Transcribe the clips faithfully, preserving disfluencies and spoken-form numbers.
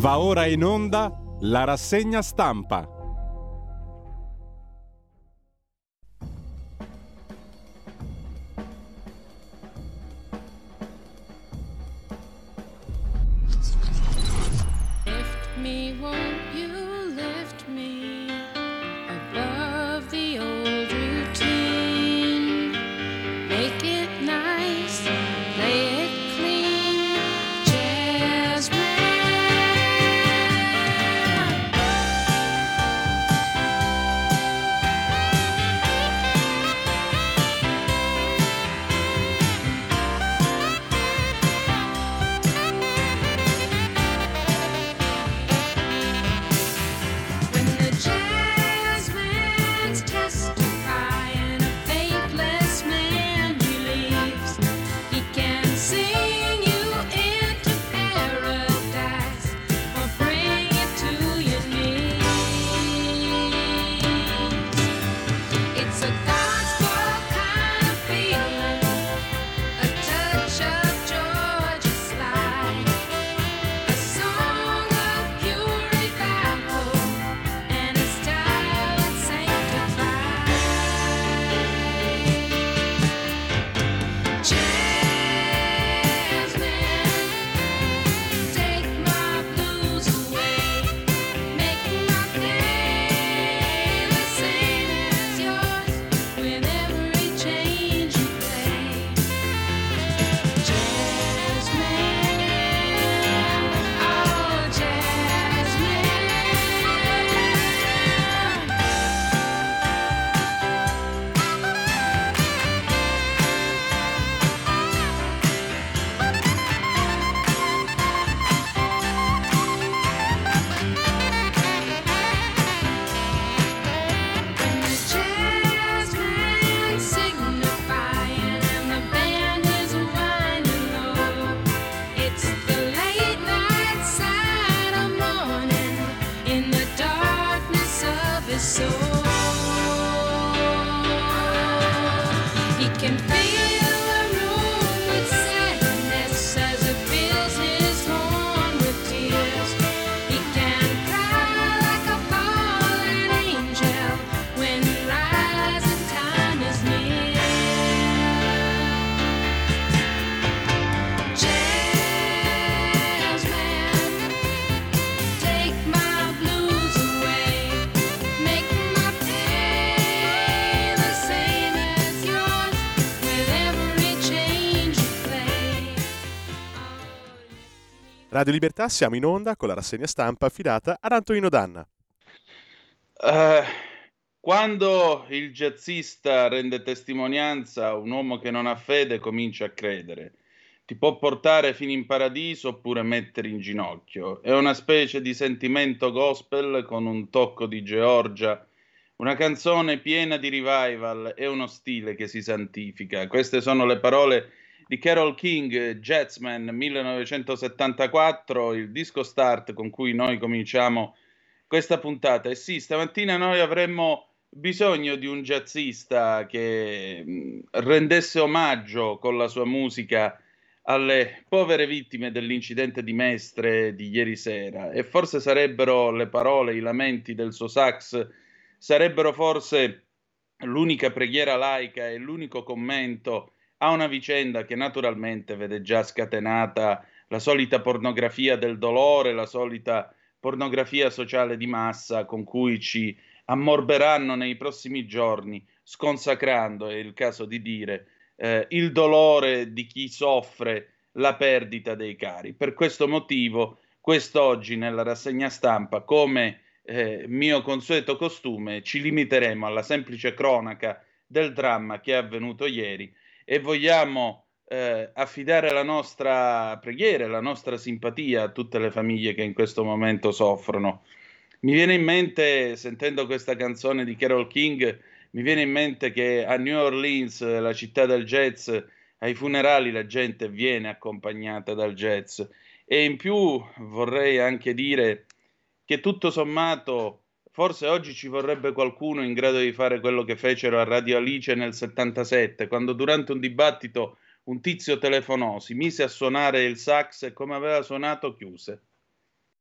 Va ora in onda la rassegna stampa. Lift me, won't you lift me above the old routine? Make it nice, play it clean, Jazzman. When the jazzman's testifying, a faithless man believes he can sing you into paradise or bring you to your knees. It's a gospel kind of feeling, a touch of Georgia slide, a song of pure revival, and a style that's sanctified. Jazzman, take my blues away, make my day the same as yours with every change you play. Jazzman, oh Jazzman. When the jazzman's signifying and the band is winding low, it's the late night side of morning in the darkness of his soul. He can fill the room with sadness as it fills his horn with tears. He can cry like a fallen angel when rising time is near. Jazzman, take my blues away, make my day the same as yours with every change you play. Radio Libertà, siamo in onda con la rassegna stampa affidata ad Antonino Danna. Eh, quando il jazzista rende testimonianza, un uomo che non ha fede comincia a credere. Ti può portare fino in paradiso oppure mettere in ginocchio. È una specie di sentimento gospel con un tocco di Georgia, una canzone piena di revival e uno stile che si santifica. Queste sono le parole di Carole King, Jazzman millenovecentosettantaquattro, il disco start con cui noi cominciamo questa puntata. E sì, stamattina noi avremmo bisogno di un jazzista che mh, rendesse omaggio con la sua musica alle povere vittime dell'incidente di Mestre di ieri sera, e forse sarebbero le parole, i lamenti del suo sax, sarebbero forse l'unica preghiera laica e l'unico commento a una vicenda che naturalmente vede già scatenata la solita pornografia del dolore, la solita pornografia sociale di massa con cui ci ammorberanno nei prossimi giorni, sconsacrando, è il caso di dire, eh, il dolore di chi soffre la perdita dei cari. Per questo motivo, quest'oggi nella rassegna stampa, come eh, mio consueto costume, ci limiteremo alla semplice cronaca del dramma che è avvenuto ieri e vogliamo eh, affidare la nostra preghiera, la nostra simpatia a tutte le famiglie che in questo momento soffrono. Mi viene in mente, sentendo questa canzone di Carole King, mi viene in mente che a New Orleans, la città del jazz, ai funerali la gente viene accompagnata dal jazz. E in più vorrei anche dire che tutto sommato forse oggi ci vorrebbe qualcuno in grado di fare quello che fecero a Radio Alice nel settantasette, quando durante un dibattito un tizio telefonò, si mise a suonare il sax e come aveva suonato chiuse.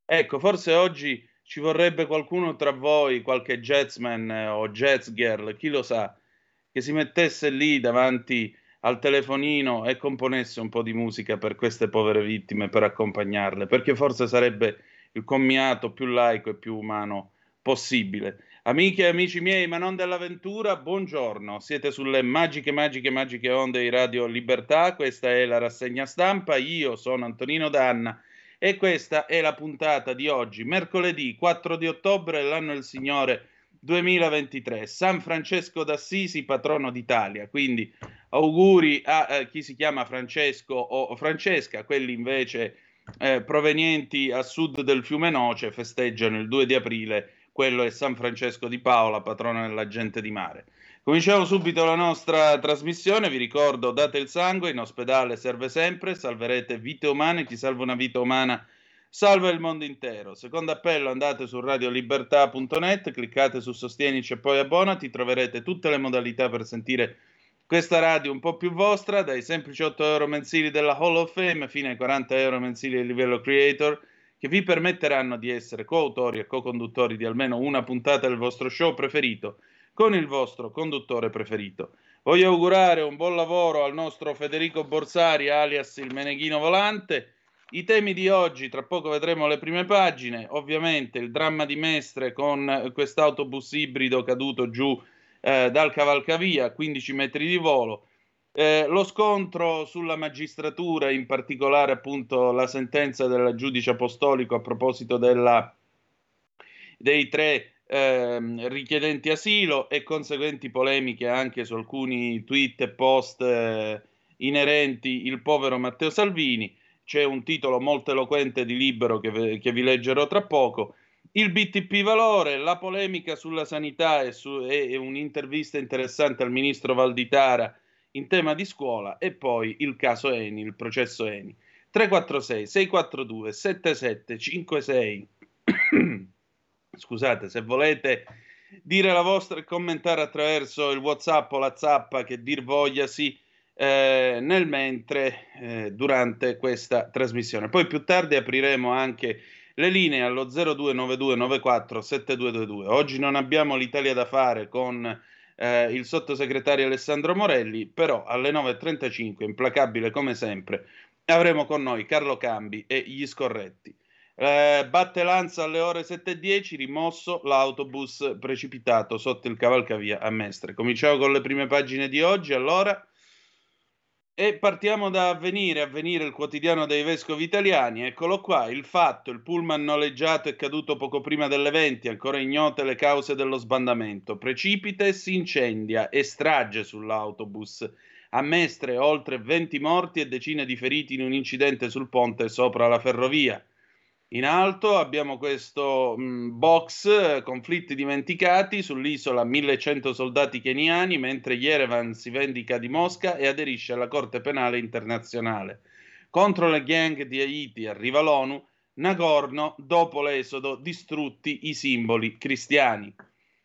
Ecco, forse oggi ci vorrebbe qualcuno tra voi, qualche jazzman eh, o jazz girl, chi lo sa, che si mettesse lì davanti al telefonino e componesse un po' di musica per queste povere vittime, per accompagnarle, perché forse sarebbe il commiato più laico e più umano possibile. Amiche e amici miei, ma non dell'avventura, buongiorno. Siete sulle magiche, magiche, magiche onde di Radio Libertà. Questa è la rassegna stampa. Io sono Antonino Danna e questa è la puntata di oggi, mercoledì quattro di ottobre, l'anno del Signore duemilaventitré. San Francesco d'Assisi, patrono d'Italia. Quindi auguri a eh, chi si chiama Francesco o Francesca, quelli invece eh, provenienti a sud del fiume Noce festeggiano il due di aprile, quello è San Francesco di Paola, patrono della gente di mare. Cominciamo subito la nostra trasmissione, vi ricordo date il sangue, in ospedale serve sempre, salverete vite umane, chi salva una vita umana salva il mondo intero. Secondo appello, andate su radiolibertà punto net, cliccate su Sostienici e poi abbonati, troverete tutte le modalità per sentire questa radio un po' più vostra, dai semplici otto euro mensili della Hall of Fame fino ai quaranta euro mensili del livello Creator, che vi permetteranno di essere coautori e co-conduttori di almeno una puntata del vostro show preferito, con il vostro conduttore preferito. Voglio augurare un buon lavoro al nostro Federico Borsari, alias il Meneghino Volante. I temi di oggi, tra poco vedremo le prime pagine, ovviamente il dramma di Mestre con quest'autobus ibrido caduto giù eh, dal cavalcavia, quindici metri di volo, eh, lo scontro sulla magistratura, in particolare appunto la sentenza del giudice apostolico a proposito della, dei tre ehm, richiedenti asilo e conseguenti polemiche anche su alcuni tweet e post eh, inerenti il povero Matteo Salvini. C'è un titolo molto eloquente di Libero che, che vi leggerò tra poco. Il B T P Valore, la polemica sulla sanità e, su, e un'intervista interessante al ministro Valditara in tema di scuola e poi il caso Eni, il processo Eni. tre quattro sei sei quattro due sette sette cinque sei. Scusate, se volete dire la vostra e commentare attraverso il WhatsApp o la zappa che dir voglia sì, eh, nel mentre eh, durante questa trasmissione. Poi più tardi apriremo anche le linee allo zero due nove due nove quattro sette due due due. Oggi non abbiamo l'Italia da fare con eh, il sottosegretario Alessandro Morelli, però alle nove e trentacinque, implacabile come sempre, avremo con noi Carlo Cambi e gli scorretti. Eh, batte Lanza alle ore sette e dieci, rimosso l'autobus precipitato sotto il cavalcavia a Mestre. Cominciamo con le prime pagine di oggi, allora, e partiamo da Avvenire, Avvenire il quotidiano dei vescovi italiani. Eccolo qua, il fatto, il pullman noleggiato è caduto poco prima delle venti, ancora ignote le cause dello sbandamento. Precipita e si incendia e strage sull'autobus. A Mestre oltre venti morti e decine di feriti in un incidente sul ponte sopra la ferrovia. In alto abbiamo questo mh, box, eh, conflitti dimenticati, sull'isola millecento soldati keniani, mentre Yerevan si vendica di Mosca e aderisce alla Corte Penale Internazionale. Contro le gang di Haiti arriva l'ONU, Nagorno, dopo l'esodo, distrutti i simboli cristiani.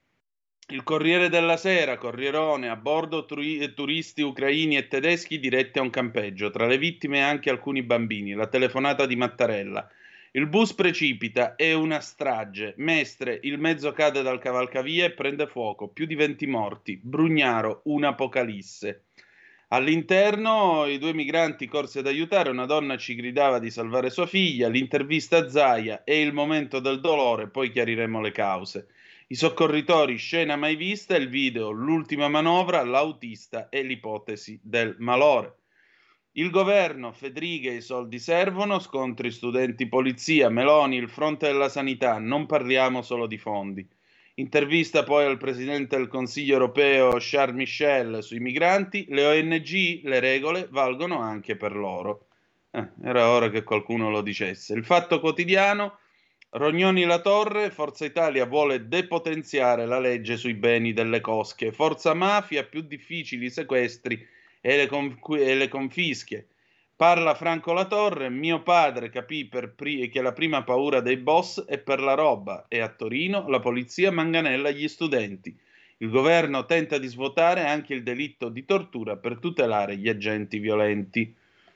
Il Corriere della Sera, Corrierone, a bordo turi- turisti ucraini e tedeschi diretti a un campeggio, tra le vittime anche alcuni bambini, la telefonata di Mattarella. Il bus precipita, è una strage. Mestre, il mezzo cade dal cavalcavia e prende fuoco. Più di venti morti. Brugnaro, un'apocalisse. All'interno, i due migranti corsi ad aiutare. Una donna ci gridava di salvare sua figlia. L'intervista a Zaia è il momento del dolore, poi chiariremo le cause. I soccorritori, scena mai vista. Il video, l'ultima manovra, l'autista e l'ipotesi del malore. Il governo, Fedriga, i soldi servono, scontri studenti-polizia, Meloni, il fronte della sanità, non parliamo solo di fondi. Intervista poi al presidente del Consiglio europeo Charles Michel sui migranti, le O N G, le regole valgono anche per loro. Eh, era ora che qualcuno lo dicesse. Il Fatto Quotidiano, Rognoni La Torre, Forza Italia vuole depotenziare la legge sui beni delle cosche, Forza Mafia, più difficili sequestri e le, conf- e le confische. Parla Franco Latorre, mio padre capì per pri- che la prima paura dei boss è per la roba e a Torino la polizia manganella gli studenti. Il governo tenta di svuotare anche il delitto di tortura per tutelare gli agenti violenti.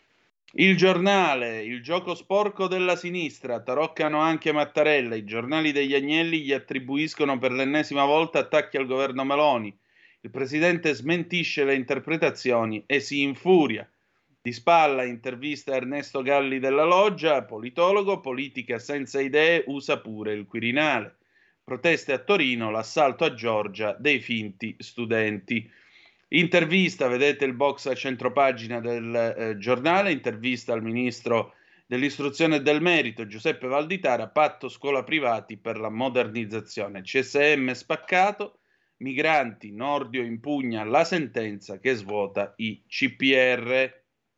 Il Giornale, il gioco sporco della sinistra, taroccano anche Mattarella, i giornali degli Agnelli gli attribuiscono per l'ennesima volta attacchi al governo Meloni, il presidente smentisce le interpretazioni e si infuria. Di spalla intervista Ernesto Galli della Loggia, politologo, politica senza idee, usa pure il Quirinale. Proteste a Torino, l'assalto a Giorgia dei finti studenti. Intervista, vedete il box a centropagina del eh, giornale, intervista al ministro dell'istruzione e del merito Giuseppe Valditara, patto scuola privati per la modernizzazione, C S M spaccato, migranti, Nordio impugna la sentenza che svuota i C P R.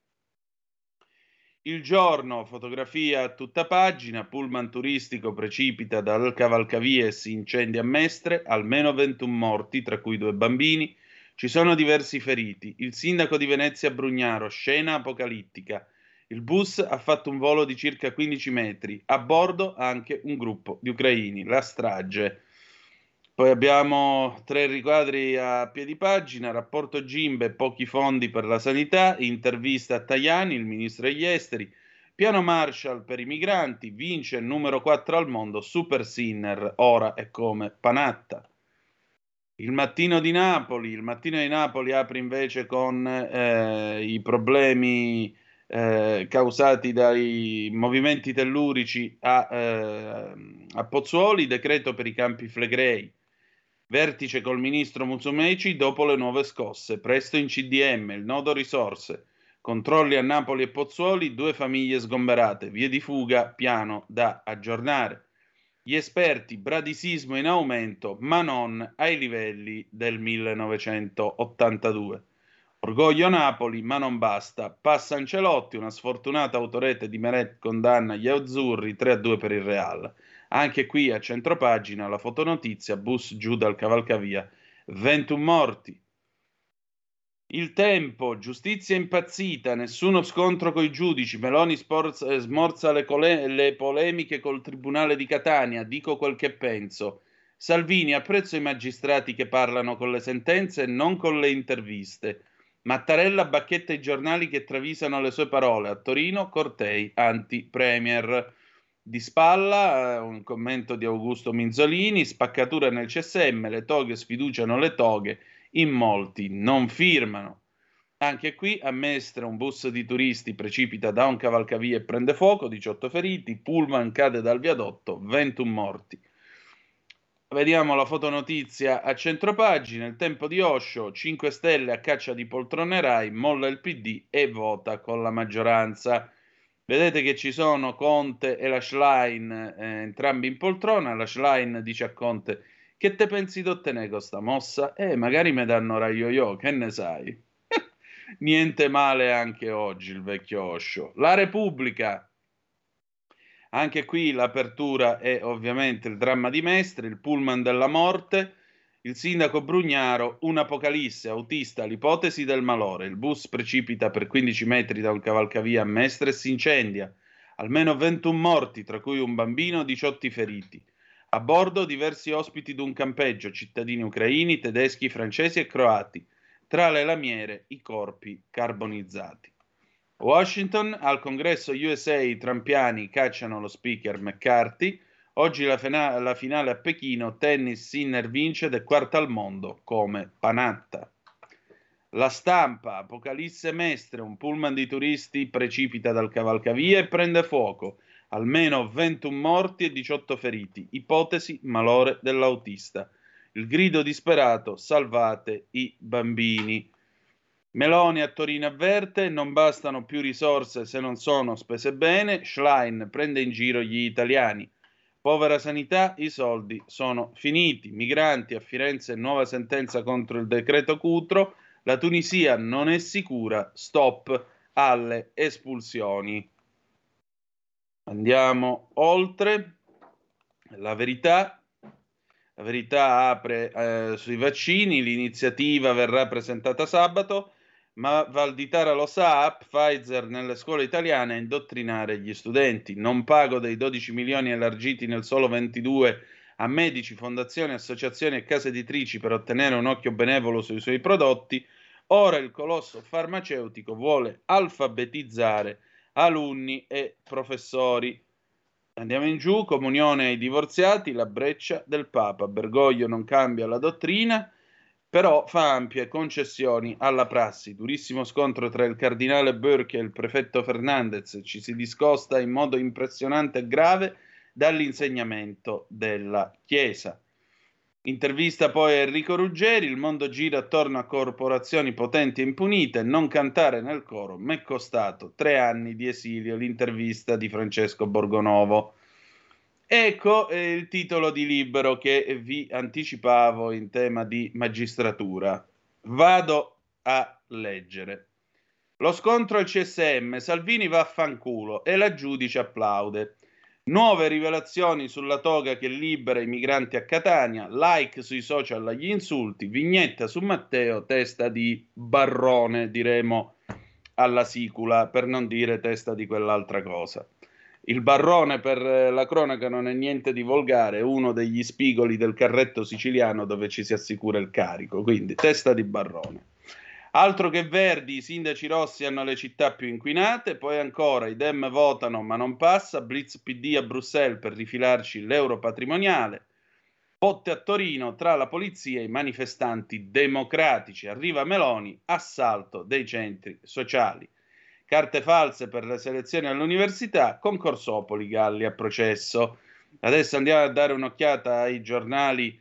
Il Giorno, fotografia a tutta pagina, pullman turistico precipita dal cavalcavie e si incendia a Mestre, almeno ventuno morti, tra cui due bambini. Ci sono diversi feriti. Il sindaco di Venezia Brugnaro, scena apocalittica. Il bus ha fatto un volo di circa quindici metri. A bordo anche un gruppo di ucraini. La strage. Poi abbiamo tre riquadri a piedi pagina. Rapporto Gimbe, pochi fondi per la sanità. Intervista a Tajani, il ministro degli esteri. Piano Marshall per i migranti. Vince il numero quattro al mondo. Super Sinner. Ora è come Panatta. Il Mattino di Napoli, il Mattino di Napoli apre invece con eh, i problemi eh, causati dai movimenti tellurici a, eh, a Pozzuoli, decreto per i Campi Flegrei, vertice col ministro Musumeci dopo le nuove scosse, presto in C D M, il nodo risorse, controlli a Napoli e Pozzuoli, due famiglie sgomberate, vie di fuga, piano da aggiornare. Gli esperti, bradisismo in aumento, ma non ai livelli del millenovecentottantadue. Orgoglio Napoli, ma non basta. Passa Ancelotti, una sfortunata autorete di Meret condanna gli azzurri tre a due per il Real. Anche qui a centropagina la fotonotizia, bus giù dal cavalcavia, ventuno morti. Il Tempo, giustizia impazzita, nessuno scontro coi giudici, Meloni sporza, eh, smorza le, cole- le polemiche col Tribunale di Catania, dico quel che penso. Salvini, apprezzo i magistrati che parlano con le sentenze e non con le interviste. Mattarella bacchetta i giornali che travisano le sue parole. A Torino, cortei anti-premier. Di spalla, eh, un commento di Augusto Minzolini, spaccatura nel C S M, le toghe sfiduciano le toghe, in molti non firmano. Anche qui a Mestre un bus di turisti precipita da un cavalcavia e prende fuoco, diciotto feriti, pullman cade dal viadotto, ventuno morti. Vediamo la fotonotizia a centropagina, il tempo di Osho, cinque Stelle a caccia di poltrone Rai, molla il P D e vota con la maggioranza. Vedete che ci sono Conte e la Schlein, eh, entrambi in poltrona, la Schlein dice a Conte: che te pensi di ottenere con sta mossa? Eh, magari mi danno raio io, che ne sai? Niente male anche oggi il vecchio Osho. La Repubblica, anche qui l'apertura è ovviamente il dramma di Mestre, il pullman della morte, il sindaco Brugnaro, un'apocalisse autista, l'ipotesi del malore, il bus precipita per quindici metri da un cavalcavia a Mestre e si incendia, almeno ventuno morti, tra cui un bambino, diciotto feriti. A bordo diversi ospiti d'un campeggio, cittadini ucraini, tedeschi, francesi e croati. Tra le lamiere i corpi carbonizzati. Washington, al congresso U S A i trampiani cacciano lo speaker McCarthy. Oggi la, fena- la finale a Pechino, tennis Sinner vince ed è quarta al mondo come Panatta. La Stampa, apocalisse Mestre, un pullman di turisti precipita dal cavalcavia e prende fuoco. Almeno ventuno morti e diciotto feriti. Ipotesi malore dell'autista. Il grido disperato: salvate i bambini. Meloni a Torino avverte: non bastano più risorse se non sono spese bene. Schlein prende in giro gli italiani. Povera sanità, i soldi sono finiti. Migranti a Firenze, nuova sentenza contro il decreto Cutro. La Tunisia non è sicura, stop alle espulsioni. Andiamo oltre. La Verità. La Verità apre eh, sui vaccini, l'iniziativa verrà presentata sabato, ma Valditara lo sa, Pfizer nelle scuole italiane a indottrinare gli studenti. Non pago dei dodici milioni elargiti nel solo ventidue a medici, fondazioni, associazioni e case editrici per ottenere un occhio benevolo sui suoi prodotti. Ora il colosso farmaceutico vuole alfabetizzare alunni e professori. Andiamo in giù, comunione ai divorziati, la breccia del Papa. Bergoglio non cambia la dottrina, però fa ampie concessioni alla prassi. Durissimo scontro tra il cardinale Burke e il prefetto Fernandez. Ci si discosta in modo impressionante e grave dall'insegnamento della Chiesa. Intervista poi a Enrico Ruggeri, il mondo gira attorno a corporazioni potenti e impunite, non cantare nel coro m'è costato tre anni di esilio, l'intervista di Francesco Borgonovo. Ecco eh, il titolo di Libero che vi anticipavo in tema di magistratura. Vado a leggere. Lo scontro al C S M, Salvini va a fanculo e la giudice applaude. Nuove rivelazioni sulla toga che libera i migranti a Catania, like sui social agli insulti, vignetta su Matteo, testa di Barrone, diremo alla sicula, per non dire testa di quell'altra cosa. Il Barrone, per la cronaca, non è niente di volgare, è uno degli spigoli del carretto siciliano dove ci si assicura il carico, quindi testa di Barrone. Altro che Verdi, i sindaci rossi hanno le città più inquinate, poi ancora i Dem votano ma non passa, Blitz P D a Bruxelles per rifilarci l'euro patrimoniale, botte a Torino tra la polizia e i manifestanti democratici, arriva Meloni, assalto dei centri sociali, carte false per le selezioni all'università, concorsopoli Galli a processo. Adesso andiamo a dare un'occhiata ai giornali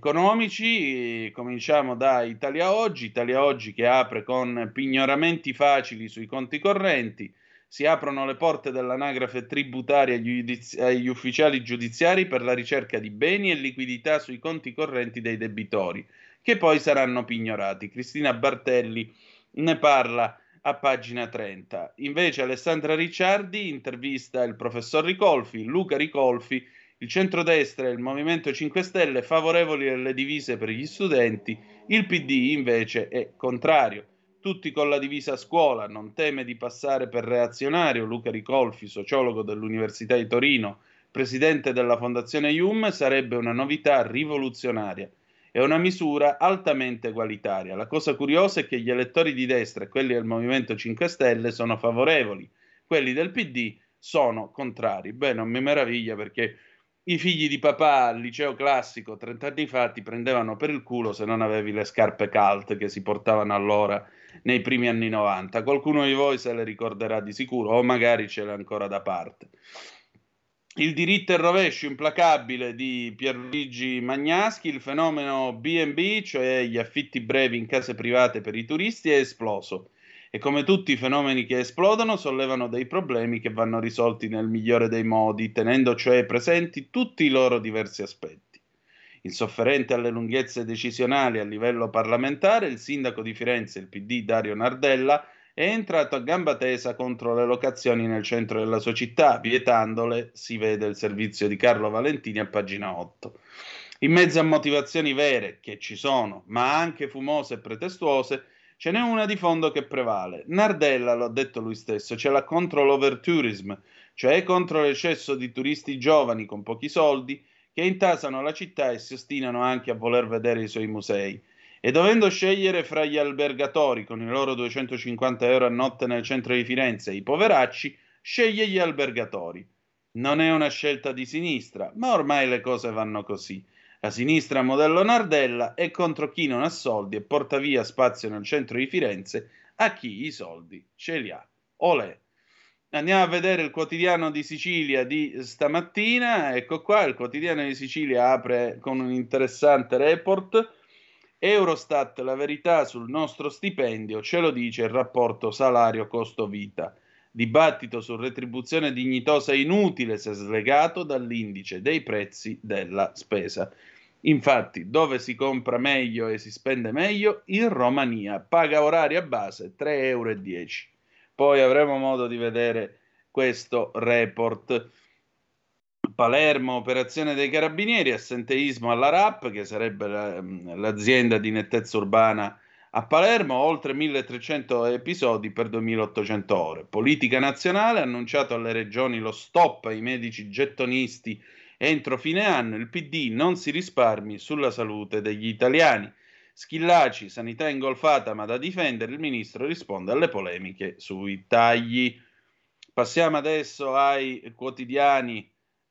economici, cominciamo da Italia Oggi, Italia Oggi che apre con pignoramenti facili sui conti correnti, si aprono le porte dell'anagrafe tributaria agli, giudizi- agli ufficiali giudiziari per la ricerca di beni e liquidità sui conti correnti dei debitori, che poi saranno pignorati. Cristina Bartelli ne parla a pagina trenta. Invece Alessandra Ricciardi intervista il professor Ricolfi, Luca Ricolfi, il centrodestra e il Movimento cinque Stelle favorevoli alle divise per gli studenti, il P D invece è contrario. Tutti con la divisa a scuola, non teme di passare per reazionario. Luca Ricolfi, sociologo dell'Università di Torino, presidente della Fondazione Ium, sarebbe una novità rivoluzionaria. È una misura altamente egualitaria. La cosa curiosa è che gli elettori di destra e quelli del Movimento cinque Stelle sono favorevoli, quelli del P D sono contrari. Beh, non mi meraviglia perché i figli di papà al liceo classico trenta anni fa ti prendevano per il culo se non avevi le scarpe cult che si portavano allora nei primi anni novanta. Qualcuno di voi se le ricorderà di sicuro o magari ce l'ha ancora da parte. Il diritto e il rovescio implacabile di Pierluigi Magnaschi, il fenomeno B and B, cioè gli affitti brevi in case private per i turisti, è esploso. E come tutti i fenomeni che esplodono, sollevano dei problemi che vanno risolti nel migliore dei modi, tenendo cioè presenti tutti i loro diversi aspetti. Insofferente alle lunghezze decisionali a livello parlamentare, il sindaco di Firenze, il P D Dario Nardella, è entrato a gamba tesa contro le locazioni nel centro della sua città, vietandole, si vede il servizio di Carlo Valentini a pagina otto. In mezzo a motivazioni vere, che ci sono, ma anche fumose e pretestuose, ce n'è una di fondo che prevale. Nardella, lo ha detto lui stesso, ce l'ha contro l'overtourism, cioè contro l'eccesso di turisti giovani con pochi soldi che intasano la città e si ostinano anche a voler vedere i suoi musei. E dovendo scegliere fra gli albergatori con i loro duecentocinquanta euro a notte nel centro di Firenze e i poveracci, sceglie gli albergatori. Non è una scelta di sinistra, ma ormai le cose vanno così. La sinistra modello Nardella è contro chi non ha soldi e porta via spazio nel centro di Firenze a chi i soldi ce li ha. Olè. Andiamo a vedere il quotidiano di Sicilia di stamattina. Ecco qua, il quotidiano di Sicilia apre con un interessante report. Eurostat, la verità sul nostro stipendio, ce lo dice il rapporto salario-costo-vita. Dibattito su retribuzione dignitosa inutile se slegato dall'indice dei prezzi della spesa. Infatti, dove si compra meglio e si spende meglio? In Romania. Paga oraria base tre euro e dieci. Poi avremo modo di vedere questo report. Palermo, operazione dei carabinieri, assenteismo alla R A P, che sarebbe la, l'azienda di nettezza urbana a Palermo, oltre milletrecento episodi per duemilaottocento ore. Politica nazionale, annunciato alle regioni lo stop ai medici gettonisti entro fine anno, il P D non si risparmi sulla salute degli italiani. Schillaci, sanità ingolfata ma da difendere, il ministro risponde alle polemiche sui tagli. Passiamo adesso ai quotidiani,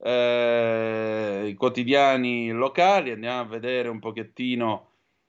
eh, i quotidiani locali, andiamo a vedere un pochettino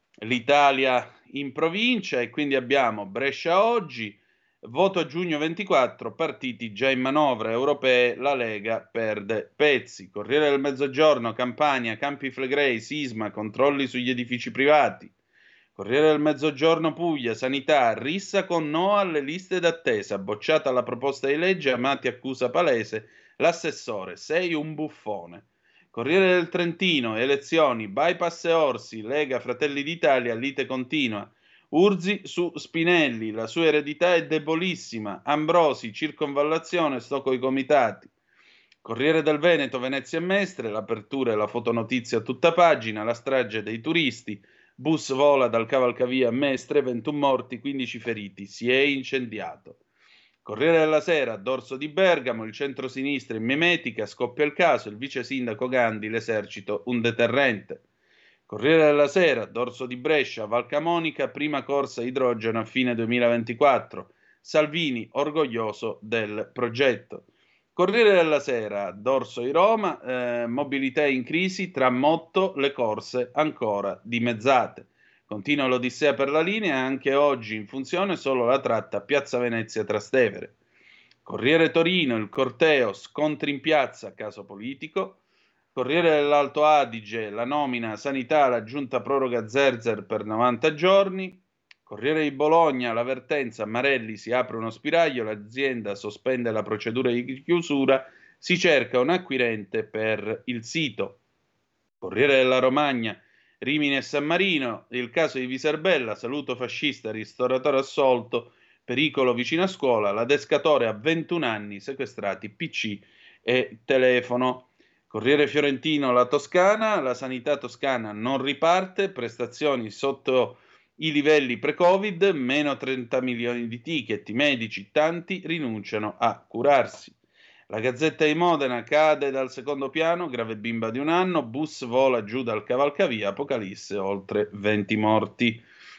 l'Italia in provincia e quindi abbiamo Brescia Oggi, voto a giugno ventiquattro, partiti già in manovra, europee, la Lega perde pezzi. Corriere del Mezzogiorno, Campania, Campi Flegrei, sisma, controlli sugli edifici privati. Corriere del Mezzogiorno Puglia, sanità, rissa con no alle liste d'attesa, bocciata la proposta di legge, Amati accusa Palese, l'assessore, sei un buffone. Corriere del Trentino, elezioni, bypass e Orsi, Lega, Fratelli d'Italia, lite continua. Urzi su Spinelli, la sua eredità è debolissima, Ambrosi, circonvallazione, sto coi comitati. Corriere del Veneto, Venezia e Mestre, l'apertura e la fotonotizia a tutta pagina, la strage dei turisti, bus vola dal cavalcavia a Mestre, ventuno morti, quindici feriti, si è incendiato. Corriere della Sera, dorso di Bergamo, il centro-sinistra in mimetica, scoppia il caso, il vice sindaco Gandhi, l'esercito, un deterrente. Corriere della Sera, dorso di Brescia, Valcamonica, prima corsa idrogeno a fine duemilaventiquattro, Salvini orgoglioso del progetto. Corriere della Sera, dorso di Roma, eh, mobilità in crisi, tra motto le corse ancora dimezzate. Continua l'odissea per la linea, anche oggi in funzione solo la tratta Piazza Venezia-Trastevere. Corriere Torino, il corteo, scontri in piazza, caso politico. Corriere dell'Alto Adige, la nomina sanità, la giunta proroga Zerzer per novanta giorni. Corriere di Bologna, l'avvertenza, Marelli si apre uno spiraglio, l'azienda sospende la procedura di chiusura, si cerca un acquirente per il sito. Corriere della Romagna, Rimini e San Marino, il caso di Viserbella, saluto fascista, ristoratore assolto, pericolo vicino a scuola, l'adescatore a ventuno anni, sequestrati P C e telefono. Corriere Fiorentino, la Toscana, la sanità toscana non riparte, prestazioni sotto i livelli pre-Covid, meno trenta milioni di ticket, i medici, tanti rinunciano a curarsi. La Gazzetta di Modena, cade dal secondo piano, grave bimba di un anno, bus vola giù dal cavalcavia, apocalisse, oltre venti morti.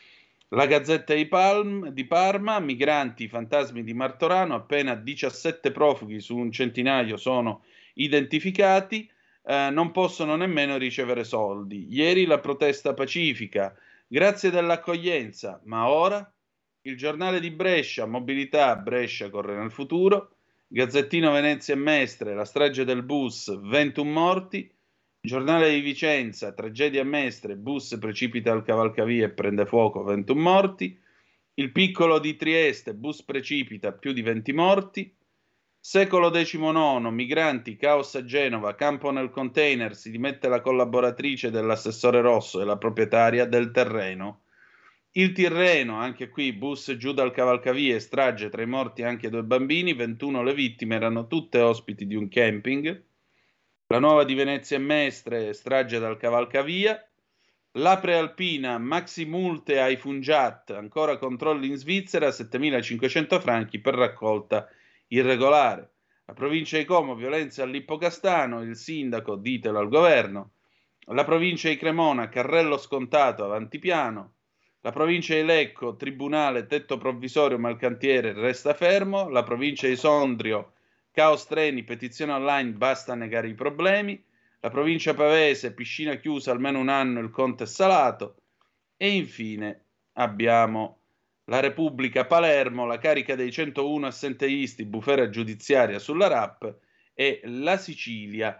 La Gazzetta di, Palm, di Parma, migranti, fantasmi di Martorano, appena diciassette profughi su un centinaio sono identificati, eh, non possono nemmeno ricevere soldi. Ieri la protesta pacifica, grazie dell'accoglienza, ma ora il giornale di Brescia, mobilità, Brescia corre nel futuro, Gazzettino Venezia e Mestre, la strage del bus, ventuno morti, giornale di Vicenza, tragedia a Mestre, bus precipita al cavalcavia e prende fuoco, ventuno morti, il Piccolo di Trieste, bus precipita, più di venti morti, Secolo diciannove, migranti, caos a Genova, campo nel container, si dimette la collaboratrice dell'assessore Rosso e la proprietaria del terreno. Il Tirreno, anche qui bus giù dal cavalcavia, strage, tra i morti anche due bambini, ventuno le vittime, erano tutte ospiti di un camping. La Nuova di Venezia e Mestre, strage dal cavalcavia. La Prealpina, maxi multe ai Fungiat, ancora controlli in Svizzera, settemilacinquecento franchi per raccolta irregolare. La provincia di Como, violenza all'Ippocastano, il sindaco, ditelo al governo. La provincia di Cremona, carrello scontato, avanti piano. La provincia di Lecco, tribunale, tetto provvisorio, ma il cantiere resta fermo. La provincia di Sondrio, caos treni, petizione online, basta negare i problemi. La provincia pavese, piscina chiusa almeno un anno, il conto è salato. E infine abbiamo la Repubblica Palermo, la carica dei centouno assenteisti, bufera giudiziaria sulla R A P e la Sicilia,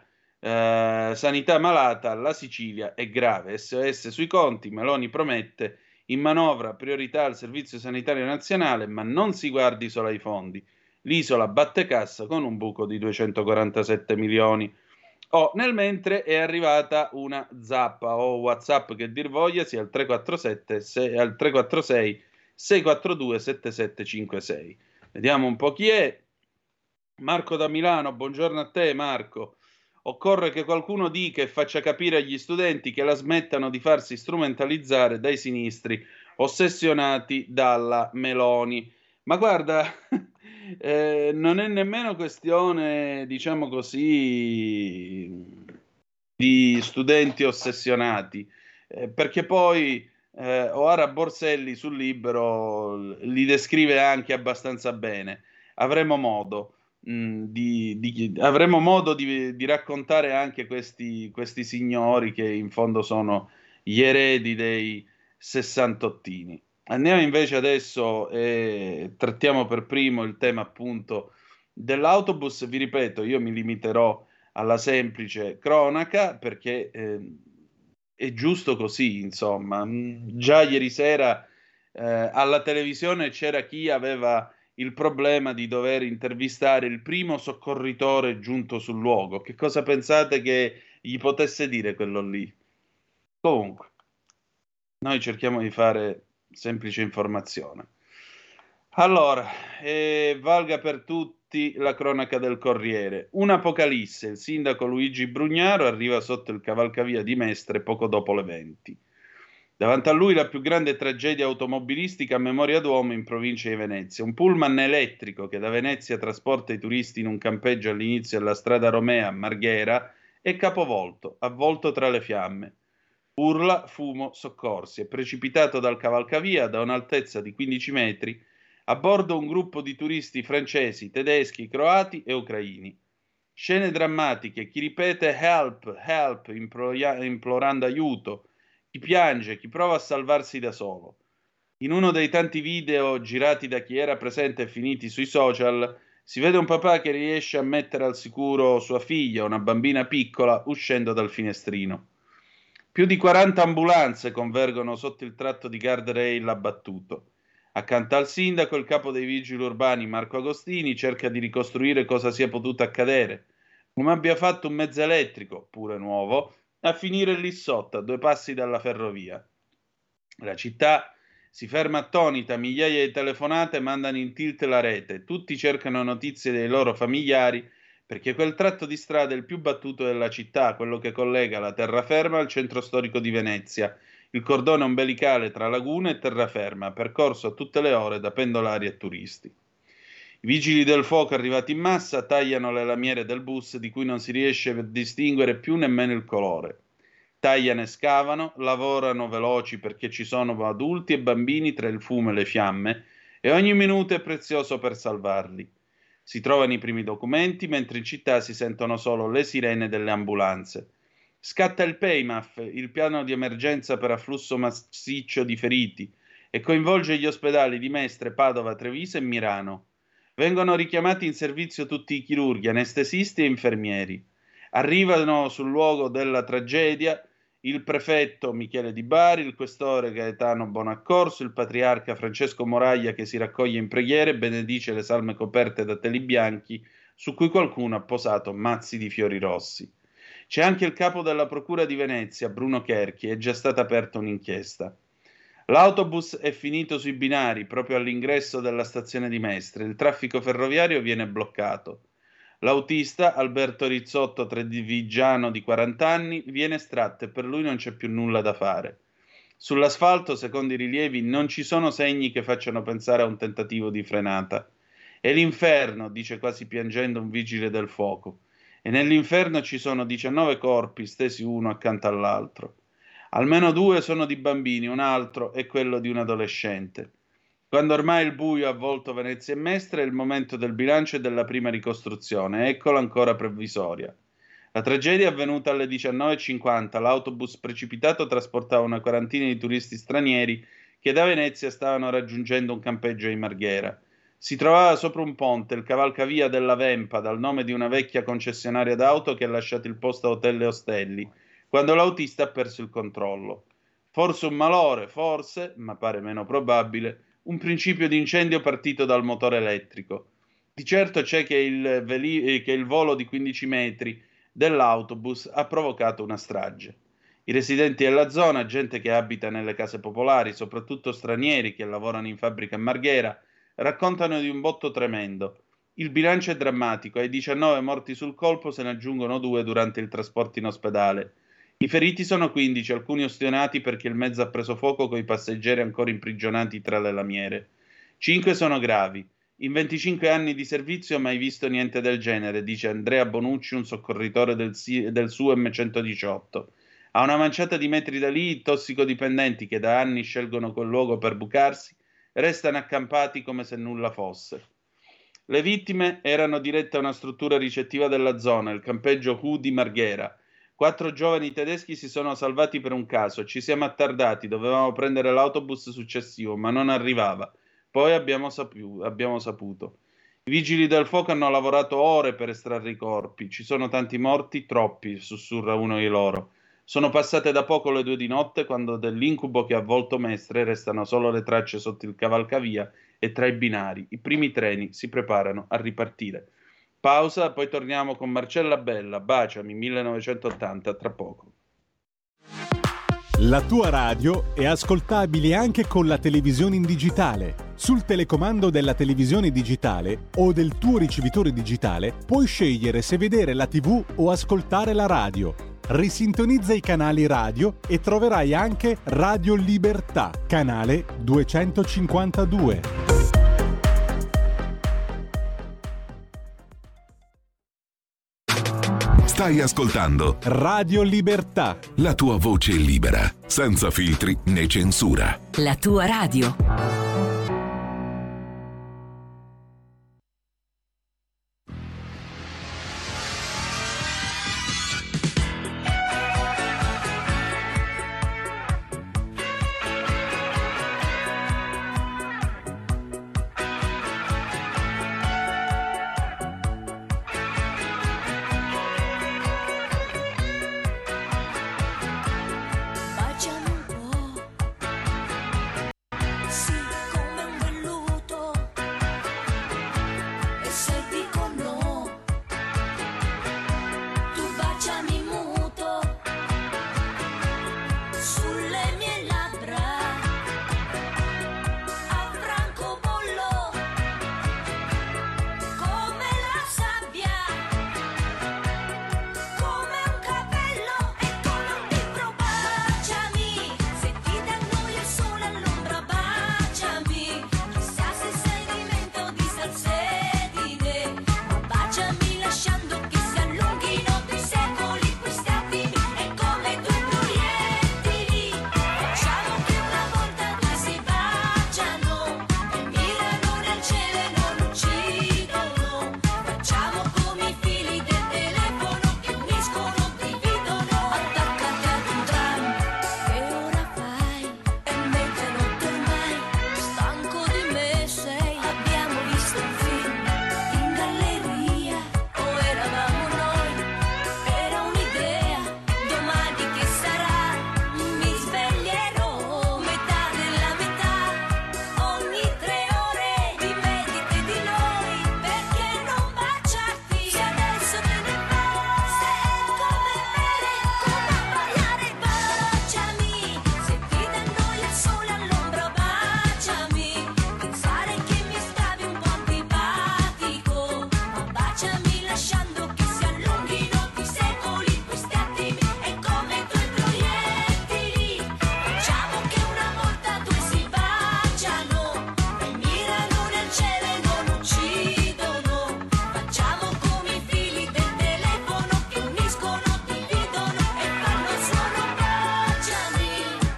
eh, sanità malata, la Sicilia è grave, S O S sui conti, Meloni promette in manovra priorità al Servizio Sanitario Nazionale, ma non si guardi solo ai fondi. L'isola batte cassa con un buco di duecentoquarantasette milioni. Oh, nel mentre è arrivata una zappa o WhatsApp che dir voglia, sia al tre quattro sette sei, al tre quattro sei sei quattro due sette sette cinque sei. Vediamo un po' chi è. Marco da Milano, buongiorno a te Marco. Occorre che qualcuno dica e faccia capire agli studenti che la smettano di farsi strumentalizzare dai sinistri ossessionati dalla Meloni. Ma guarda, eh, non è nemmeno questione, diciamo così, di studenti ossessionati, eh, perché poi eh, Oara Borselli sul Libero li descrive anche abbastanza bene. Avremo modo. mh, di, di- avremo modo di, di raccontare anche questi, questi signori che in fondo sono gli eredi dei sessantottini. Andiamo invece adesso e trattiamo per primo il tema appunto dell'autobus. Vi ripeto, io mi limiterò alla semplice cronaca perché eh, è giusto così, insomma. Mm, Già ieri sera eh, alla televisione c'era chi aveva il problema di dover intervistare il primo soccorritore giunto sul luogo. Che cosa pensate che gli potesse dire quello lì? Comunque, noi cerchiamo di fare semplice informazione. Allora, eh, valga per tutti la cronaca del Corriere. Un'apocalisse. Il sindaco Luigi Brugnaro arriva sotto il cavalcavia di Mestre poco dopo le venti. Davanti a lui la più grande tragedia automobilistica a memoria d'uomo in provincia di Venezia. Un pullman elettrico che da Venezia trasporta i turisti in un campeggio all'inizio della strada Romea a Marghera è capovolto, avvolto tra le fiamme. Urla, fumo, soccorsi. È precipitato dal cavalcavia da un'altezza di quindici metri a bordo un gruppo di turisti francesi, tedeschi, croati e ucraini. Scene drammatiche, chi ripete help, help, imploria- implorando aiuto, chi piange, chi prova a salvarsi da solo. In uno dei tanti video girati da chi era presente e finiti sui social, si vede un papà che riesce a mettere al sicuro sua figlia, una bambina piccola, uscendo dal finestrino. Più di quaranta ambulanze convergono sotto il tratto di guardrail abbattuto. Accanto al sindaco, il capo dei vigili urbani Marco Agostini cerca di ricostruire cosa sia potuto accadere, come abbia fatto un mezzo elettrico, pure nuovo, a finire lì sotto, a due passi dalla ferrovia. La città si ferma attonita, migliaia di telefonate mandano in tilt la rete, tutti cercano notizie dei loro familiari perché quel tratto di strada è il più battuto della città, quello che collega la terraferma al centro storico di Venezia, il cordone ombelicale tra laguna e terraferma, percorso a tutte le ore da pendolari e turisti. I vigili del fuoco arrivati in massa tagliano le lamiere del bus di cui non si riesce a distinguere più nemmeno il colore. Tagliano e scavano, lavorano veloci perché ci sono adulti e bambini tra il fumo e le fiamme e ogni minuto è prezioso per salvarli. Si trovano i primi documenti, mentre in città si sentono solo le sirene delle ambulanze. Scatta il PEIMAF, il piano di emergenza per afflusso massiccio di feriti, e coinvolge gli ospedali di Mestre, Padova, Treviso e Milano. Vengono richiamati in servizio tutti i chirurghi, anestesisti e infermieri. Arrivano sul luogo della tragedia il prefetto Michele Di Bari, il questore Gaetano Bonaccorso, il patriarca Francesco Moraglia che si raccoglie in preghiera e benedice le salme coperte da teli bianchi su cui qualcuno ha posato mazzi di fiori rossi. C'è anche il capo della Procura di Venezia, Bruno Cherchi, è già stata aperta un'inchiesta. L'autobus è finito sui binari proprio all'ingresso della stazione di Mestre, il traffico ferroviario viene bloccato. L'autista, Alberto Rizzotto, trevigiano di quaranta anni, viene estratto e per lui non c'è più nulla da fare. Sull'asfalto, secondo i rilievi, non ci sono segni che facciano pensare a un tentativo di frenata. È l'inferno, dice quasi piangendo un vigile del fuoco. E nell'inferno ci sono diciannove corpi stesi uno accanto all'altro. Almeno due sono di bambini, un altro è quello di un adolescente. Quando ormai il buio ha avvolto Venezia e Mestre, è il momento del bilancio e della prima ricostruzione, eccola ancora provvisoria. La tragedia è avvenuta alle diciannove e cinquanta, l'autobus precipitato trasportava una quarantina di turisti stranieri che da Venezia stavano raggiungendo un campeggio di Marghera. Si trovava sopra un ponte, il cavalcavia della Vempa, dal nome di una vecchia concessionaria d'auto che ha lasciato il posto a hotel e ostelli, quando l'autista ha perso il controllo. Forse un malore, forse, ma pare meno probabile, un principio di incendio partito dal motore elettrico. Di certo c'è che il, veli- che il volo di quindici metri dell'autobus ha provocato una strage. I residenti della zona, gente che abita nelle case popolari, soprattutto stranieri che lavorano in fabbrica a Marghera, raccontano di un botto tremendo. Il bilancio è drammatico, ai diciannove morti sul colpo se ne aggiungono due durante il trasporto in ospedale. I feriti sono quindici, alcuni ostinati perché il mezzo ha preso fuoco coi passeggeri ancora imprigionati tra le lamiere. Cinque sono gravi. In venticinque anni di servizio mai visto niente del genere, dice Andrea Bonucci, un soccorritore del, si- del S U M centodiciotto. A una manciata di metri da lì, i tossicodipendenti che da anni scelgono quel luogo per bucarsi restano accampati come se nulla fosse. Le vittime erano dirette a una struttura ricettiva della zona, il campeggio Hu di Marghera. Quattro giovani tedeschi si sono salvati per un caso. Ci siamo attardati, dovevamo prendere l'autobus successivo, ma non arrivava. Poi abbiamo, sapu- abbiamo saputo. I vigili del fuoco hanno lavorato ore per estrarre i corpi. Ci sono tanti morti, troppi, sussurra uno di loro. Sono passate da poco le due di notte, quando dell'incubo che ha avvolto Mestre restano solo le tracce sotto il cavalcavia e tra i binari. I primi treni si preparano a ripartire. Pausa, poi torniamo con Marcella Bella, Baciami, millenovecentottanta, tra poco. La tua radio è ascoltabile anche con la televisione in digitale. Sul telecomando della televisione digitale o del tuo ricevitore digitale puoi scegliere se vedere la tivù o ascoltare la radio. Risintonizza i canali radio e troverai anche Radio Libertà, canale duecentocinquantadue. Stai ascoltando Radio Libertà. la tua voce libera, senza filtri né censura. La tua radio. Baciami un po', sì, come un velluto. E se dico no, tu baciami muto sulle mie labbra a francobollo, come la sabbia, come un capello e come un libro. Baciami, se ti dà noia il sole all'ombra, baciami, chissà se sedimento di salsedine, ma baciami lasciando che si allunghino dei secoli questi attimi, e come due proiettili, facciamo che una volta due si baciano, e mirano nel cielo e non uccidono, facciamo come i fili del telefono che uniscono, dividono, attaccati ad un tram. Che ora fai? È mezzanotte ormai, stanco di me sei, abbiamo visto un film in galleria, o eravamo noi, era un'idea, domani che sarà, mi sveglierò metà della metà, ogni tre ore dimentica di noi, perché non baciarti se adesso te ne vai, se è come bere, come abbaiare, baciami, se ti dà noia il sole all'ombra, baciami, pensare che mi stavi un po' antipatico, ma baciami lasciando che si allunghino di secoli questi attimi, e come due proiettili, facciamo che una volta due si baciano, e mirano nel cielo e non uccidono, facciamo come i fili del telefono che uniscono, dividono e fanno solo baciami.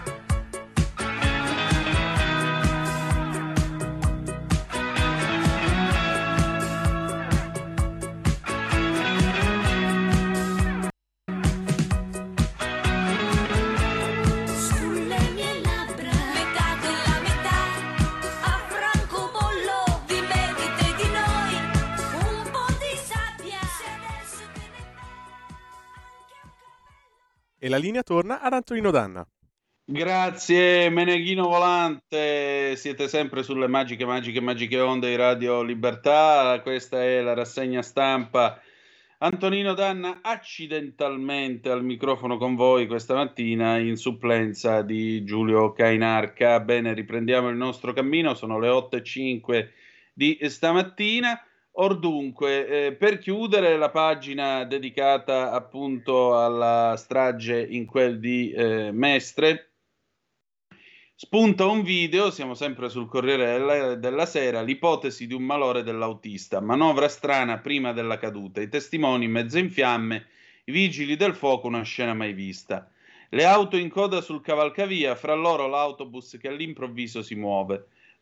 Sulle mie labbra, metà della metà, a francobollo, di me, di te, di noi, un po' di sabbia, se adesso te ne vai, anche un cappello. E la linea torna ad Antonino Danna. Grazie Meneghino Volante, siete sempre sulle magiche, magiche, magiche onde di Radio Libertà, questa è la rassegna stampa. Antonino Danna accidentalmente al microfono con voi questa mattina in supplenza di Giulio Cainarca. Bene, riprendiamo il nostro cammino, sono le otto e cinque di stamattina. Or dunque, eh, per chiudere la pagina dedicata appunto alla strage in quel di eh, Mestre, spunta un video, siamo sempre sul Corriere della, della Sera, l'ipotesi di un malore dell'autista, manovra strana prima della caduta, i testimoni mezzo in fiamme, i vigili del fuoco, una scena mai vista. Le auto in coda sul cavalcavia, fra loro l'autobus che all'improvviso si muove.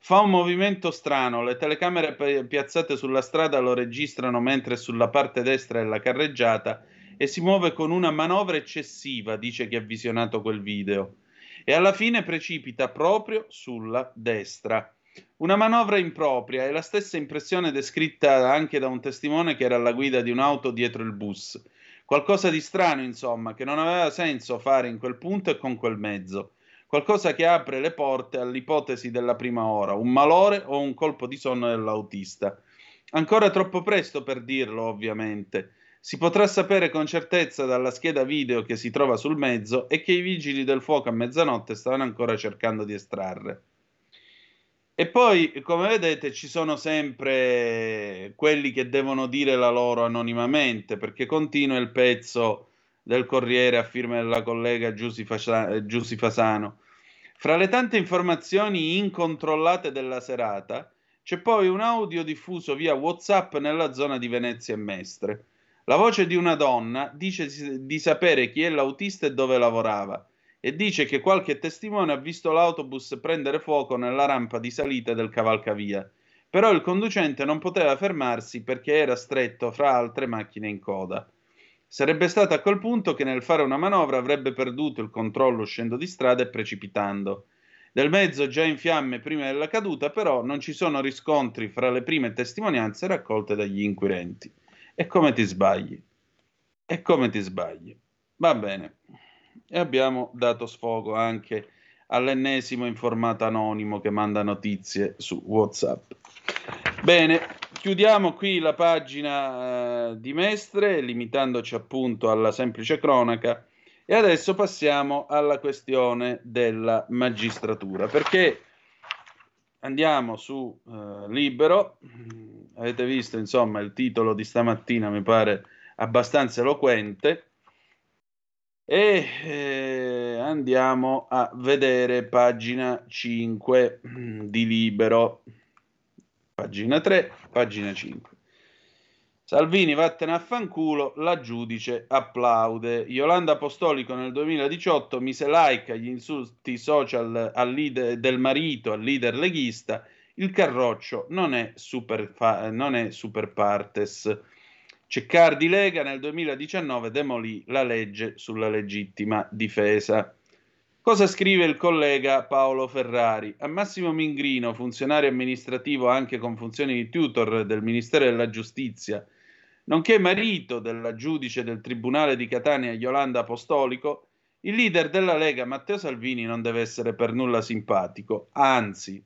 Fa un movimento strano, le telecamere pi- piazzate sulla strada lo registrano mentre è sulla parte destra della carreggiata e si muove con una manovra eccessiva, dice chi ha visionato quel video. E alla fine precipita proprio sulla destra. Una manovra impropria è la stessa impressione descritta anche da un testimone che era alla guida di un'auto dietro il bus. Qualcosa di strano, insomma, che non aveva senso fare in quel punto e con quel mezzo. Qualcosa che apre le porte all'ipotesi della prima ora, un malore o un colpo di sonno dell'autista. Ancora troppo presto per dirlo, ovviamente. Si potrà sapere con certezza dalla scheda video che si trova sul mezzo e che i vigili del fuoco a mezzanotte stavano ancora cercando di estrarre. E poi, come vedete, ci sono sempre quelli che devono dire la loro anonimamente, perché continua il pezzo del Corriere a firma della collega Giusy Fasa- Giusy Fasano. Fra le tante informazioni incontrollate della serata, c'è poi un audio diffuso via WhatsApp nella zona di Venezia e Mestre. La voce di una donna dice di sapere chi è l'autista e dove lavorava e dice che qualche testimone ha visto l'autobus prendere fuoco nella rampa di salita del cavalcavia. Però il conducente non poteva fermarsi perché era stretto fra altre macchine in coda. Sarebbe stato a quel punto che nel fare una manovra avrebbe perduto il controllo uscendo di strada e precipitando. Del mezzo già in fiamme prima della caduta, però non ci sono riscontri fra le prime testimonianze raccolte dagli inquirenti. E come ti sbagli? E come ti sbagli? Va bene. E abbiamo dato sfogo anche all'ennesimo informato anonimo che manda notizie su WhatsApp. Bene, chiudiamo qui la pagina eh, di Mestre, limitandoci appunto alla semplice cronaca, e adesso passiamo alla questione della magistratura, perché andiamo su eh, Libero. Avete visto, insomma, il titolo di stamattina mi pare abbastanza eloquente. E eh, andiamo a vedere pagina cinque di Libero, pagina tre, pagina cinque. Salvini vattene a fanculo, la giudice applaude. Yolanda Apostolico nel duemiladiciotto mise like agli insulti social al leader, del marito al leader leghista. Il Carroccio non è super, fa- non è super partes. Ceccardi Lega nel duemiladiciannove demolì la legge sulla legittima difesa. Cosa scrive il collega Paolo Ferrari? A Massimo Mingrino, funzionario amministrativo anche con funzioni di tutor del Ministero della Giustizia, nonché marito della giudice del Tribunale di Catania Yolanda Apostolico, il leader della Lega Matteo Salvini non deve essere per nulla simpatico, anzi.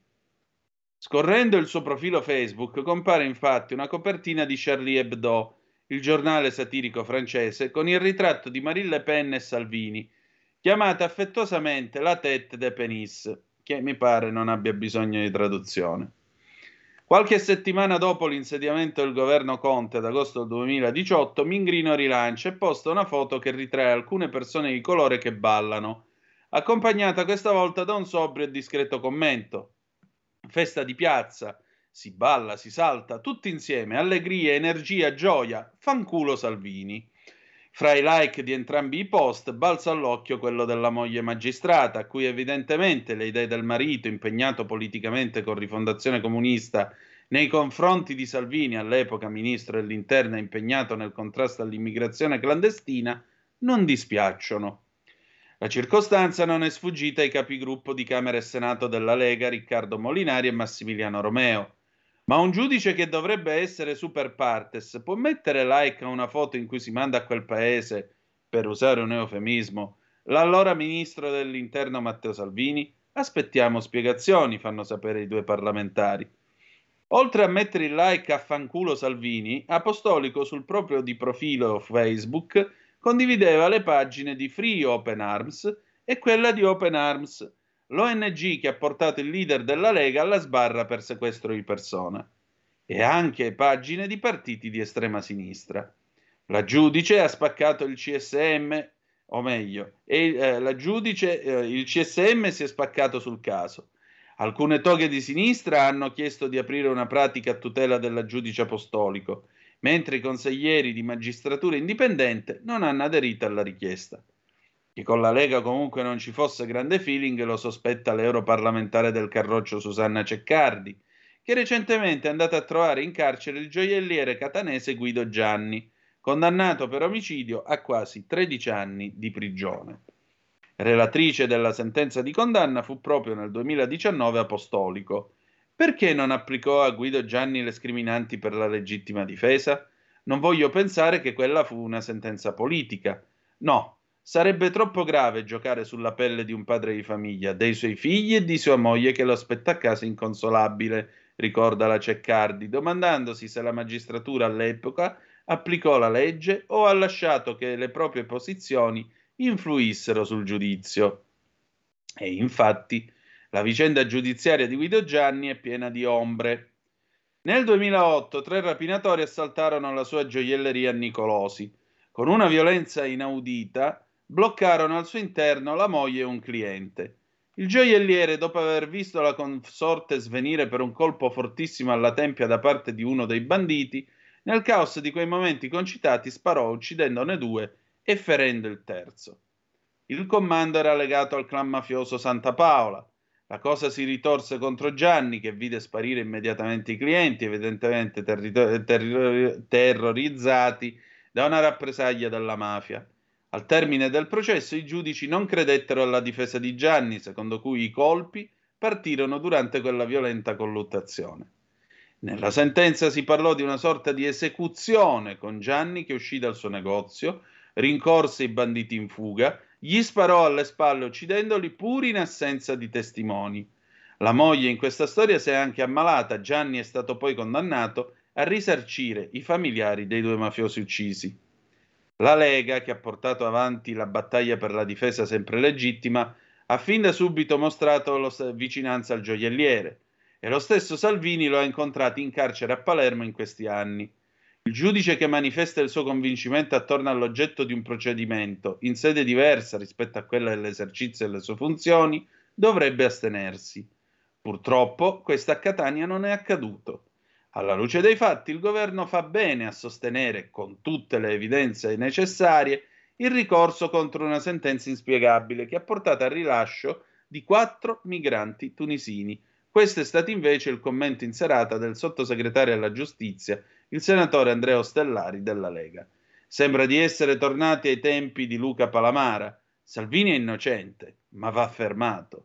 Scorrendo il suo profilo Facebook compare infatti una copertina di Charlie Hebdo, il giornale satirico francese, con il ritratto di Marine Le Pen e Salvini, chiamata affettuosamente la tête de pénis, che mi pare non abbia bisogno di traduzione. Qualche settimana dopo l'insediamento del governo Conte ad agosto del duemiladiciotto, Mingrino rilancia e posta una foto che ritrae alcune persone di colore che ballano, accompagnata questa volta da un sobrio e discreto commento. Festa di piazza, si balla, si salta, tutti insieme, allegria, energia, gioia, fanculo Salvini. Fra i like di entrambi i post balza all'occhio quello della moglie magistrata, a cui evidentemente le idee del marito, impegnato politicamente con Rifondazione Comunista nei confronti di Salvini, all'epoca ministro dell'Interno impegnato nel contrasto all'immigrazione clandestina, non dispiacciono. La circostanza non è sfuggita ai capigruppo di Camera e Senato della Lega, Riccardo Molinari e Massimiliano Romeo. Ma un giudice che dovrebbe essere super partes può mettere like a una foto in cui si manda a quel paese, per usare un eufemismo, l'allora ministro dell'Interno Matteo Salvini? Aspettiamo spiegazioni, fanno sapere i due parlamentari. Oltre a mettere il like a fanculo Salvini, Apostolico sul proprio di profilo Facebook condivideva le pagine di Free Open Arms e quella di Open Arms, l'O N G che ha portato il leader della Lega alla sbarra per sequestro di persona, e anche pagine di partiti di estrema sinistra. La giudice ha spaccato il C S M, o meglio, e, eh, la giudice, eh, il C S M si è spaccato sul caso. Alcune toghe di sinistra hanno chiesto di aprire una pratica a tutela della giudice Apostolico, mentre i consiglieri di magistratura indipendente non hanno aderito alla richiesta. Chi con la Lega comunque non ci fosse grande feeling lo sospetta l'europarlamentare del Carroccio Susanna Ceccardi, che recentemente è andata a trovare in carcere il gioielliere catanese Guido Gianni, condannato per omicidio a quasi tredici anni di prigione. Relatrice della sentenza di condanna fu proprio nel duemiladiciannove Apostolico. Perché non applicò a Guido Gianni le scriminanti per la legittima difesa? Non voglio pensare che quella fu una sentenza politica. No, sarebbe troppo grave giocare sulla pelle di un padre di famiglia, dei suoi figli e di sua moglie che lo aspetta a casa inconsolabile, ricorda la Ceccardi, domandandosi se la magistratura all'epoca applicò la legge o ha lasciato che le proprie posizioni influissero sul giudizio. E infatti la vicenda giudiziaria di Guido Gianni è piena di ombre. Nel duemilaotto tre rapinatori assaltarono la sua gioielleria a Nicolosi. Con una violenza inaudita bloccarono al suo interno la moglie e un cliente. Il gioielliere, dopo aver visto la consorte svenire per un colpo fortissimo alla tempia da parte di uno dei banditi, nel caos di quei momenti concitati sparò uccidendone due e ferendo il terzo. Il comando era legato al clan mafioso Santa Paola. La cosa si ritorse contro Gianni, che vide sparire immediatamente i clienti, evidentemente terri- terri- terrorizzati da una rappresaglia della mafia. Al termine del processo i giudici non credettero alla difesa di Gianni, secondo cui i colpi partirono durante quella violenta colluttazione. Nella sentenza si parlò di una sorta di esecuzione, con Gianni che uscì dal suo negozio, rincorse i banditi in fuga, gli sparò alle spalle uccidendoli pur in assenza di testimoni. La moglie in questa storia si è anche ammalata. Gianni è stato poi condannato a risarcire i familiari dei due mafiosi uccisi. La Lega, che ha portato avanti la battaglia per la difesa sempre legittima, ha fin da subito mostrato lo st- vicinanza al gioielliere, e lo stesso Salvini lo ha incontrato in carcere a Palermo in questi anni. Il giudice che manifesta il suo convincimento attorno all'oggetto di un procedimento in sede diversa rispetto a quella dell'esercizio delle sue funzioni dovrebbe astenersi. Purtroppo questo a Catania non è accaduto. Alla luce dei fatti, il governo fa bene a sostenere, con tutte le evidenze necessarie, il ricorso contro una sentenza inspiegabile che ha portato al rilascio di quattro migranti tunisini. Questo è stato invece il commento in serata del sottosegretario alla giustizia, il senatore Andrea Ostellari della Lega. Sembra di essere tornati ai tempi di Luca Palamara. Salvini è innocente, ma va fermato.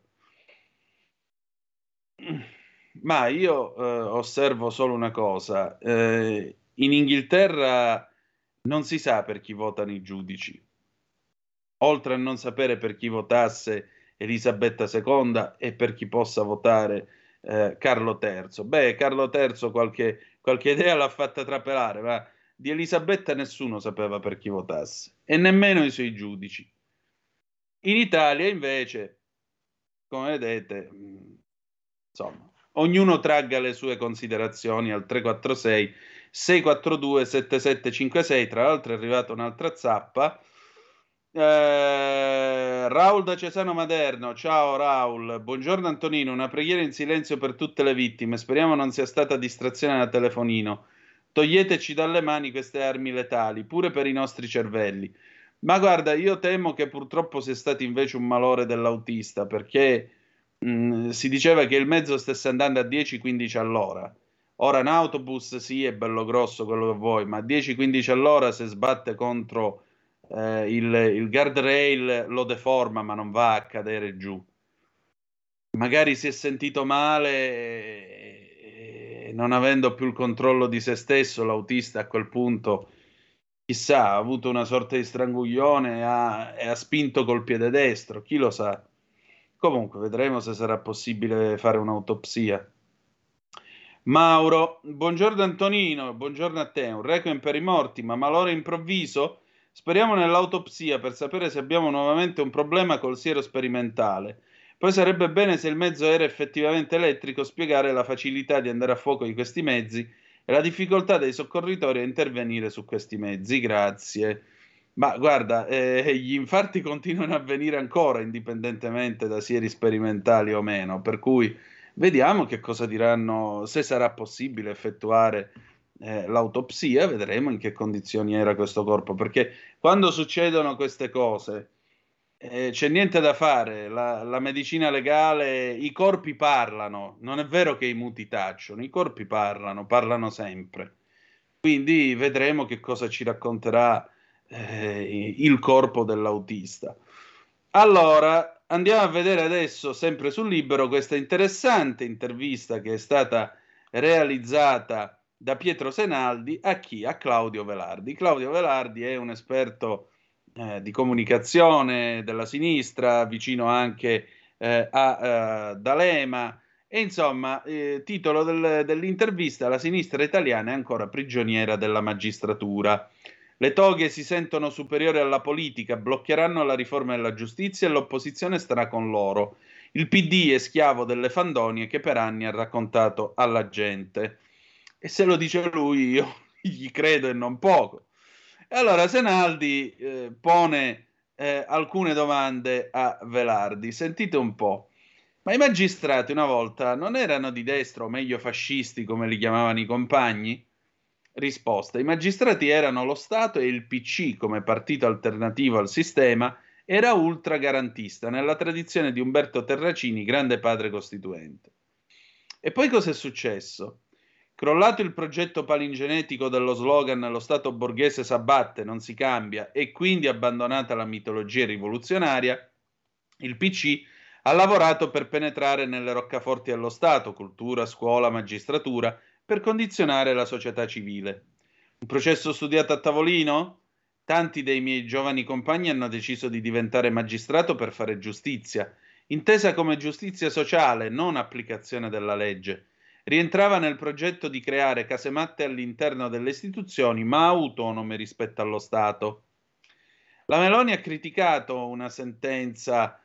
Ma io eh, osservo solo una cosa. Eh, in Inghilterra non si sa per chi votano i giudici. Oltre a non sapere per chi votasse Elisabetta seconda e per chi possa votare eh, Carlo terzo. Beh, Carlo terzo qualche, qualche idea l'ha fatta trapelare, ma di Elisabetta nessuno sapeva per chi votasse, e nemmeno i suoi giudici. In Italia, invece, come vedete, mh, insomma, ognuno tragga le sue considerazioni al tre quattro sei sei quattro due sette sette cinque sei. Tra l'altro è arrivata un'altra zappa. Eh, Raul da Cesano Maderno, ciao Raul, buongiorno Antonino, una preghiera in silenzio per tutte le vittime, speriamo non sia stata distrazione da telefonino, toglieteci dalle mani queste armi letali, pure per i nostri cervelli. Ma guarda, io temo che purtroppo sia stato invece un malore dell'autista, perché mh, si diceva che il mezzo stesse andando a dieci quindici all'ora. Ora un autobus sì, è bello grosso quello che vuoi, ma a dieci quindici all'ora se sbatte contro eh, il, il guardrail lo deforma, ma non va a cadere giù. Magari si è sentito male e, e non avendo più il controllo di se stesso, l'autista a quel punto, chissà, ha avuto una sorta di stranguglione e ha, e ha spinto col piede destro, chi lo sa. Comunque, vedremo se sarà possibile fare un'autopsia. Mauro, buongiorno Antonino, buongiorno a te. Un requiem per i morti, ma malore improvviso? Speriamo nell'autopsia per sapere se abbiamo nuovamente un problema col siero sperimentale. Poi sarebbe bene, se il mezzo era effettivamente elettrico, spiegare la facilità di andare a fuoco di questi mezzi e la difficoltà dei soccorritori a intervenire su questi mezzi. Grazie. Ma guarda, eh, gli infarti continuano a avvenire ancora, indipendentemente da sieri sperimentali o meno, per cui vediamo che cosa diranno, se sarà possibile effettuare eh, l'autopsia, vedremo in che condizioni era questo corpo, perché quando succedono queste cose eh, c'è niente da fare, la, la medicina legale, i corpi parlano, non è vero che i muti tacciono, i corpi parlano, parlano sempre. Quindi vedremo che cosa ci racconterà eh, il corpo dell'autista. Allora, andiamo a vedere adesso, sempre sul Libero, questa interessante intervista che è stata realizzata da Pietro Senaldi a chi? A Claudio Velardi. Claudio Velardi è un esperto eh, di comunicazione della sinistra, vicino anche eh, a eh, D'Alema, e insomma, eh, titolo del- dell'intervista: la sinistra italiana è ancora prigioniera della magistratura. Le toghe si sentono superiori alla politica, bloccheranno la riforma della giustizia e l'opposizione starà con loro. Il P D è schiavo delle fandonie che per anni ha raccontato alla gente. E se lo dice lui, io gli credo e non poco. E allora Senaldi eh, pone eh, alcune domande a Velardi. Sentite un po'. Ma i magistrati una volta non erano di destra, o meglio fascisti, come li chiamavano i compagni? Risposta: i magistrati erano lo Stato e il P C, come partito alternativo al sistema, era ultragarantista, nella tradizione di Umberto Terracini, grande padre costituente. E poi cosa è successo? Crollato il progetto palingenetico dello slogan "lo Stato borghese s'abbatte, non si cambia", e quindi abbandonata la mitologia rivoluzionaria, il P C ha lavorato per penetrare nelle roccaforti dello Stato, cultura, scuola, magistratura, per condizionare la società civile. Un processo studiato a tavolino? Tanti dei miei giovani compagni hanno deciso di diventare magistrato per fare giustizia, intesa come giustizia sociale, non applicazione della legge. Rientrava nel progetto di creare casematte all'interno delle istituzioni, ma autonome rispetto allo Stato. La Meloni ha criticato una sentenza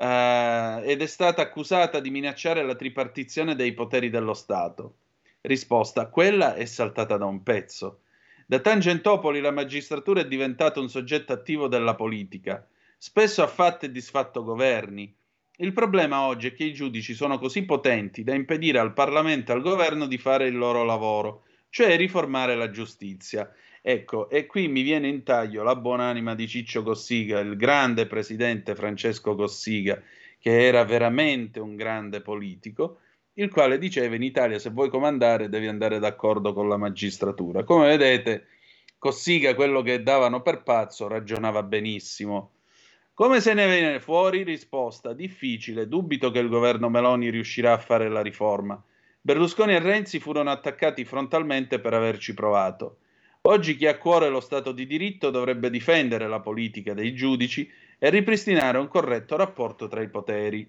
eh, ed è stata accusata di minacciare la tripartizione dei poteri dello Stato. Risposta: quella è saltata da un pezzo. Da Tangentopoli la magistratura è diventata un soggetto attivo della politica. Spesso ha fatto e disfatto governi. Il problema oggi è che i giudici sono così potenti da impedire al Parlamento e al governo di fare il loro lavoro, cioè riformare la giustizia. Ecco, e qui mi viene in taglio la buonanima di Ciccio Cossiga, il grande presidente Francesco Cossiga, che era veramente un grande politico, il quale diceva: in Italia se vuoi comandare devi andare d'accordo con la magistratura. Come vedete, Cossiga, quello che davano per pazzo, ragionava benissimo. Come se ne viene fuori? Risposta: difficile, dubito che il governo Meloni riuscirà a fare la riforma. Berlusconi e Renzi furono attaccati frontalmente per averci provato. Oggi chi ha a cuore lo Stato di diritto dovrebbe difendere la politica dei giudici e ripristinare un corretto rapporto tra i poteri.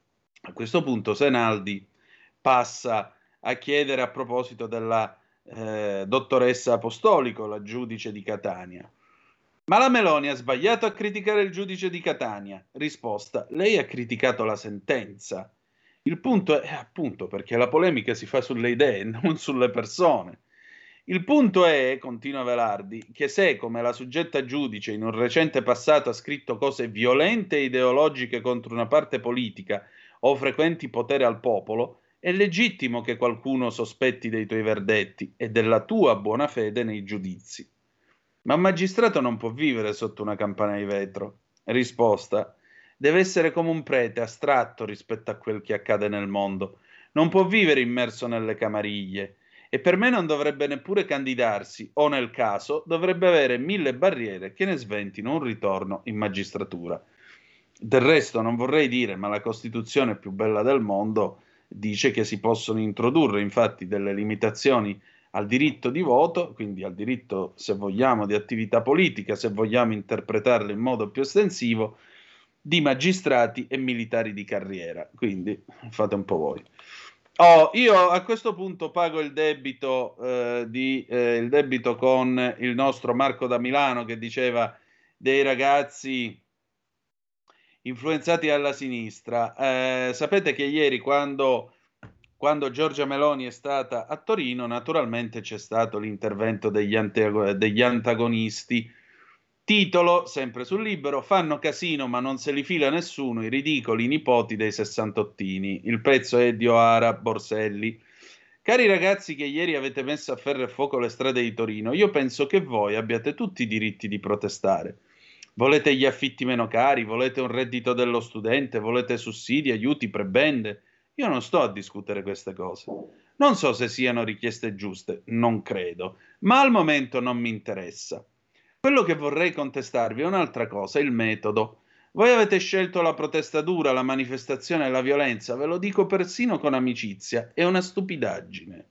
A questo punto Senaldi passa a chiedere, a proposito della eh, dottoressa Apostolico, la giudice di Catania: ma la Meloni ha sbagliato a criticare il giudice di Catania? Risposta: lei ha criticato la sentenza. Il punto è, appunto, perché la polemica si fa sulle idee, non sulle persone. Il punto è, continua Velardi, che se, come la suggetta giudice in un recente passato ha scritto cose violente e ideologiche contro una parte politica o frequenti potere al popolo, è legittimo che qualcuno sospetti dei tuoi verdetti e della tua buona fede nei giudizi. Ma un magistrato non può vivere sotto una campana di vetro. Risposta: deve essere come un prete, astratto rispetto a quel che accade nel mondo. Non può vivere immerso nelle camariglie. E per me non dovrebbe neppure candidarsi, o nel caso dovrebbe avere mille barriere che ne sventino un ritorno in magistratura. Del resto non vorrei dire, ma la Costituzione più bella del mondo dice che si possono introdurre infatti delle limitazioni al diritto di voto, quindi al diritto, se vogliamo, di attività politica, se vogliamo interpretarlo in modo più estensivo, di magistrati e militari di carriera. Quindi fate un po' voi. Oh, io a questo punto pago il debito, eh, di, eh, il debito con il nostro Marco da Milano, che diceva dei ragazzi influenzati dalla sinistra. Eh, sapete che ieri, quando, quando Giorgia Meloni è stata a Torino, naturalmente c'è stato l'intervento degli, ante- degli antagonisti. Titolo, sempre sul Libero: fanno casino ma non se li fila nessuno, i ridicoli nipoti dei sessantottini. Il pezzo è di Oara Borselli. Cari ragazzi che ieri avete messo a ferro e fuoco le strade di Torino, io penso che voi abbiate tutti i diritti di protestare. Volete gli affitti meno cari? Volete un reddito dello studente? Volete sussidi, aiuti, prebende? Io non sto a discutere queste cose. Non so se siano richieste giuste, non credo, ma al momento non mi interessa. Quello che vorrei contestarvi è un'altra cosa, il metodo. Voi avete scelto la protesta dura, la manifestazione e la violenza, ve lo dico persino con amicizia, è una stupidaggine.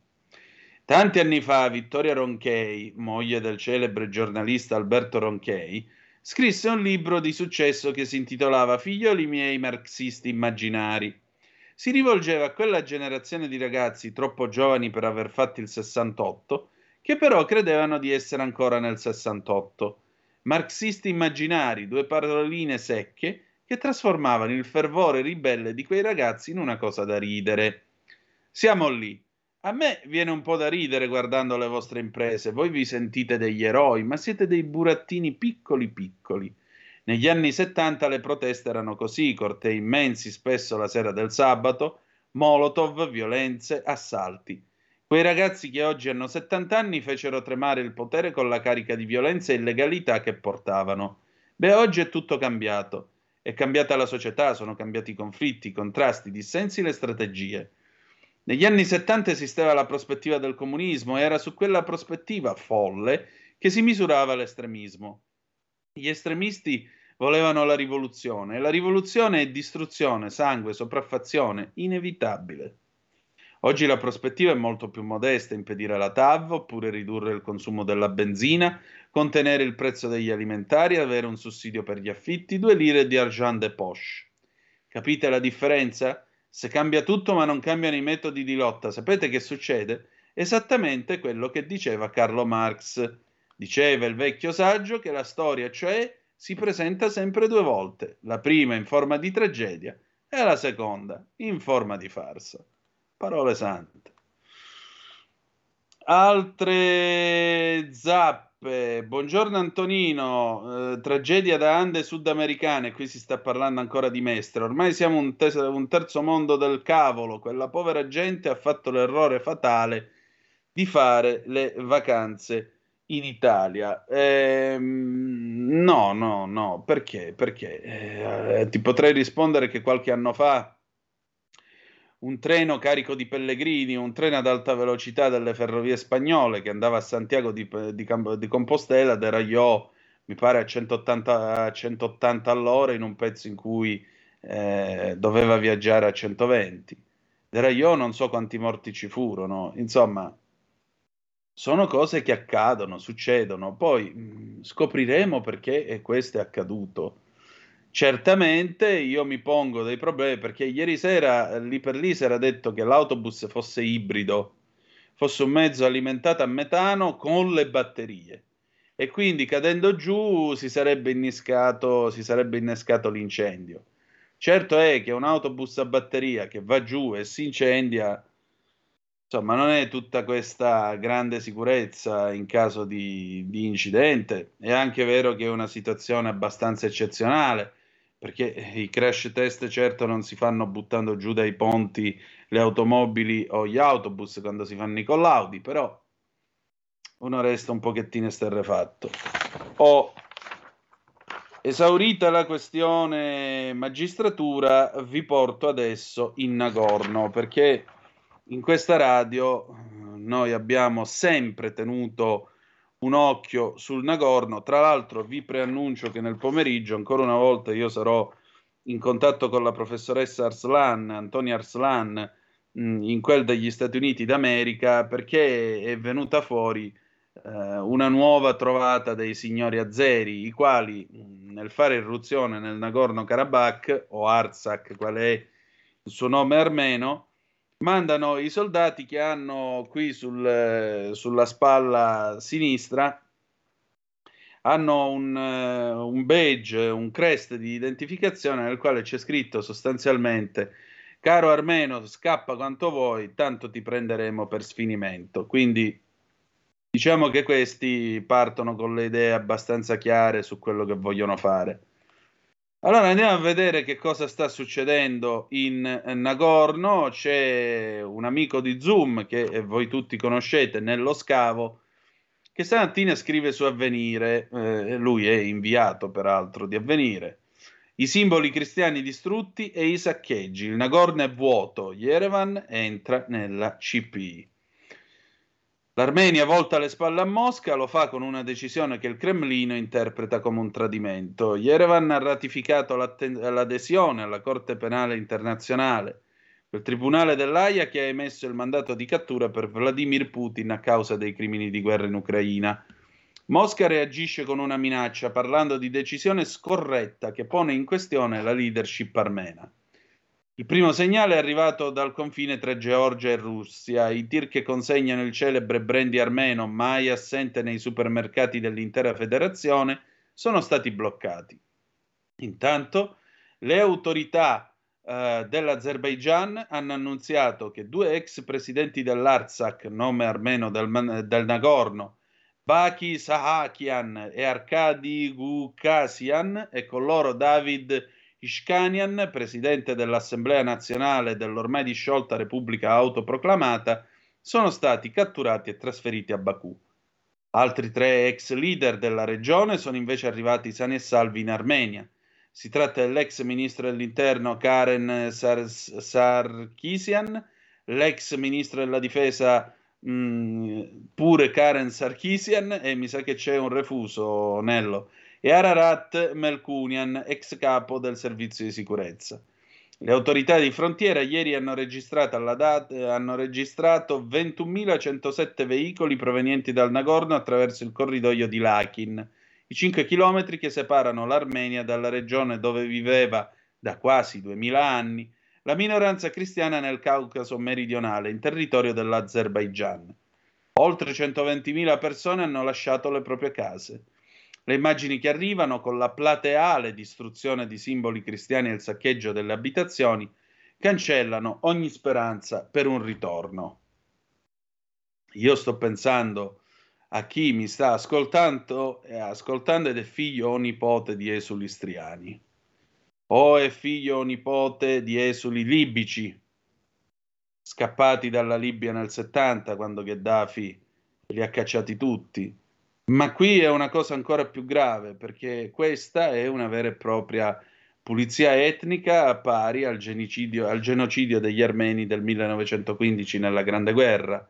Tanti anni fa Vittoria Ronchey, moglie del celebre giornalista Alberto Ronchey, scrisse un libro di successo che si intitolava Figlioli miei marxisti immaginari. Si rivolgeva a quella generazione di ragazzi troppo giovani per aver fatto il sessantotto, che però credevano di essere ancora nel sessantotto. Marxisti immaginari, due paroline secche che trasformavano il fervore ribelle di quei ragazzi in una cosa da ridere. Siamo lì. A me viene un po' da ridere guardando le vostre imprese. Voi vi sentite degli eroi, ma siete dei burattini piccoli piccoli. Negli anni settanta le proteste erano così, cortei immensi spesso la sera del sabato, molotov, violenze, assalti. Quei ragazzi che oggi hanno settanta anni fecero tremare il potere con la carica di violenza e illegalità che portavano. Beh, oggi è tutto cambiato. È cambiata la società, sono cambiati i conflitti, i contrasti, i dissensi, le strategie. Negli anni settanta esisteva la prospettiva del comunismo e era su quella prospettiva folle che si misurava l'estremismo. Gli estremisti volevano la rivoluzione e la rivoluzione è distruzione, sangue, sopraffazione, inevitabile. Oggi la prospettiva è molto più modesta, impedire la T A V oppure ridurre il consumo della benzina, contenere il prezzo degli alimentari, avere un sussidio per gli affitti, due lire di argent de poche. Capite la differenza? Se cambia tutto ma non cambiano i metodi di lotta, sapete che succede? Esattamente quello che diceva Carlo Marx. Diceva il vecchio saggio che la storia, cioè, si presenta sempre due volte, la prima in forma di tragedia e la seconda in forma di farsa. Parole sante. Altre zappe. Buongiorno Antonino, eh, tragedia da Ande sudamericane, qui si sta parlando ancora di Mestre. Ormai siamo un, te- un terzo mondo del cavolo, quella povera gente ha fatto l'errore fatale di fare le vacanze in Italia. Ehm, no, no, no, perché? Perché eh, ti potrei rispondere che qualche anno fa un treno carico di pellegrini, un treno ad alta velocità delle ferrovie spagnole che andava a Santiago di, di, Camp- di Compostela deragliò, mi pare, a centottanta, a centottanta all'ora in un pezzo in cui eh, doveva viaggiare a centoventi. Deragliò, non so quanti morti ci furono. Insomma, sono cose che accadono, succedono. Poi mh, scopriremo perché questo è accaduto. Certamente io mi pongo dei problemi perché ieri sera eh, lì per lì si era detto che l'autobus fosse ibrido, fosse un mezzo alimentato a metano con le batterie e quindi cadendo giù si sarebbe innescato, si sarebbe innescato l'incendio. Certo è che un autobus a batteria che va giù e si incendia, insomma, non è tutta questa grande sicurezza in caso di, di incidente. È anche vero che è una situazione abbastanza eccezionale, perché i crash test certo non si fanno buttando giù dai ponti le automobili o gli autobus quando si fanno i collaudi, però uno resta un pochettino esterrefatto. Ho esaurita la questione magistratura, vi porto adesso in Nagorno, perché in questa radio eh, noi abbiamo sempre tenuto un occhio sul Nagorno. Tra l'altro vi preannuncio che nel pomeriggio, ancora una volta, io sarò in contatto con la professoressa Arslan, Antonia Arslan, mh, in quel degli Stati Uniti d'America, perché è venuta fuori eh, una nuova trovata dei signori azeri, i quali mh, nel fare irruzione nel Nagorno-Karabakh, o Artsakh, qual è il suo nome armeno, mandano i soldati che hanno qui sul, eh, sulla spalla sinistra, hanno un, eh, un badge, un crest di identificazione nel quale c'è scritto sostanzialmente: caro armeno, scappa quanto vuoi, tanto ti prenderemo per sfinimento. Quindi diciamo che questi partono con le idee abbastanza chiare su quello che vogliono fare. Allora andiamo a vedere che cosa sta succedendo in Nagorno. C'è un amico di Zoom che voi tutti conoscete, Nello Scavo, che stamattina scrive su Avvenire, eh, lui è inviato peraltro di Avvenire, i simboli cristiani distrutti e i saccheggi, il Nagorno è vuoto, Yerevan entra nella C P I. L'Armenia volta le spalle a Mosca, lo fa con una decisione che il Cremlino interpreta come un tradimento. Yerevan ha ratificato l'adesione alla Corte Penale Internazionale, quel tribunale dell'Aia che ha emesso il mandato di cattura per Vladimir Putin a causa dei crimini di guerra in Ucraina. Mosca reagisce con una minaccia, parlando di decisione scorretta che pone in questione la leadership armena. Il primo segnale è arrivato dal confine tra Georgia e Russia. I tir che consegnano il celebre brandy armeno, mai assente nei supermercati dell'intera federazione, sono stati bloccati. Intanto, le autorità eh, dell'Azerbaigian hanno annunziato che due ex presidenti dell'Artsakh, nome armeno del, del Nagorno, Baki Sahakian e Arkady Gukasian, e con loro David Ishkanian, presidente dell'Assemblea nazionale dell'ormai disciolta Repubblica autoproclamata, sono stati catturati e trasferiti a Baku. Altri tre ex leader della regione sono invece arrivati sani e salvi in Armenia. Si tratta dell'ex ministro dell'interno Karen Sar- Sarkisian, l'ex ministro della difesa mh, pure Karen Sarkisian, e mi sa che c'è un refuso, Nello, e Ararat Melkunian, ex capo del servizio di sicurezza. Le autorità di frontiera ieri hanno registrato, alla data, hanno registrato ventunomilacentosette veicoli provenienti dal Nagorno attraverso il corridoio di Lakin, i cinque chilometri che separano l'Armenia dalla regione dove viveva da quasi duemila anni la minoranza cristiana nel Caucaso meridionale, in territorio dell'Azerbaigian. Oltre centoventimila persone hanno lasciato le proprie case. Le immagini che arrivano, con la plateale distruzione di simboli cristiani e il saccheggio delle abitazioni, cancellano ogni speranza per un ritorno. Io sto pensando a chi mi sta ascoltando, eh, ascoltando ed è figlio o nipote di esuli istriani, o è figlio o nipote di esuli libici, scappati dalla Libia nel settanta, quando Gheddafi li ha cacciati tutti. Ma qui è una cosa ancora più grave, perché questa è una vera e propria pulizia etnica pari al genocidio, al genocidio degli armeni del millenovecentoquindici nella Grande Guerra.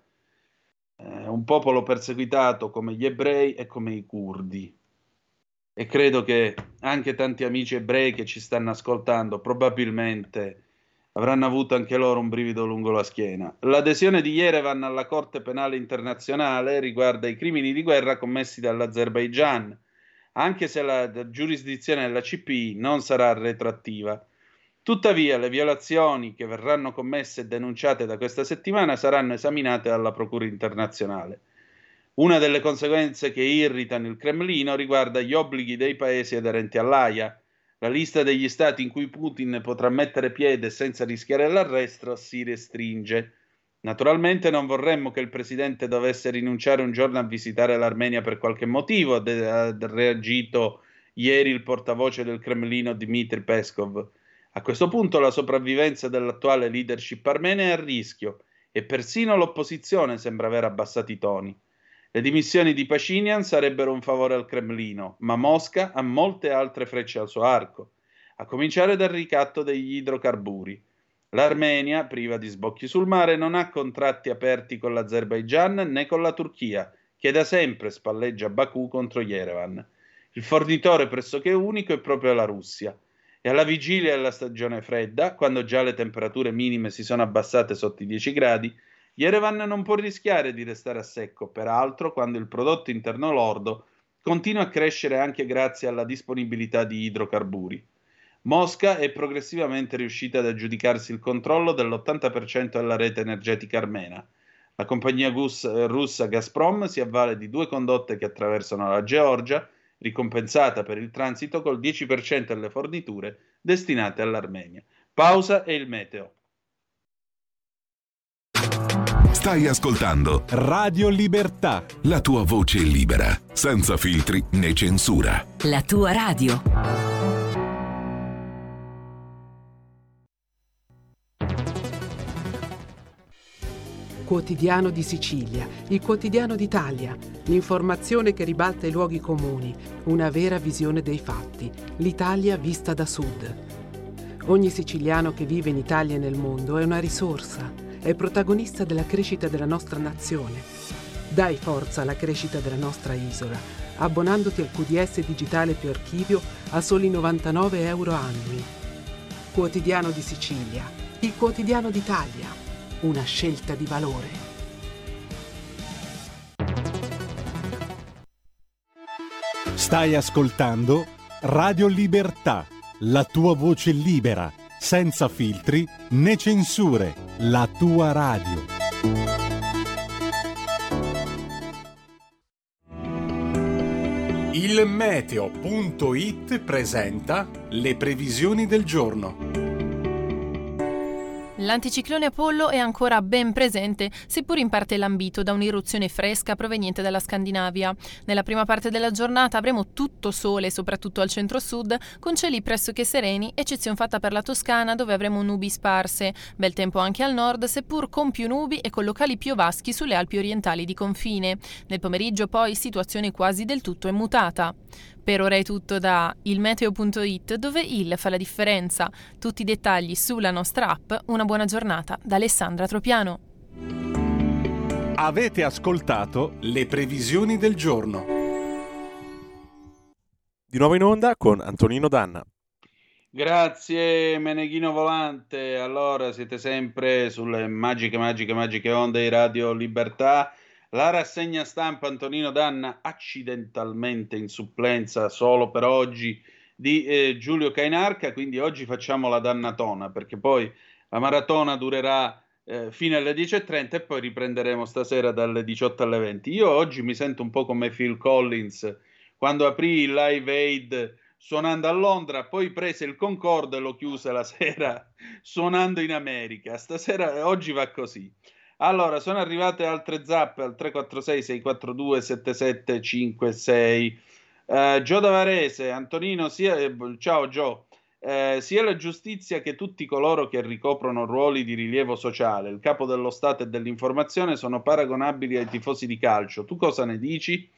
Eh, un popolo perseguitato come gli ebrei e come i curdi. E credo che anche tanti amici ebrei che ci stanno ascoltando probabilmente avranno avuto anche loro un brivido lungo la schiena. L'adesione di Yerevan alla Corte Penale Internazionale riguarda i crimini di guerra commessi dall'Azerbaigian, anche se la, la giurisdizione della C P I non sarà retroattiva. Tuttavia, le violazioni che verranno commesse e denunciate da questa settimana saranno esaminate dalla Procura internazionale. Una delle conseguenze che irritano il Cremlino riguarda gli obblighi dei paesi aderenti all'Aia. La lista degli stati in cui Putin potrà mettere piede senza rischiare l'arresto si restringe. Naturalmente non vorremmo che il presidente dovesse rinunciare un giorno a visitare l'Armenia per qualche motivo, ha reagito ieri il portavoce del Cremlino Dmitry Peskov. A questo punto la sopravvivenza dell'attuale leadership armena è a rischio e persino l'opposizione sembra aver abbassato i toni. Le dimissioni di Pashinyan sarebbero un favore al Cremlino, ma Mosca ha molte altre frecce al suo arco, a cominciare dal ricatto degli idrocarburi. L'Armenia, priva di sbocchi sul mare, non ha contratti aperti con l'Azerbaigian né con la Turchia, che da sempre spalleggia Baku contro Yerevan. Il fornitore pressoché unico è proprio la Russia. E alla vigilia della stagione fredda, quando già le temperature minime si sono abbassate sotto i dieci gradi, Yerevan non può rischiare di restare a secco, peraltro quando il prodotto interno lordo continua a crescere anche grazie alla disponibilità di idrocarburi. Mosca è progressivamente riuscita ad aggiudicarsi il controllo dell'ottanta per cento della rete energetica armena. La compagnia gus- russa Gazprom si avvale di due condotte che attraversano la Georgia, ricompensata per il transito col dieci per cento delle forniture destinate all'Armenia. Pausa e il meteo. Stai ascoltando Radio Libertà. la tua voce libera, senza filtri né censura. La tua radio. quotidiano di Sicilia, il quotidiano d'Italia, l'informazione che ribalta i luoghi comuni, una vera visione dei fatti, l'Italia vista da sud. Ogni siciliano che vive in Italia e nel mondo è una risorsa, è protagonista della crescita della nostra nazione. Dai forza alla crescita della nostra isola, abbonandoti al Q D S digitale più archivio a soli novantanove euro annui. Quotidiano di Sicilia, il quotidiano d'Italia. Una scelta di valore. Stai ascoltando Radio Libertà, la tua voce libera, senza filtri né censure, la tua radio. Il meteo punto it presenta le previsioni del giorno. L'anticiclone Apollo è ancora ben presente, seppur in parte lambito da un'irruzione fresca proveniente dalla Scandinavia. Nella prima parte della giornata avremo tutto sole, soprattutto al centro-sud, con cieli pressoché sereni, eccezione fatta per la Toscana, dove avremo nubi sparse. Bel tempo anche al nord, seppur con più nubi e con locali piovaschi sulle Alpi orientali di confine. Nel pomeriggio poi situazione quasi del tutto immutata. Per ora è tutto da il meteo punto it, dove il fa la differenza. Tutti i dettagli sulla nostra app. Una buona giornata da Alessandra Tropiano. Avete ascoltato le previsioni del giorno. Di nuovo in onda con Antonino Danna. Grazie Meneghino Volante. Allora, siete sempre sulle magiche, magiche, magiche onde di Radio Libertà. La rassegna stampa Antonino Danna, accidentalmente in supplenza solo per oggi, di eh, Giulio Cainarca, quindi oggi facciamo la dannatona, perché poi la maratona durerà eh, fino alle dieci e trenta e poi riprenderemo stasera dalle diciotto alle venti. Io oggi mi sento un po' come Phil Collins, quando aprì il Live Aid suonando a Londra, poi prese il Concorde e lo chiuse la sera suonando in America. Stasera, oggi va così. Allora, sono arrivate altre zappe al tre quattro sei sei quattro due sette sette cinque sei. Uh, Gio da Varese, Antonino, sia, eh, ciao Gio, eh, sia la giustizia che tutti coloro che ricoprono ruoli di rilievo sociale, il capo dello Stato e dell'informazione, sono paragonabili ai tifosi di calcio. Tu cosa ne dici?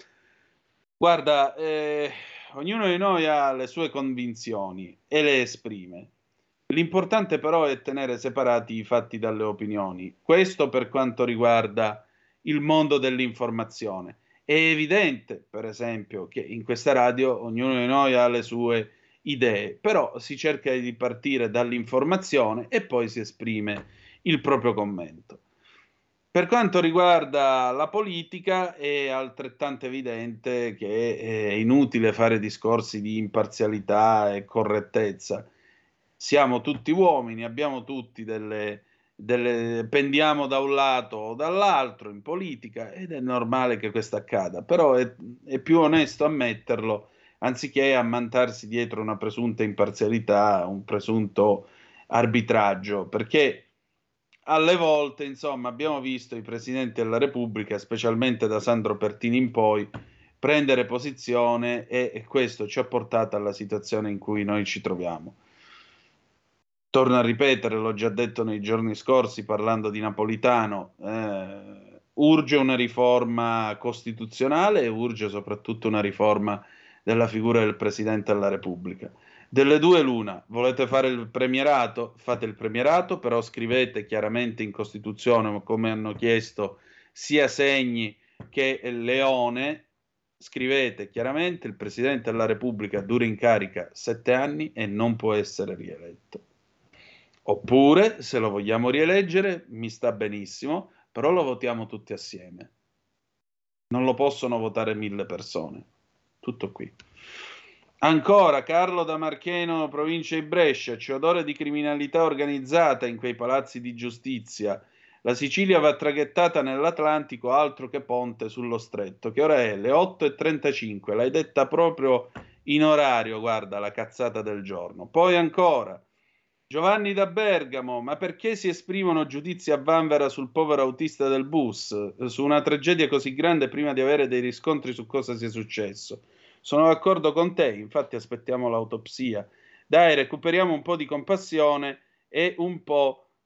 Guarda, eh, ognuno di noi ha le sue convinzioni e le esprime. L'importante però è tenere separati i fatti dalle opinioni. Questo per quanto riguarda il mondo dell'informazione. È evidente, per esempio, che in questa radio ognuno di noi ha le sue idee, però si cerca di partire dall'informazione e poi si esprime il proprio commento. Per quanto riguarda la politica è altrettanto evidente che è inutile fare discorsi di imparzialità e correttezza. Siamo tutti uomini, abbiamo tutti delle, delle, pendiamo da un lato o dall'altro in politica ed è normale che questo accada, però è, è più onesto ammetterlo anziché ammantarsi dietro una presunta imparzialità, un presunto arbitraggio, perché alle volte, insomma, abbiamo visto i presidenti della Repubblica, specialmente da Sandro Pertini in poi, prendere posizione e, e questo ci ha portato alla situazione in cui noi ci troviamo. Torno a ripetere, l'ho già detto nei giorni scorsi parlando di Napolitano, eh, urge una riforma costituzionale e urge soprattutto una riforma della figura del Presidente della Repubblica. Delle due l'una, volete fare il premierato? Fate il premierato, però scrivete chiaramente in Costituzione, come hanno chiesto sia Segni che Leone, scrivete chiaramente il Presidente della Repubblica dura in carica sette anni e non può essere rieletto. Oppure, se lo vogliamo rieleggere, mi sta benissimo, però lo votiamo tutti assieme. Non lo possono votare mille persone. Tutto qui. Ancora, Carlo da Marcheno, provincia di Brescia, c'è odore di criminalità organizzata in quei palazzi di giustizia. La Sicilia va traghettata nell'Atlantico, altro che ponte sullo stretto. Che ora è? Le otto e trentacinque, l'hai detta proprio in orario, guarda, la cazzata del giorno. Poi ancora, Giovanni da Bergamo, ma perché si esprimono giudizi a vanvera sul povero autista del bus, su una tragedia così grande prima di avere dei riscontri su cosa sia successo? Sono d'accordo con te, infatti aspettiamo l'autopsia. Dai, recuperiamo un po' di compassione e un po'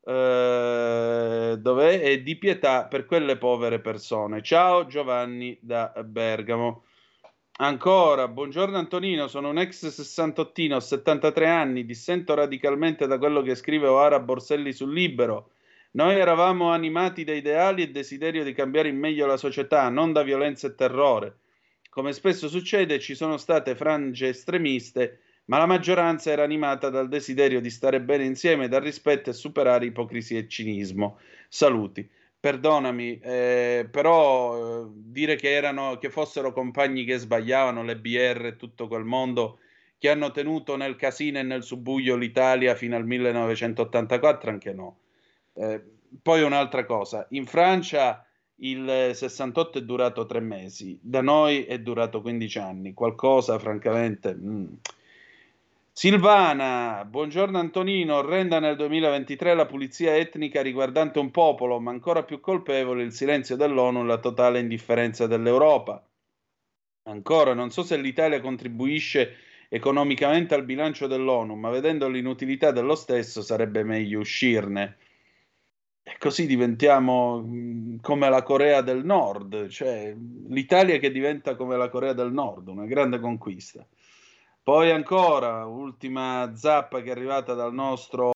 eh, dov'è? E di pietà per quelle povere persone. Ciao Giovanni da Bergamo. Ancora, buongiorno Antonino, sono un ex sessantottino, ho settantatré anni, dissento radicalmente da quello che scrive Oara Borselli sul Libero. Noi eravamo animati da ideali e desiderio di cambiare in meglio la società, non da violenza e terrore. Come spesso succede, ci sono state frange estremiste, ma la maggioranza era animata dal desiderio di stare bene insieme, dal rispetto e superare ipocrisia e cinismo. Saluti. Perdonami, eh, però eh, dire che erano, che fossero compagni che sbagliavano, le B R e tutto quel mondo che hanno tenuto nel casino e nel subbuglio l'Italia fino al millenovecentottantaquattro, anche no. Eh, poi un'altra cosa, in Francia il sessantotto è durato tre mesi, da noi è durato quindici anni, qualcosa francamente... mm. Silvana, buongiorno Antonino, orrenda nel duemilaventitré la pulizia etnica riguardante un popolo, ma ancora più colpevole il silenzio dell'ONU e la totale indifferenza dell'Europa. Ancora, non so se l'Italia contribuisce economicamente al bilancio dell'ONU, ma vedendo l'inutilità dello stesso sarebbe meglio uscirne. E così diventiamo mh, come la Corea del Nord, cioè l'Italia che diventa come la Corea del Nord, una grande conquista. Poi ancora, ultima zappa che è arrivata dal nostro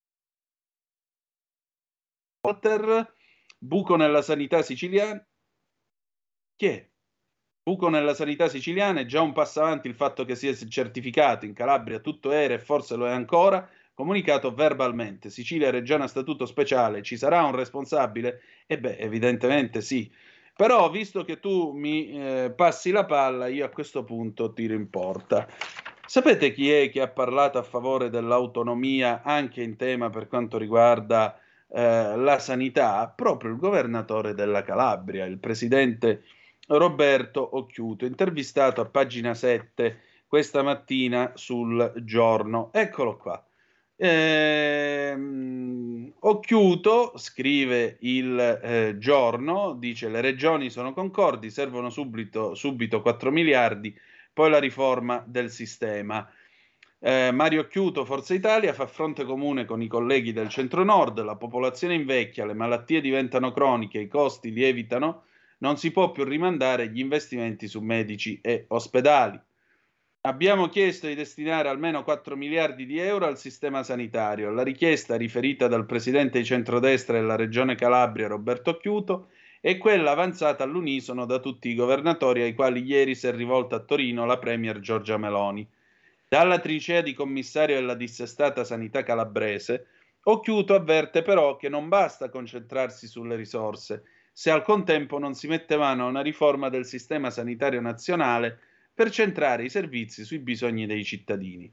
Potter, buco nella sanità siciliana. Chi è? Buco nella sanità siciliana, è già un passo avanti il fatto che sia certificato in Calabria tutto era e forse lo è ancora, comunicato verbalmente. Sicilia regione a statuto speciale, ci sarà un responsabile? E beh, evidentemente sì. Però, visto che tu mi eh, passi la palla, io a questo punto tiro in porta. Sapete chi è che ha parlato a favore dell'autonomia anche in tema per quanto riguarda eh, la sanità? Proprio il governatore della Calabria, il presidente Roberto Occhiuto, intervistato a pagina sette questa mattina sul Giorno. Eccolo qua. Ehm, Occhiuto, scrive il eh, Giorno, dice le regioni sono concordi, servono subito, subito quattro miliardi, poi la riforma del sistema. Eh, Mario Occhiuto, Forza Italia, fa fronte comune con i colleghi del centro-nord, la popolazione invecchia, le malattie diventano croniche, i costi lievitano, non si può più rimandare gli investimenti su medici e ospedali. Abbiamo chiesto di destinare almeno quattro miliardi di euro al sistema sanitario. La richiesta riferita dal presidente di centrodestra della regione Calabria, Roberto Occhiuto, è quella avanzata all'unisono da tutti i governatori ai quali ieri si è rivolta a Torino la premier Giorgia Meloni. Dalla trincea di commissario della dissestata sanità calabrese, Occhiuto avverte però che non basta concentrarsi sulle risorse, se al contempo non si mette mano a una riforma del sistema sanitario nazionale per centrare i servizi sui bisogni dei cittadini.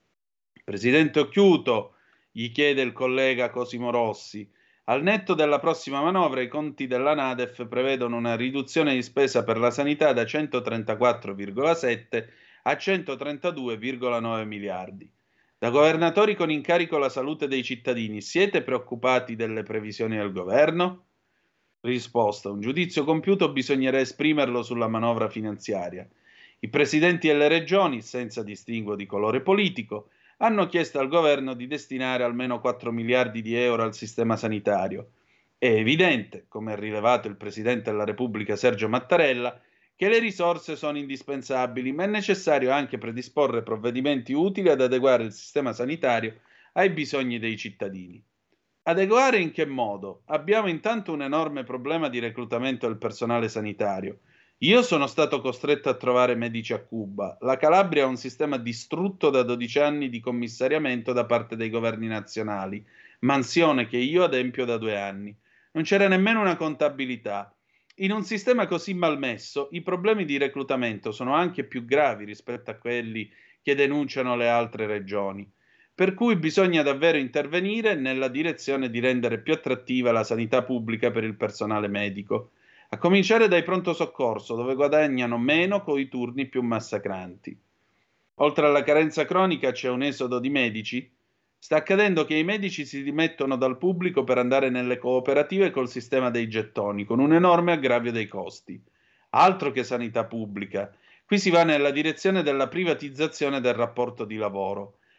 Presidente Occhiuto, gli chiede il collega Cosimo Rossi, al netto della prossima manovra i conti della NADEF prevedono una riduzione di spesa per la sanità da centotrentaquattro virgola sette a centotrentadue virgola nove miliardi. Da governatori con incarico la salute dei cittadini, siete preoccupati delle previsioni del governo? Risposta: un giudizio compiuto bisognerà esprimerlo sulla manovra finanziaria. I presidenti delle regioni, senza distinguo di colore politico, hanno chiesto al governo di destinare almeno quattro miliardi di euro al sistema sanitario. È evidente, come ha rilevato il presidente della Repubblica Sergio Mattarella, che le risorse sono indispensabili, ma è necessario anche predisporre provvedimenti utili ad adeguare il sistema sanitario ai bisogni dei cittadini. Adeguare in che modo? Abbiamo intanto un enorme problema di reclutamento del personale sanitario. Io sono stato costretto a trovare medici a Cuba. La Calabria ha un sistema distrutto da dodici anni di commissariamento da parte dei governi nazionali, mansione che io adempio da due anni. Non c'era nemmeno una contabilità. In un sistema così malmesso, i problemi di reclutamento sono anche più gravi rispetto a quelli che denunciano le altre regioni. Per cui bisogna davvero intervenire nella direzione di rendere più attrattiva la sanità pubblica per il personale medico. A cominciare dai pronto soccorso, dove guadagnano meno con i turni più massacranti. Oltre alla carenza cronica c'è un esodo di medici. Sta accadendo che i medici si dimettono dal pubblico per andare nelle cooperative col sistema dei gettoni, con un enorme aggravio dei costi. Altro che sanità pubblica. Qui si va nella direzione della privatizzazione del rapporto di lavoro.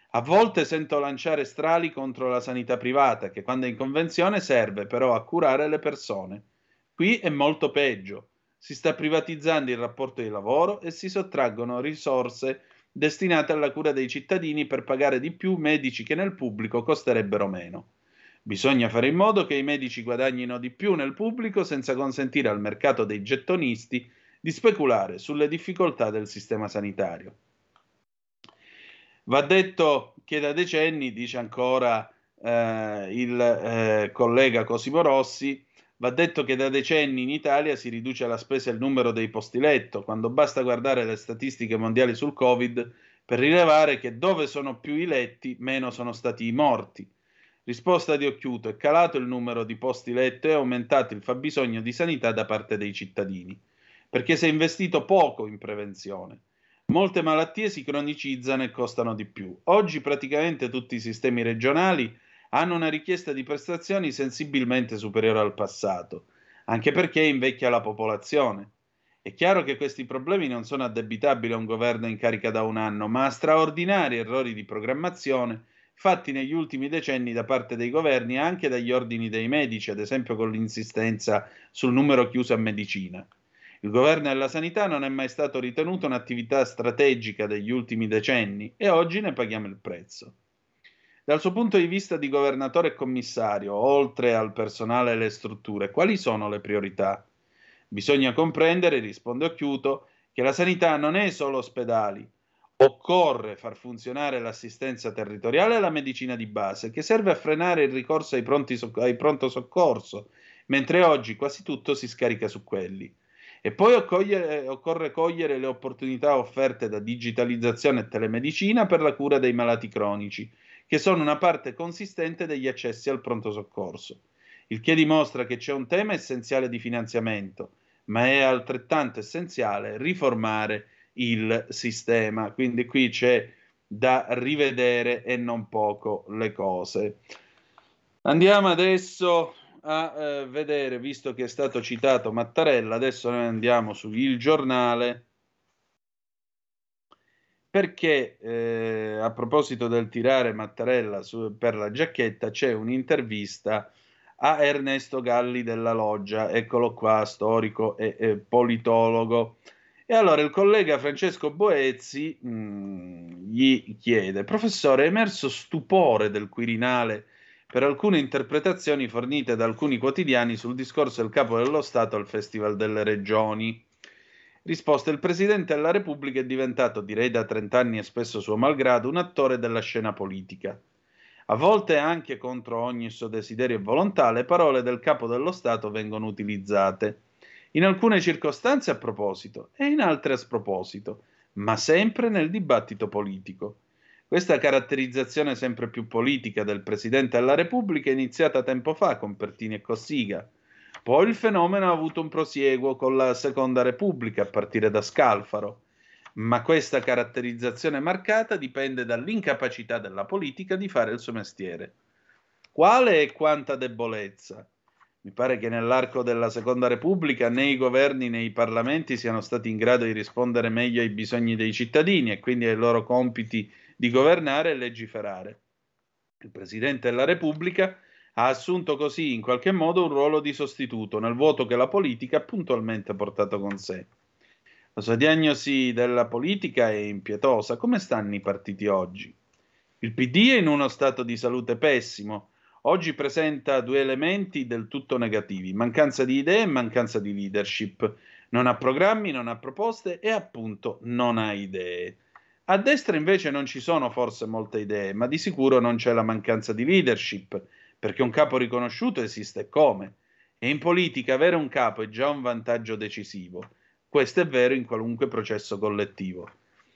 A volte sento lanciare strali contro la sanità privata, che quando è in convenzione serve però a curare le persone. Qui è molto peggio. Si sta privatizzando il rapporto di lavoro e si sottraggono risorse destinate alla cura dei cittadini per pagare di più medici che nel pubblico costerebbero meno. Bisogna fare in modo che i medici guadagnino di più nel pubblico senza consentire al mercato dei gettonisti di speculare sulle difficoltà del sistema sanitario. Va detto che da decenni, dice ancora eh, il eh, collega Cosimo Rossi, va detto che da decenni in Italia si riduce la spesa e il numero dei posti letto, quando basta guardare le statistiche mondiali sul Covid per rilevare che dove sono più i letti, meno sono stati i morti. Risposta di Occhiuto: è calato il numero di posti letto e è aumentato il fabbisogno di sanità da parte dei cittadini, perché si è investito poco in prevenzione. Molte malattie si cronicizzano e costano di più. Oggi praticamente tutti i sistemi regionali hanno una richiesta di prestazioni sensibilmente superiore al passato, anche perché invecchia la popolazione. È chiaro che questi problemi non sono addebitabili a un governo in carica da un anno, ma a straordinari errori di programmazione fatti negli ultimi decenni da parte dei governi e anche dagli ordini dei medici, ad esempio con l'insistenza sul numero chiuso a medicina. Il governo della sanità non è mai stato ritenuto un'attività strategica degli ultimi decenni e oggi ne paghiamo il prezzo. Dal suo punto di vista di governatore e commissario, oltre al personale e le strutture, quali sono le priorità? Bisogna comprendere, risponde Occhiuto, che la sanità non è solo ospedali. Occorre far funzionare l'assistenza territoriale e la medicina di base, che serve a frenare il ricorso ai, pronti so- ai pronto soccorso, mentre oggi quasi tutto si scarica su quelli. E poi occorre, occorre cogliere le opportunità offerte da digitalizzazione e telemedicina per la cura dei malati cronici, che sono una parte consistente degli accessi al pronto soccorso. Il che dimostra che c'è un tema essenziale di finanziamento, ma è altrettanto essenziale riformare il sistema. Quindi qui c'è da rivedere e non poco le cose. Andiamo adesso a eh, vedere, visto che è stato citato Mattarella, adesso noi andiamo su Il Giornale, perché eh, a proposito del tirare Mattarella su, per la giacchetta, c'è un'intervista a Ernesto Galli della Loggia, eccolo qua, storico e, e politologo. E allora il collega Francesco Boezzi mh, gli chiede: professore, è emerso stupore del Quirinale per alcune interpretazioni fornite da alcuni quotidiani sul discorso del Capo dello Stato al Festival delle Regioni. Risposta: il Presidente della Repubblica è diventato, direi da trent'anni e spesso suo malgrado, un attore della scena politica. A volte anche contro ogni suo desiderio e volontà, le parole del Capo dello Stato vengono utilizzate. In alcune circostanze a proposito e in altre a sproposito, ma sempre nel dibattito politico. Questa caratterizzazione sempre più politica del Presidente della Repubblica è iniziata tempo fa con Pertini e Cossiga. Poi il fenomeno ha avuto un prosieguo con la Seconda Repubblica, a partire da Scalfaro. Ma questa caratterizzazione marcata dipende dall'incapacità della politica di fare il suo mestiere. Quale e quanta debolezza? Mi pare che nell'arco della Seconda Repubblica né i governi né i parlamenti siano stati in grado di rispondere meglio ai bisogni dei cittadini e quindi ai loro compiti di governare e legiferare. Il Presidente della Repubblica ha assunto così in qualche modo un ruolo di sostituto nel vuoto che la politica ha puntualmente portato con sé. La sua diagnosi della politica è impietosa. Come stanno i partiti oggi? Il P D è in uno stato di salute pessimo. Oggi presenta due elementi del tutto negativi: mancanza di idee e mancanza di leadership. Non ha programmi, non ha proposte e appunto non ha idee. A destra invece non ci sono forse molte idee, ma di sicuro non c'è la mancanza di leadership, perché un capo riconosciuto esiste come. E in politica avere un capo è già un vantaggio decisivo. Questo è vero in qualunque processo collettivo.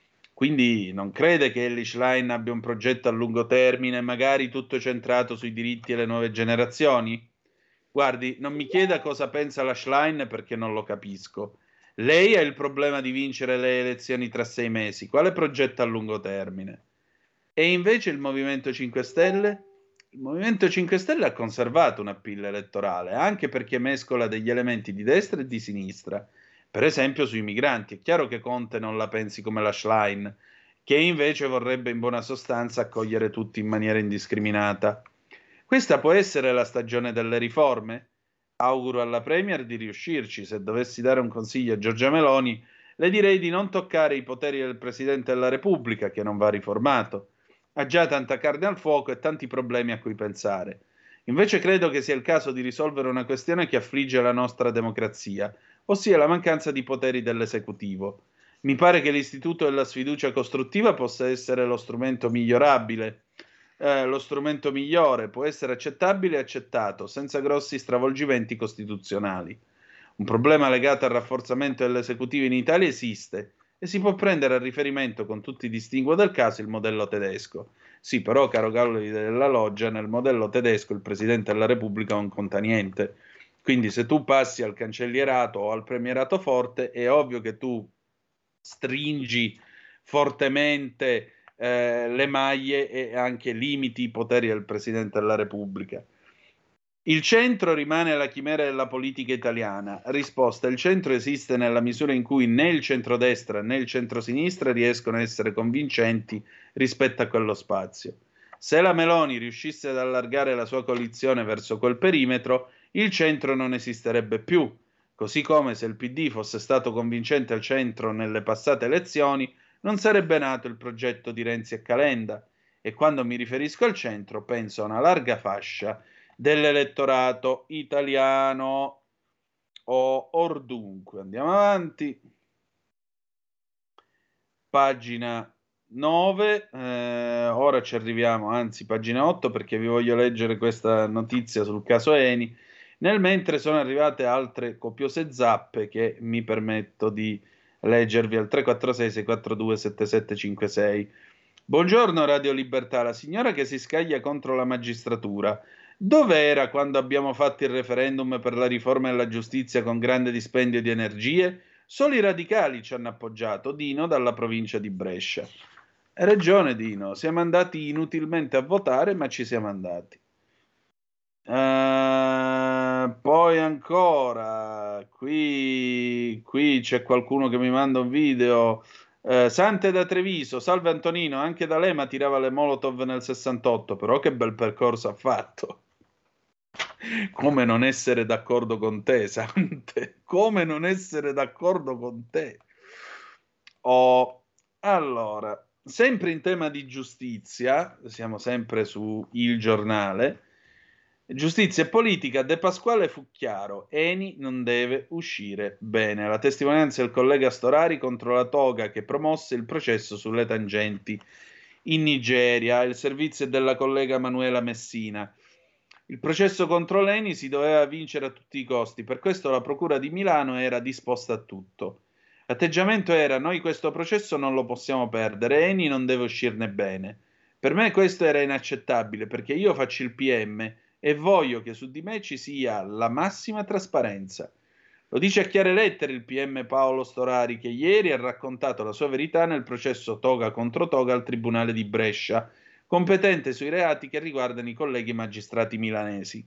Quindi non crede che Elly Schlein abbia un progetto a lungo termine, magari tutto centrato sui diritti e le nuove generazioni? Guardi, non mi chieda cosa pensa la Schlein perché non lo capisco. Lei ha il problema di vincere le elezioni tra sei mesi. Quale progetto a lungo termine? E invece il Movimento cinque Stelle? Il Movimento cinque Stelle ha conservato un appeal elettorale, anche perché mescola degli elementi di destra e di sinistra. Per esempio sui migranti. È chiaro che Conte non la pensi come la Schlein, che invece vorrebbe in buona sostanza accogliere tutti in maniera indiscriminata. Questa può essere la stagione delle riforme? Auguro alla Premier di riuscirci. Se dovessi dare un consiglio a Giorgia Meloni, le direi di non toccare i poteri del Presidente della Repubblica, che non va riformato. Ha già tanta carne al fuoco e tanti problemi a cui pensare. Invece credo che sia il caso di risolvere una questione che affligge la nostra democrazia, ossia la mancanza di poteri dell'esecutivo. Mi pare che l'istituto della sfiducia costruttiva possa essere lo strumento migliorabile, eh, lo strumento migliore, può essere accettabile e accettato, senza grossi stravolgimenti costituzionali. Un problema legato al rafforzamento dell'esecutivo in Italia esiste e si può prendere a riferimento con tutti i distinguo del caso il modello tedesco. Sì, però, caro Galli della Loggia, nel modello tedesco il Presidente della Repubblica non conta niente. Quindi se tu passi al cancellierato o al premierato forte, è ovvio che tu stringi fortemente eh, le maglie e anche limiti i poteri del Presidente della Repubblica. Il centro rimane la chimera della politica italiana. Risposta: il centro esiste nella misura in cui né il centrodestra né il centrosinistra riescono a essere convincenti rispetto a quello spazio. Se la Meloni riuscisse ad allargare la sua coalizione verso quel perimetro, il centro non esisterebbe più. Così come se il P D fosse stato convincente al centro nelle passate elezioni, non sarebbe nato il progetto di Renzi e Calenda. E quando mi riferisco al centro, penso a una larga fascia dell'elettorato italiano. O or dunque, andiamo avanti. Pagina nove, eh, ora ci arriviamo, anzi pagina otto, perché vi voglio leggere questa notizia sul caso Eni. Nel mentre sono arrivate altre copiose zappe che mi permetto di leggervi al tre quattro sei sei quattro due sette sette cinque sei. Buongiorno Radio Libertà, la signora che si scaglia contro la magistratura dov'era quando abbiamo fatto il referendum per la riforma della giustizia con grande dispendio di energie? Solo i radicali ci hanno appoggiato. Dino dalla provincia di Brescia. Hai ragione Dino, siamo andati inutilmente a votare, ma ci siamo andati. Uh, poi ancora qui, qui c'è qualcuno che mi manda un video. uh, Sante da Treviso, salve Antonino, anche da Lema tirava le Molotov nel sessantotto, però che bel percorso ha fatto. Come non essere d'accordo con te, Sante? Come non essere d'accordo con te? Oh, allora, sempre in tema di giustizia, siamo sempre su Il Giornale. Giustizia e politica, De Pasquale fu chiaro, Eni non deve uscire bene. La testimonianza del collega Storari contro la toga che promosse il processo sulle tangenti in Nigeria, il servizio della collega Manuela Messina. Il processo contro l'Eni si doveva vincere a tutti i costi, per questo la procura di Milano era disposta a tutto. L'atteggiamento era: noi questo processo non lo possiamo perdere, Eni non deve uscirne bene. Per me questo era inaccettabile, perché io faccio il P M e voglio che su di me ci sia la massima trasparenza. Lo dice a chiare lettere il P M Paolo Storari, che ieri ha raccontato la sua verità nel processo Toga contro Toga al Tribunale di Brescia, competente sui reati che riguardano i colleghi magistrati milanesi.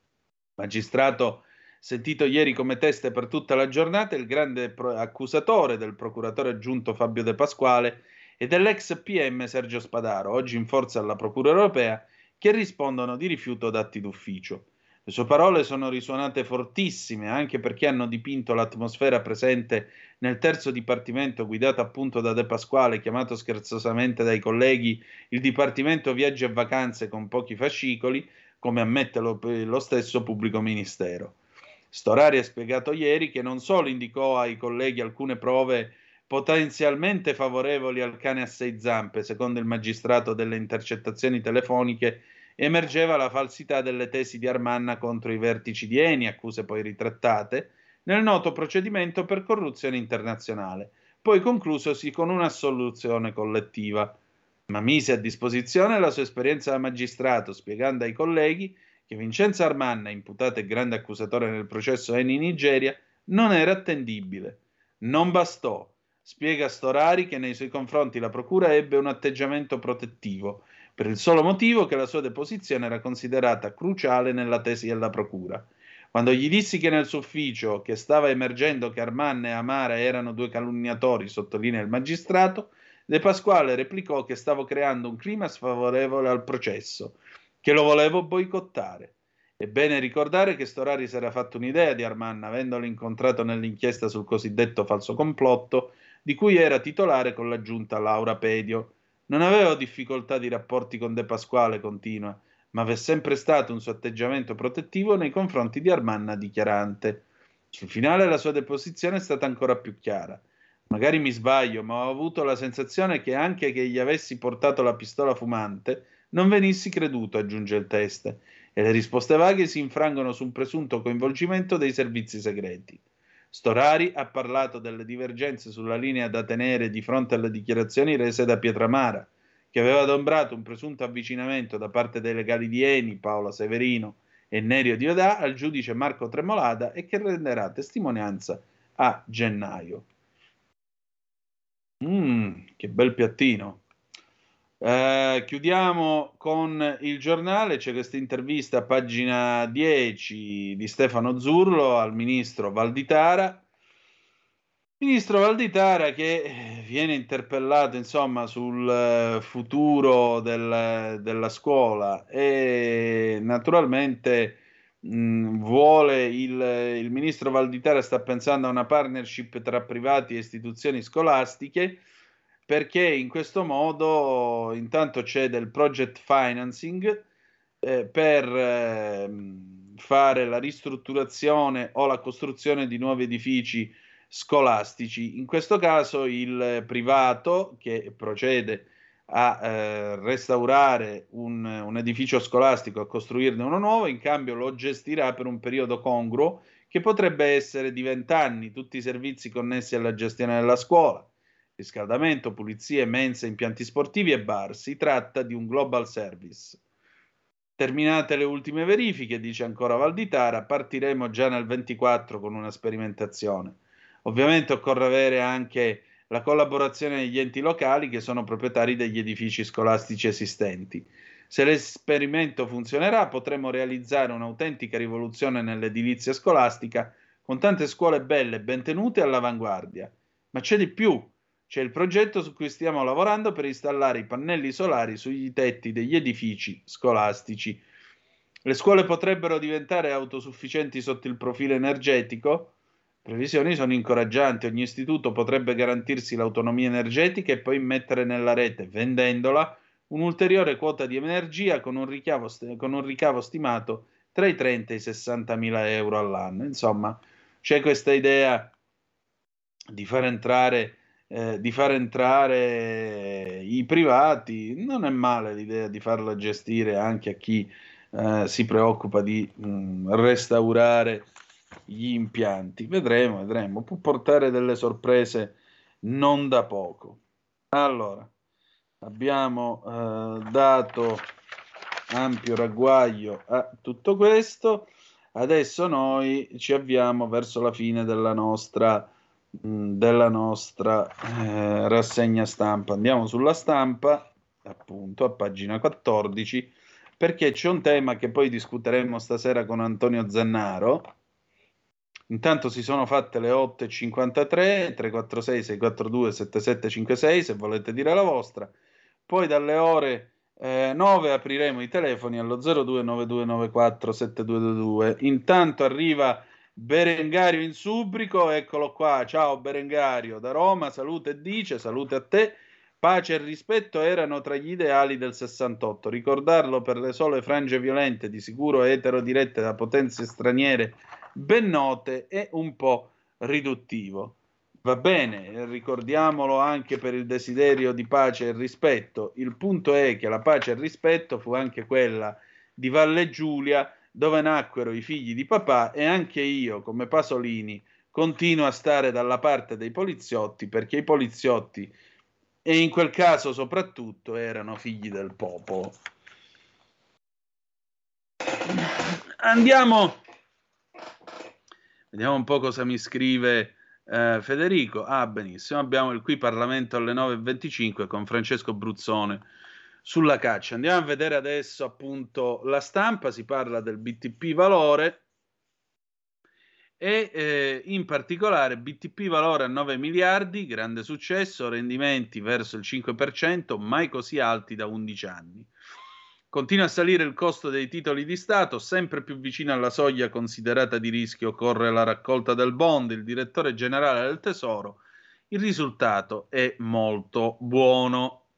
Magistrato sentito ieri come teste per tutta la giornata, il grande pro- accusatore del procuratore aggiunto Fabio De Pasquale e dell'ex P M Sergio Spadaro, oggi in forza alla Procura Europea, che rispondono di rifiuto d'atti d'ufficio. Le sue parole sono risuonate fortissime, anche perché hanno dipinto l'atmosfera presente nel terzo dipartimento guidato appunto da De Pasquale, chiamato scherzosamente dai colleghi il Dipartimento Viaggi e Vacanze con pochi fascicoli, come ammette lo, lo stesso pubblico ministero. Storari ha spiegato ieri che non solo indicò ai colleghi alcune prove potenzialmente favorevoli al cane a sei zampe, secondo il magistrato delle intercettazioni telefoniche, emergeva la falsità delle tesi di Armanna contro i vertici di Eni, accuse poi ritrattate, nel noto procedimento per corruzione internazionale, poi conclusosi con un'assoluzione collettiva. Ma mise a disposizione la sua esperienza da magistrato, spiegando ai colleghi che Vincenzo Armanna, imputato e grande accusatore nel processo Eni in Nigeria, non era attendibile. Non bastò. Spiega Storari che nei suoi confronti la procura ebbe un atteggiamento protettivo, per il solo motivo che la sua deposizione era considerata cruciale nella tesi della procura. Quando gli dissi che nel suo ufficio che stava emergendo che Armanna e Amara erano due calunniatori, sottolinea il magistrato, De Pasquale replicò che stavo creando un clima sfavorevole al processo, che lo volevo boicottare. È bene ricordare che Storari si era fatto un'idea di Armanna avendolo incontrato nell'inchiesta sul cosiddetto falso complotto, di cui era titolare con l'aggiunta Laura Pedio. Non avevo difficoltà di rapporti con De Pasquale, continua, ma v'è sempre stato un suo atteggiamento protettivo nei confronti di Armanna dichiarante. Sul finale la sua deposizione è stata ancora più chiara. Magari mi sbaglio, ma ho avuto la sensazione che anche che gli avessi portato la pistola fumante non venissi creduto, aggiunge il teste, e le risposte vaghe si infrangono su un presunto coinvolgimento dei servizi segreti. Storari ha parlato delle divergenze sulla linea da tenere di fronte alle dichiarazioni rese da Pietramara, che aveva adombrato un presunto avvicinamento da parte dei legali di Eni, Paola Severino e Nerio Diodà, al giudice Marco Tremolada e che renderà testimonianza a gennaio. Mm, che bel piattino. Eh, chiudiamo con il giornale, c'è questa intervista a pagina dieci di Stefano Zurlo al ministro Valditara. Ministro Valditara che viene interpellato insomma sul futuro del, della scuola e naturalmente mh, vuole il, il ministro Valditara sta pensando a una partnership tra privati e istituzioni scolastiche, perché in questo modo intanto c'è del project financing eh, per eh, fare la ristrutturazione o la costruzione di nuovi edifici scolastici. In questo caso il privato che procede a eh, restaurare un, un edificio scolastico, a costruirne uno nuovo, in cambio lo gestirà per un periodo congruo che potrebbe essere di vent'anni, tutti i servizi connessi alla gestione della scuola. Riscaldamento, pulizie, mense, impianti sportivi e bar. Si tratta di un global service. Terminate le ultime verifiche, dice ancora Valditara, partiremo già nel ventiquattro con una sperimentazione. Ovviamente occorre avere anche la collaborazione degli enti locali che sono proprietari degli edifici scolastici esistenti. Se l'esperimento funzionerà, potremo realizzare un'autentica rivoluzione nell'edilizia scolastica con tante scuole belle, ben tenute e all'avanguardia. Ma c'è di più. C'è il progetto su cui stiamo lavorando per installare i pannelli solari sugli tetti degli edifici scolastici. Le scuole potrebbero diventare autosufficienti sotto il profilo energetico? Le previsioni sono incoraggianti. Ogni istituto potrebbe garantirsi l'autonomia energetica e poi mettere nella rete, vendendola, un'ulteriore quota di energia con un ricavo, con un ricavo stimato tra i trenta e i sessanta mila euro all'anno. Insomma, c'è questa idea di far entrare Eh, di far entrare i privati. Non è male l'idea di farla gestire anche a chi eh, si preoccupa di mh, restaurare gli impianti. Vedremo, vedremo. Può portare delle sorprese non da poco. Allora, abbiamo eh, dato ampio ragguaglio a tutto questo. Adesso noi ci avviamo verso la fine della nostra della nostra eh, rassegna stampa. Andiamo sulla Stampa, appunto a pagina quattordici, perché c'è un tema che poi discuteremo stasera con Antonio Zannaro. Intanto si sono fatte le otto e cinquantatré, tre quattro sei sei quattro due sette sette cinque sei se volete dire la vostra. Poi dalle ore eh, nove apriremo i telefoni allo zero due nove due nove quattro sette due due due. Intanto arriva Berengario in Subrico, eccolo qua. Ciao Berengario da Roma, salute e dice, salute a te. Pace e rispetto erano tra gli ideali del sessantotto. Ricordarlo per le sole frange violente, di sicuro etero dirette da potenze straniere ben note, è un po' riduttivo. Va bene, ricordiamolo anche per il desiderio di pace e rispetto. Il punto è che la pace e il rispetto fu anche quella di Valle Giulia, dove nacquero i figli di papà, e anche io, come Pasolini, continuo a stare dalla parte dei poliziotti, perché i poliziotti, e in quel caso soprattutto, erano figli del popolo. Andiamo, vediamo un po' cosa mi scrive eh, Federico. Ah, benissimo, abbiamo il Qui Parlamento alle nove e venticinque con Francesco Bruzzone sulla caccia. Andiamo a vedere adesso appunto la Stampa, si parla del B T P Valore e eh, in particolare B T P valore a nove miliardi, grande successo, rendimenti verso il cinque per cento, mai così alti da undici anni. Continua a salire il costo dei titoli di Stato, sempre più vicino alla soglia considerata di rischio corre la raccolta del bond, il direttore generale del Tesoro. Il risultato è molto buono.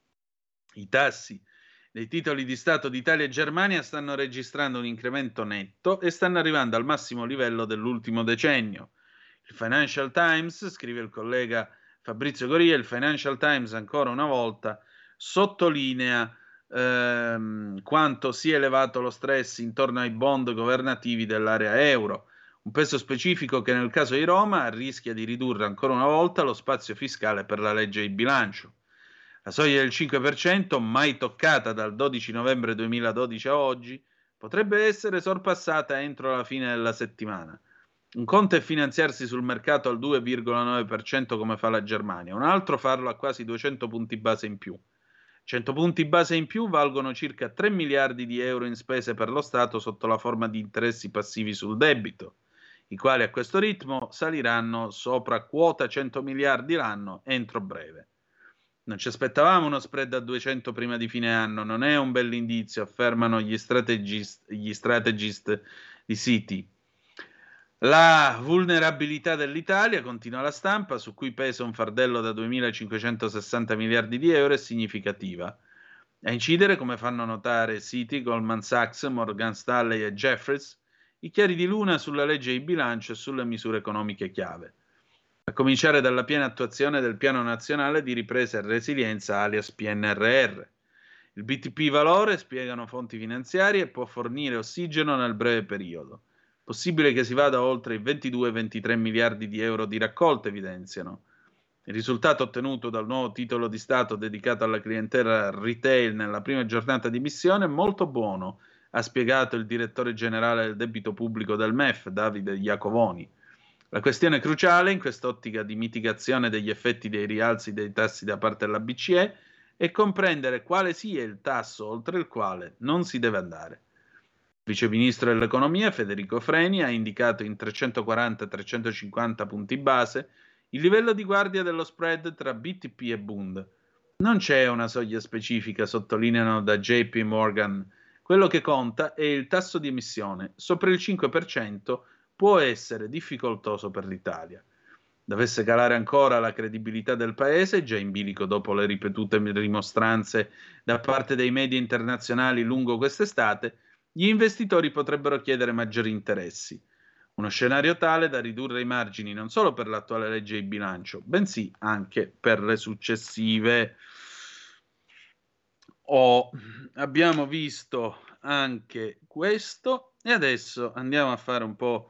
I tassi dei titoli di Stato di Italia e Germania stanno registrando un incremento netto e stanno arrivando al massimo livello dell'ultimo decennio. Il Financial Times, scrive il collega Fabrizio Goria, il Financial Times ancora una volta sottolinea ehm, quanto sia elevato lo stress intorno ai bond governativi dell'area euro, un peso specifico che nel caso di Roma rischia di ridurre ancora una volta lo spazio fiscale per la legge di bilancio. La soglia del cinque per cento, mai toccata dal dodici novembre duemiladodici a oggi, potrebbe essere sorpassata entro la fine della settimana. Un conto è finanziarsi sul mercato al due virgola nove per cento come fa la Germania, un altro farlo a quasi duecento punti base in più. cento punti base in più valgono circa tre miliardi di euro in spese per lo Stato sotto la forma di interessi passivi sul debito, i quali a questo ritmo saliranno sopra quota cento miliardi l'anno entro breve. Non ci aspettavamo uno spread a duecento prima di fine anno, non è un bell'indizio, affermano gli strategist, gli strategist di Citi. La vulnerabilità dell'Italia, continua la Stampa, su cui pesa un fardello da duemilacinquecentosessanta miliardi di euro, è significativa. A incidere, come fanno notare Citi, Goldman Sachs, Morgan Stanley e Jefferies, i chiari di luna sulla legge di bilancio e sulle misure economiche chiave. A cominciare dalla piena attuazione del Piano Nazionale di Ripresa e Resilienza, alias P N R R. Il B T P valore, spiegano fonti finanziarie, può fornire ossigeno nel breve periodo. Possibile che si vada oltre i ventidue ventitré miliardi di euro di raccolta, evidenziano. Il risultato ottenuto dal nuovo titolo di Stato dedicato alla clientela retail nella prima giornata di missione è molto buono, ha spiegato il direttore generale del debito pubblico del M E F, Davide Iacovoni. La questione cruciale in quest'ottica di mitigazione degli effetti dei rialzi dei tassi da parte della B C E è comprendere quale sia il tasso oltre il quale non si deve andare. Il vice ministro dell'economia Federico Freni ha indicato in trecentoquaranta trecentocinquanta punti base il livello di guardia dello spread tra B T P e Bund. Non c'è una soglia specifica, sottolineano da J P Morgan. Quello che conta è il tasso di emissione. Sopra il cinque per cento può essere difficoltoso per l'Italia. Dovesse calare ancora la credibilità del paese, già in bilico dopo le ripetute rimostranze da parte dei media internazionali lungo quest'estate, gli investitori potrebbero chiedere maggiori interessi. Uno scenario tale da ridurre i margini non solo per l'attuale legge di bilancio, bensì anche per le successive. Oh, abbiamo visto anche questo e adesso andiamo a fare un po'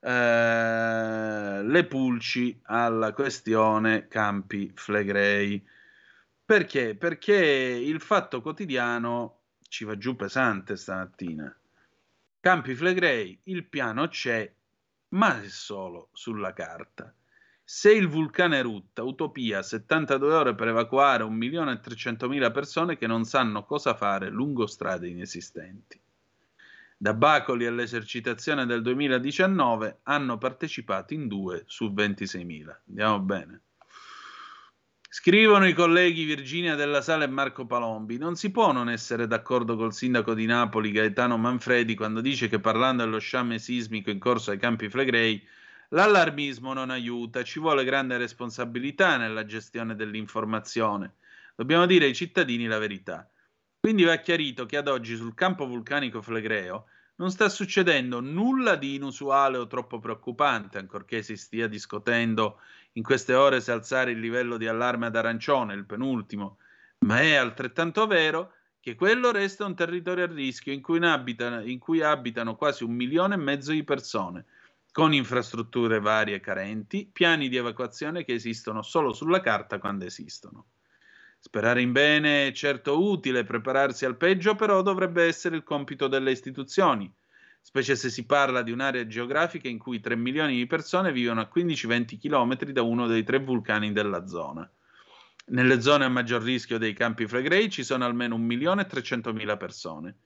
eh, le pulci alla questione Campi Flegrei. Perché? Perché il Fatto Quotidiano ci va giù pesante stamattina. Campi Flegrei, il piano c'è, ma è solo sulla carta. Se il vulcano erutta, utopia, settantadue ore per evacuare un milione e trecentomila persone che non sanno cosa fare lungo strade inesistenti. Da Bacoli all'esercitazione del duemiladiciannove hanno partecipato in due su ventiseimila. Andiamo bene. Scrivono i colleghi Virginia Della Sala e Marco Palombi: non si può non essere d'accordo col sindaco di Napoli Gaetano Manfredi quando dice che parlando dello sciame sismico in corso ai Campi Flegrei l'allarmismo non aiuta, ci vuole grande responsabilità nella gestione dell'informazione. Dobbiamo dire ai cittadini la verità. Quindi va chiarito che ad oggi sul campo vulcanico flegreo non sta succedendo nulla di inusuale o troppo preoccupante, ancorché si stia discutendo in queste ore se alzare il livello di allarme ad arancione, il penultimo, ma è altrettanto vero che quello resta un territorio a rischio in cui abitano, in cui abitano quasi un milione e mezzo di persone, con infrastrutture varie e carenti, piani di evacuazione che esistono solo sulla carta quando esistono. Sperare in bene è certo utile, prepararsi al peggio però dovrebbe essere il compito delle istituzioni, specie se si parla di un'area geografica in cui tre milioni di persone vivono a quindici venti chilometri da uno dei tre vulcani della zona. Nelle zone a maggior rischio dei Campi Flegrei ci sono almeno un milione e trecentomila persone.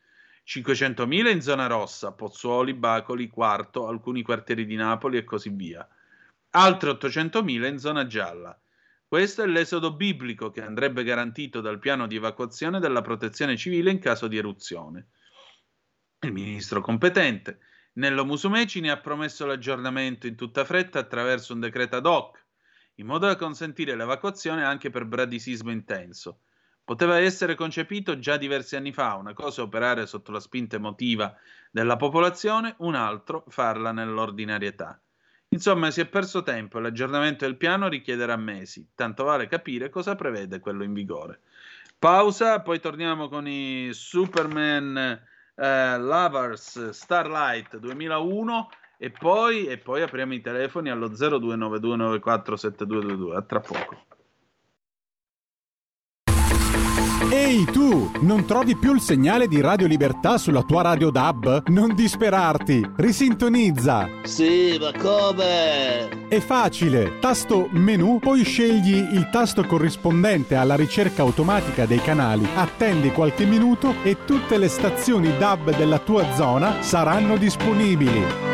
cinquecentomila in zona rossa, Pozzuoli, Bacoli, Quarto, alcuni quartieri di Napoli e così via. Altri ottocentomila in zona gialla. Questo è l'esodo biblico che andrebbe garantito dal piano di evacuazione della protezione civile in caso di eruzione. Il ministro competente, Nello Musumeci, ne ha promesso l'aggiornamento in tutta fretta attraverso un decreto ad hoc, in modo da consentire l'evacuazione anche per bradisismo intenso. Poteva essere concepito già diversi anni fa, una cosa è operare sotto la spinta emotiva della popolazione, un altro farla nell'ordinarietà. Insomma, si è perso tempo e l'aggiornamento del piano richiederà mesi, tanto vale capire cosa prevede quello in vigore. Pausa, poi torniamo con i Superman eh, Lovers Starlight duemilauno e poi, e poi apriamo i telefoni allo zero due nove due nove quattro sette due due due. A tra poco. Ehi tu, non trovi più il segnale di Radio Libertà sulla tua radio D A B? Non disperarti, risintonizza! Sì, ma come? È facile, tasto menu, poi scegli il tasto corrispondente alla ricerca automatica dei canali, attendi qualche minuto e tutte le stazioni D A B della tua zona saranno disponibili.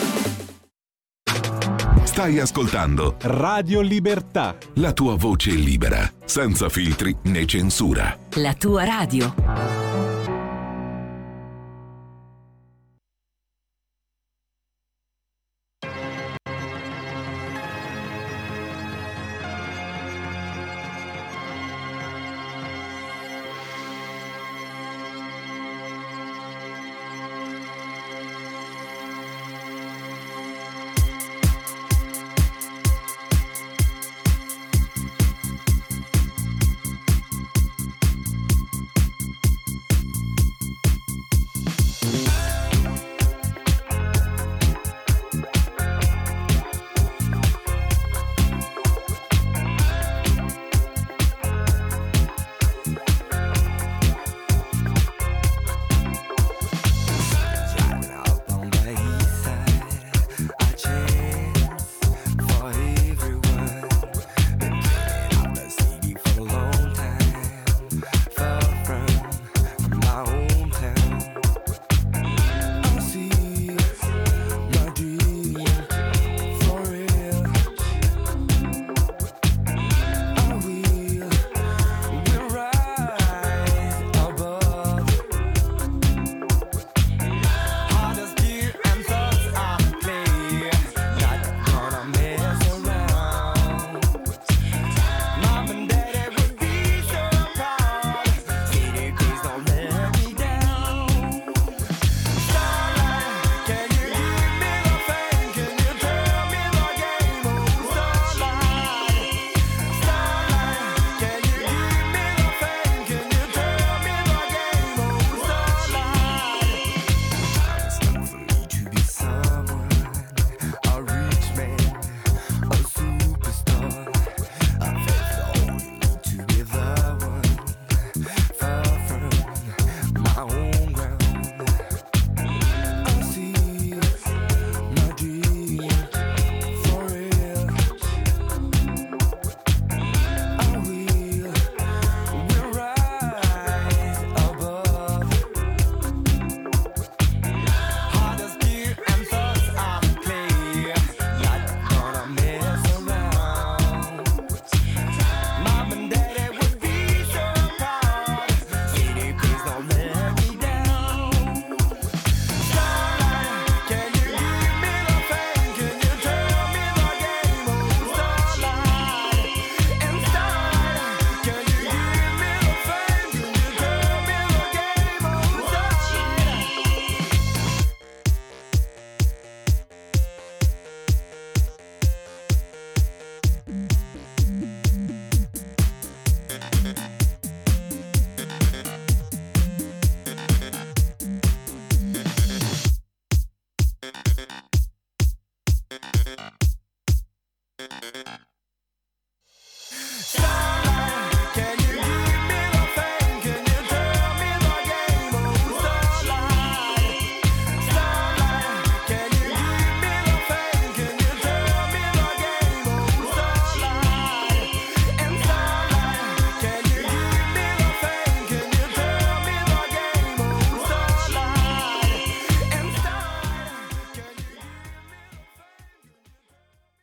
Stai ascoltando Radio Libertà, la tua voce libera, senza filtri né censura. La tua radio.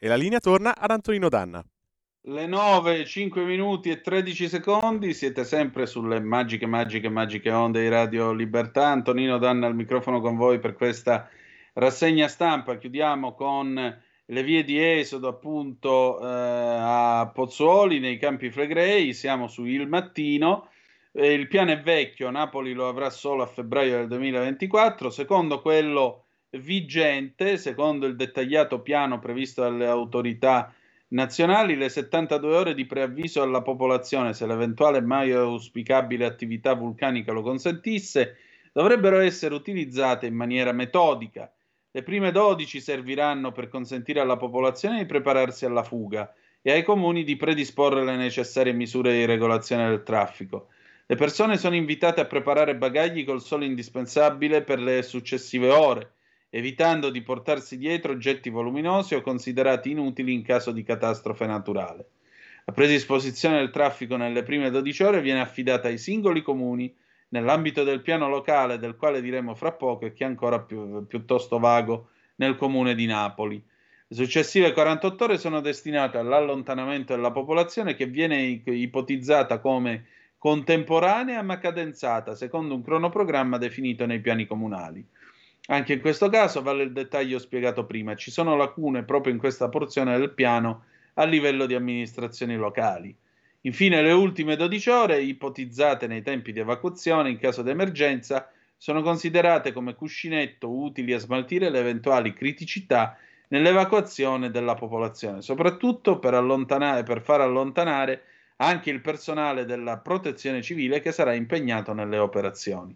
E la linea torna ad Antonino Danna. Le nove, cinque minuti e tredici secondi, siete sempre sulle magiche, magiche, magiche onde di Radio Libertà. Antonino Danna al microfono con voi per questa rassegna stampa. Chiudiamo con le vie di esodo appunto eh, a Pozzuoli, nei Campi Flegrei. Siamo su Il Mattino. Eh, il piano è vecchio, Napoli lo avrà solo a febbraio del duemilaventiquattro. Secondo quello vigente, secondo il dettagliato piano previsto dalle autorità nazionali, le settantadue ore di preavviso alla popolazione, se l'eventuale mai auspicabile attività vulcanica lo consentisse, dovrebbero essere utilizzate in maniera metodica. Le prime dodici serviranno per consentire alla popolazione di prepararsi alla fuga e ai comuni di predisporre le necessarie misure di regolazione del traffico. Le persone sono invitate a preparare bagagli col solo indispensabile per le successive ore, evitando di portarsi dietro oggetti voluminosi o considerati inutili in caso di catastrofe naturale. La predisposizione del traffico nelle prime dodici ore viene affidata ai singoli comuni nell'ambito del piano locale, del quale diremo fra poco e che è ancora più, piuttosto vago nel comune di Napoli. Le successive quarantotto ore sono destinate all'allontanamento della popolazione, che viene ipotizzata come contemporanea ma cadenzata secondo un cronoprogramma definito nei piani comunali. Anche in questo caso vale il dettaglio spiegato prima: ci sono lacune proprio in questa porzione del piano a livello di amministrazioni locali. Infine, le ultime dodici ore, ipotizzate nei tempi di evacuazione in caso di emergenza, sono considerate come cuscinetto utili a smaltire le eventuali criticità nell'evacuazione della popolazione, soprattutto per allontanare, per far allontanare anche il personale della protezione civile che sarà impegnato nelle operazioni.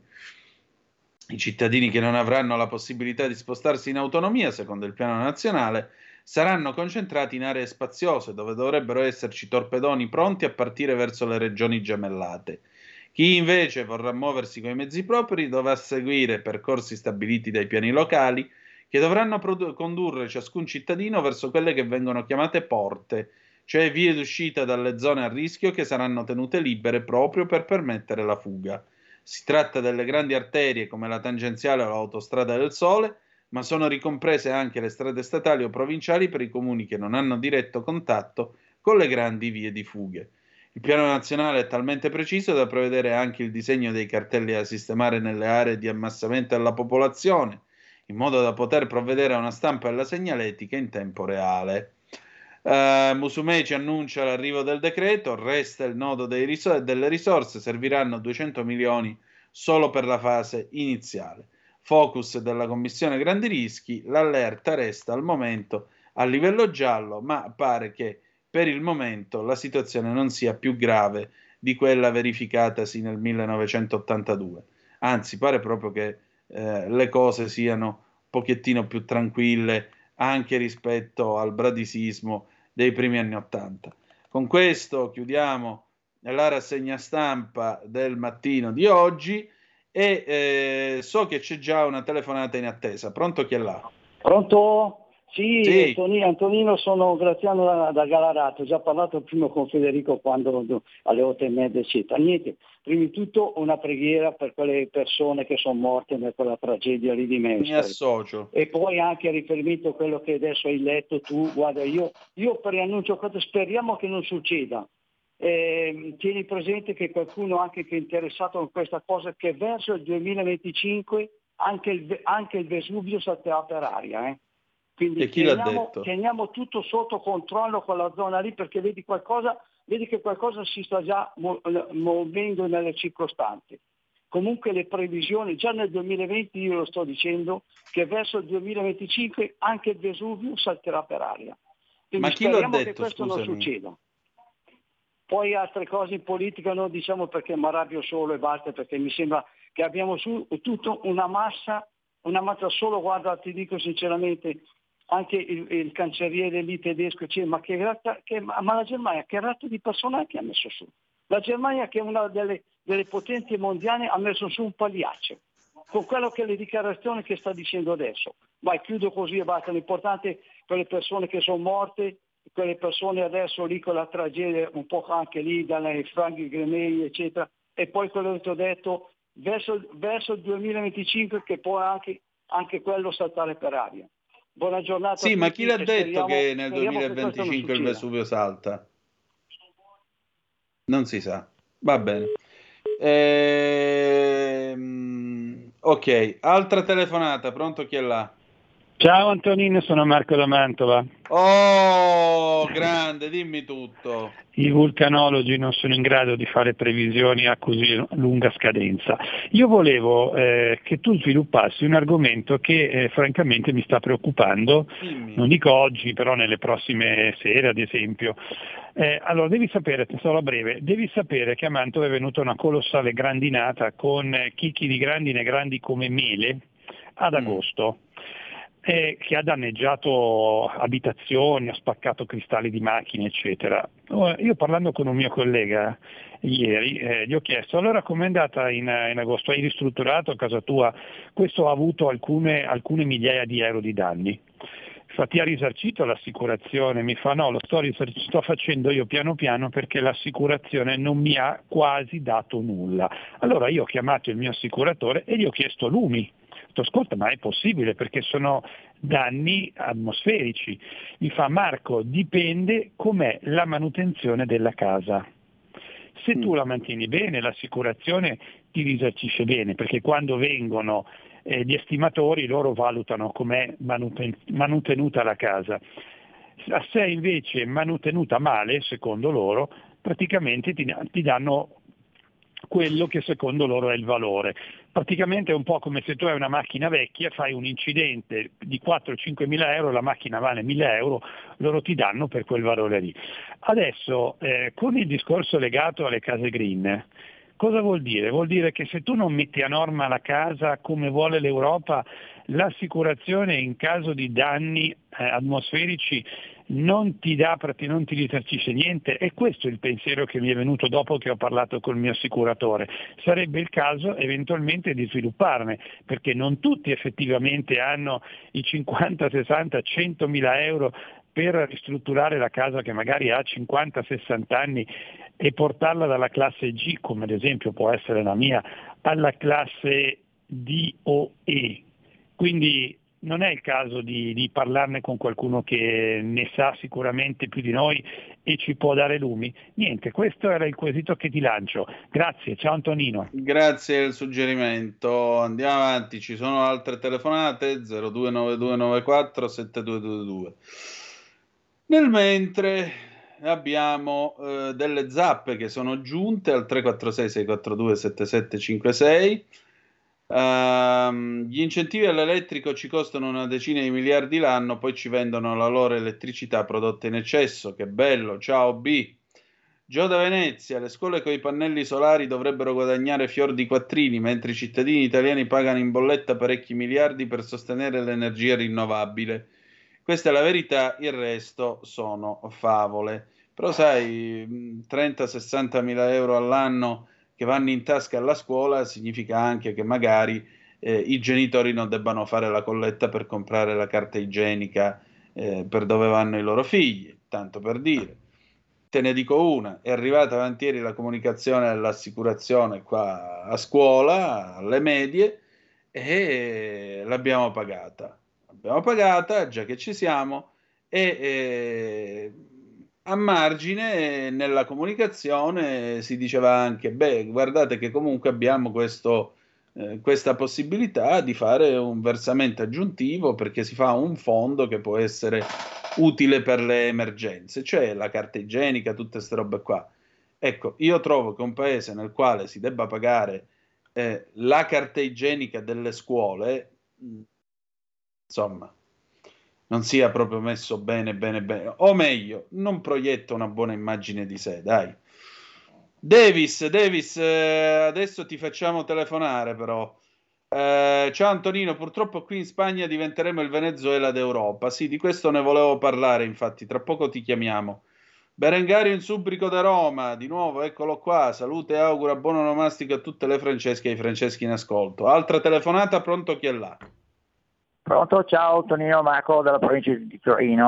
I cittadini che non avranno la possibilità di spostarsi in autonomia, secondo il piano nazionale, saranno concentrati in aree spaziose, dove dovrebbero esserci torpedoni pronti a partire verso le regioni gemellate. Chi invece vorrà muoversi con i mezzi propri dovrà seguire percorsi stabiliti dai piani locali, che dovranno produ- condurre ciascun cittadino verso quelle che vengono chiamate porte, cioè vie d'uscita dalle zone a rischio che saranno tenute libere proprio per permettere la fuga. Si tratta delle grandi arterie come la tangenziale o l'autostrada del Sole, ma sono ricomprese anche le strade statali o provinciali per i comuni che non hanno diretto contatto con le grandi vie di fughe. Il piano nazionale è talmente preciso da prevedere anche il disegno dei cartelli da sistemare nelle aree di ammassamento della popolazione, in modo da poter provvedere a una stampa della segnaletica in tempo reale. Uh, Musumeci annuncia l'arrivo del decreto, resta il nodo dei risor- delle risorse, serviranno duecento milioni solo per la fase iniziale. Focus della commissione grandi rischi, l'allerta resta al momento a livello giallo, ma pare che per il momento la situazione non sia più grave di quella verificatasi nel millenovecentottantadue. Anzi, pare proprio che eh, le cose siano un pochettino più tranquille anche rispetto al bradisismo dei primi anni Ottanta. Con questo chiudiamo la rassegna stampa del mattino di oggi e eh, so che c'è già una telefonata in attesa. Pronto, chi è là? Pronto? Sì, Sì. Antonino, Antonino, sono Graziano da, da Galarato, ho già parlato prima con Federico quando alle otto e mezza eccetera. Niente, prima di tutto una preghiera per quelle persone che sono morte in quella tragedia lì di Mestre. Mi associo. E poi anche a riferimento a quello che adesso hai letto tu, guarda, io, io preannuncio questo, speriamo che non succeda. Eh, tieni presente che qualcuno anche che è interessato in questa cosa, che verso il duemilaventicinque anche il, anche il Vesuvio salterà per aria, eh. Quindi e chi l'ha teniamo, detto? teniamo tutto sotto controllo quella zona lì, perché vedi qualcosa, vedi che qualcosa si sta già mu- muovendo nelle circostanze. Comunque le previsioni, già nel duemilaventi io lo sto dicendo, che verso il duemilaventicinque anche il Vesuvio salterà per aria. Quindi Ma chi l'ha speriamo detto, che questo scusami? non succeda. Poi altre cose in politica non diciamo, perché mi arrabbio solo e basta, perché mi sembra che abbiamo su tutta una massa, una massa solo, guarda, ti dico sinceramente, anche il, il cancelliere lì tedesco, cioè, ma, che, che, ma la Germania che razza di personale che ha messo su? La Germania, che è una delle, delle potenze mondiali, ha messo su un pagliaccio con quello che le dichiarazioni che sta dicendo adesso. Vai, chiudo così e basta. L'importante è per le persone che sono morte, quelle persone adesso lì con la tragedia un po' anche lì dalle Franchi Gremei eccetera, e poi quello che ti ho detto verso, verso il duemilaventicinque, che può anche, anche quello saltare per aria. buona giornata. Sì, a ma tutti chi l'ha e detto speriamo- che nel speriamo che questo non duemilaventicinque il succeda. Vesuvio salta? Non si sa. Va bene. Ehm, ok, altra telefonata, pronto, chi è là? Ciao Antonino, sono Marco da Mantova. Oh, grande, dimmi tutto. I vulcanologi non sono in grado di fare previsioni a così lunga scadenza. Io volevo eh, che tu sviluppassi un argomento che eh, francamente mi sta preoccupando, Dimmi. non dico oggi, però nelle prossime sere ad esempio. Eh, allora, devi sapere, te sarò breve, devi sapere che a Mantova è venuta una colossale grandinata con eh, chicchi di grandine grandi come mele ad Mm. agosto. eh, che ha danneggiato abitazioni, ha spaccato cristalli di macchine, eccetera. Oh, Io parlando con un mio collega ieri eh, gli ho chiesto allora com'è andata in, in agosto, hai ristrutturato a casa tua? Questo ha avuto alcune, alcune migliaia di euro di danni. Fa, ti ha risarcito l'assicurazione? Mi fa no, lo sto, risarc- sto facendo io piano piano perché l'assicurazione non mi ha quasi dato nulla. Allora io ho chiamato il mio assicuratore e gli ho chiesto lumi. Ho detto, ascolta, ma è possibile perché sono danni atmosferici. Mi fa Marco, dipende com'è la manutenzione della casa. Se tu la mantieni bene, l'assicurazione ti risarcisce bene, perché quando vengono eh, gli estimatori loro valutano com'è manuten- manutenuta la casa. Se è invece manutenuta male, secondo loro, praticamente ti, ti danno quello che secondo loro è il valore. Praticamente è un po' come se tu hai una macchina vecchia, fai un incidente di quattro cinque mila euro, la macchina vale mille euro, loro ti danno per quel valore lì. Adesso eh, con il discorso legato alle case green, cosa vuol dire? Vuol dire che se tu non metti a norma la casa come vuole l'Europa, l'assicurazione in caso di danni eh, atmosferici non ti dà, non ti risarcisce niente, e questo è il pensiero che mi è venuto dopo che ho parlato col mio assicuratore. Sarebbe il caso eventualmente di svilupparne, perché non tutti effettivamente hanno i cinquanta, sessanta, cento mila euro per ristrutturare la casa che magari ha cinquanta sessanta anni e portarla dalla classe G, come ad esempio può essere la mia, alla classe D o E. Quindi non è il caso di, di parlarne con qualcuno che ne sa sicuramente più di noi e ci può dare lumi? Niente, questo era il quesito che ti lancio. Grazie, ciao Antonino. Grazie del suggerimento. Andiamo avanti, ci sono altre telefonate zero due nove due nove quattro sette due due due. Nel mentre abbiamo eh, delle zappe che sono giunte al tre quattro sei sei quattro due sette sette cinque sei. Ehm, gli incentivi all'elettrico ci costano una decina di miliardi l'anno, poi ci vendono la loro elettricità prodotta in eccesso. Che bello, ciao B. Gio da Venezia, le scuole con i pannelli solari dovrebbero guadagnare fior di quattrini, mentre i cittadini italiani pagano in bolletta parecchi miliardi per sostenere l'energia rinnovabile. Questa è la verità, il resto sono favole. Però sai, trenta sessanta mila euro all'anno che vanno in tasca alla scuola significa anche che magari eh, i genitori non debbano fare la colletta per comprare la carta igienica eh, per dove vanno i loro figli, tanto per dire. Te ne dico una, è arrivata avanti ieri la comunicazione dell'assicurazione qua a scuola, alle medie, e l'abbiamo pagata. L'abbiamo pagata, già che ci siamo, e eh, a margine nella comunicazione si diceva anche, beh, guardate che comunque abbiamo questo, eh, questa possibilità di fare un versamento aggiuntivo perché si fa un fondo che può essere utile per le emergenze, cioè la carta igienica, tutte queste robe qua. Ecco, io trovo che un paese nel quale si debba pagare eh, la carta igienica delle scuole, insomma, non sia proprio messo bene, bene, bene, o meglio, non proietta una buona immagine di sé, dai. Davis, Davis, eh, adesso ti facciamo telefonare però. Eh, ciao Antonino, purtroppo qui in Spagna diventeremo il Venezuela d'Europa. Sì, di questo ne volevo parlare, infatti, tra poco ti chiamiamo. Berengario in Subrico da Roma, di nuovo, eccolo qua. Salute e augura buon onomastico a tutte le Francesche e ai Franceschi in ascolto. Altra telefonata, pronto, chi è là? Pronto, ciao Tonino Marco dalla provincia di Torino.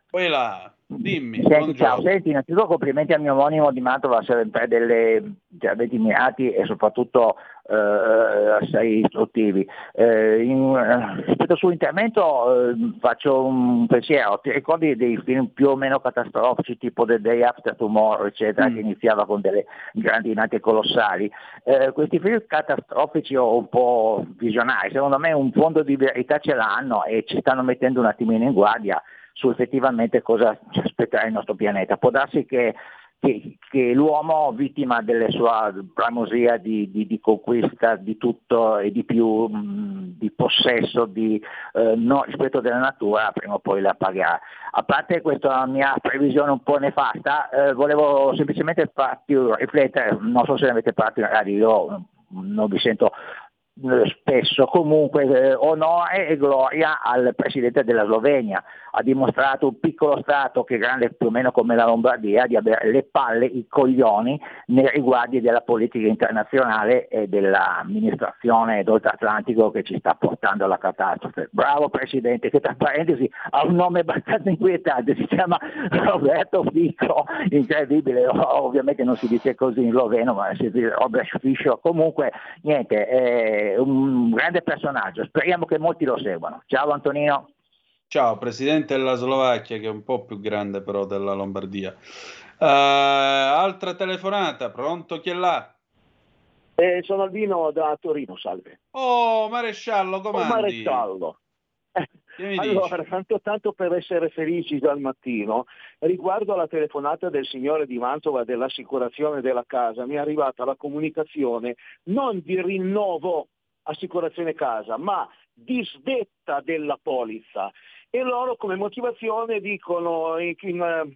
Poi là, dimmi. Senti, ciao, senti, innanzitutto complimenti al mio omonimo di Mantova, sempre delle cioè, avete mirati e soprattutto eh, assai istruttivi. Eh, in, eh, rispetto al suo intervento eh, faccio un pensiero, ti ricordi dei film più o meno catastrofici tipo The Day After Tomorrow, eccetera, mm. che iniziava con delle grandinate colossali? Eh, questi film catastrofici o un po' visionari, secondo me un fondo di verità ce l'hanno e ci stanno mettendo un attimino in guardia su effettivamente cosa ci aspetterà il nostro pianeta. Può darsi che, che, che l'uomo, vittima della sua bramosia di, di, di conquista di tutto e di più, mh, di possesso, di eh, no, rispetto della natura, prima o poi la pagherà. A parte questa mia previsione un po' nefasta, eh, volevo semplicemente farti riflettere, non so se ne avete parlato in radio, io non vi sento spesso, comunque eh, onore e gloria al presidente della Slovenia. Ha dimostrato un piccolo stato che è grande più o meno come la Lombardia di avere le palle, i coglioni nei riguardi della politica internazionale e dell'amministrazione d'oltreatlantico che ci sta portando alla catastrofe. Bravo presidente, che tra parentesi ha un nome abbastanza inquietante, si chiama Roberto Fico, incredibile, ovviamente non si dice così in sloveno, ma si dice Robert Fico. Comunque niente, eh, un grande personaggio, speriamo che molti lo seguano. Ciao Antonino. Ciao, presidente della Slovacchia, che è un po' più grande però della Lombardia. Uh, altra telefonata, pronto, chi è là? Eh, sono Albino da Torino, salve. Oh, maresciallo, comandi? Oh, maresciallo. Allora, tanto, tanto per essere felici dal mattino, riguardo alla telefonata del signore di Mantova dell'assicurazione della casa, mi è arrivata la comunicazione non di rinnovo assicurazione casa, ma di svetta della polizza. E loro come motivazione dicono in, in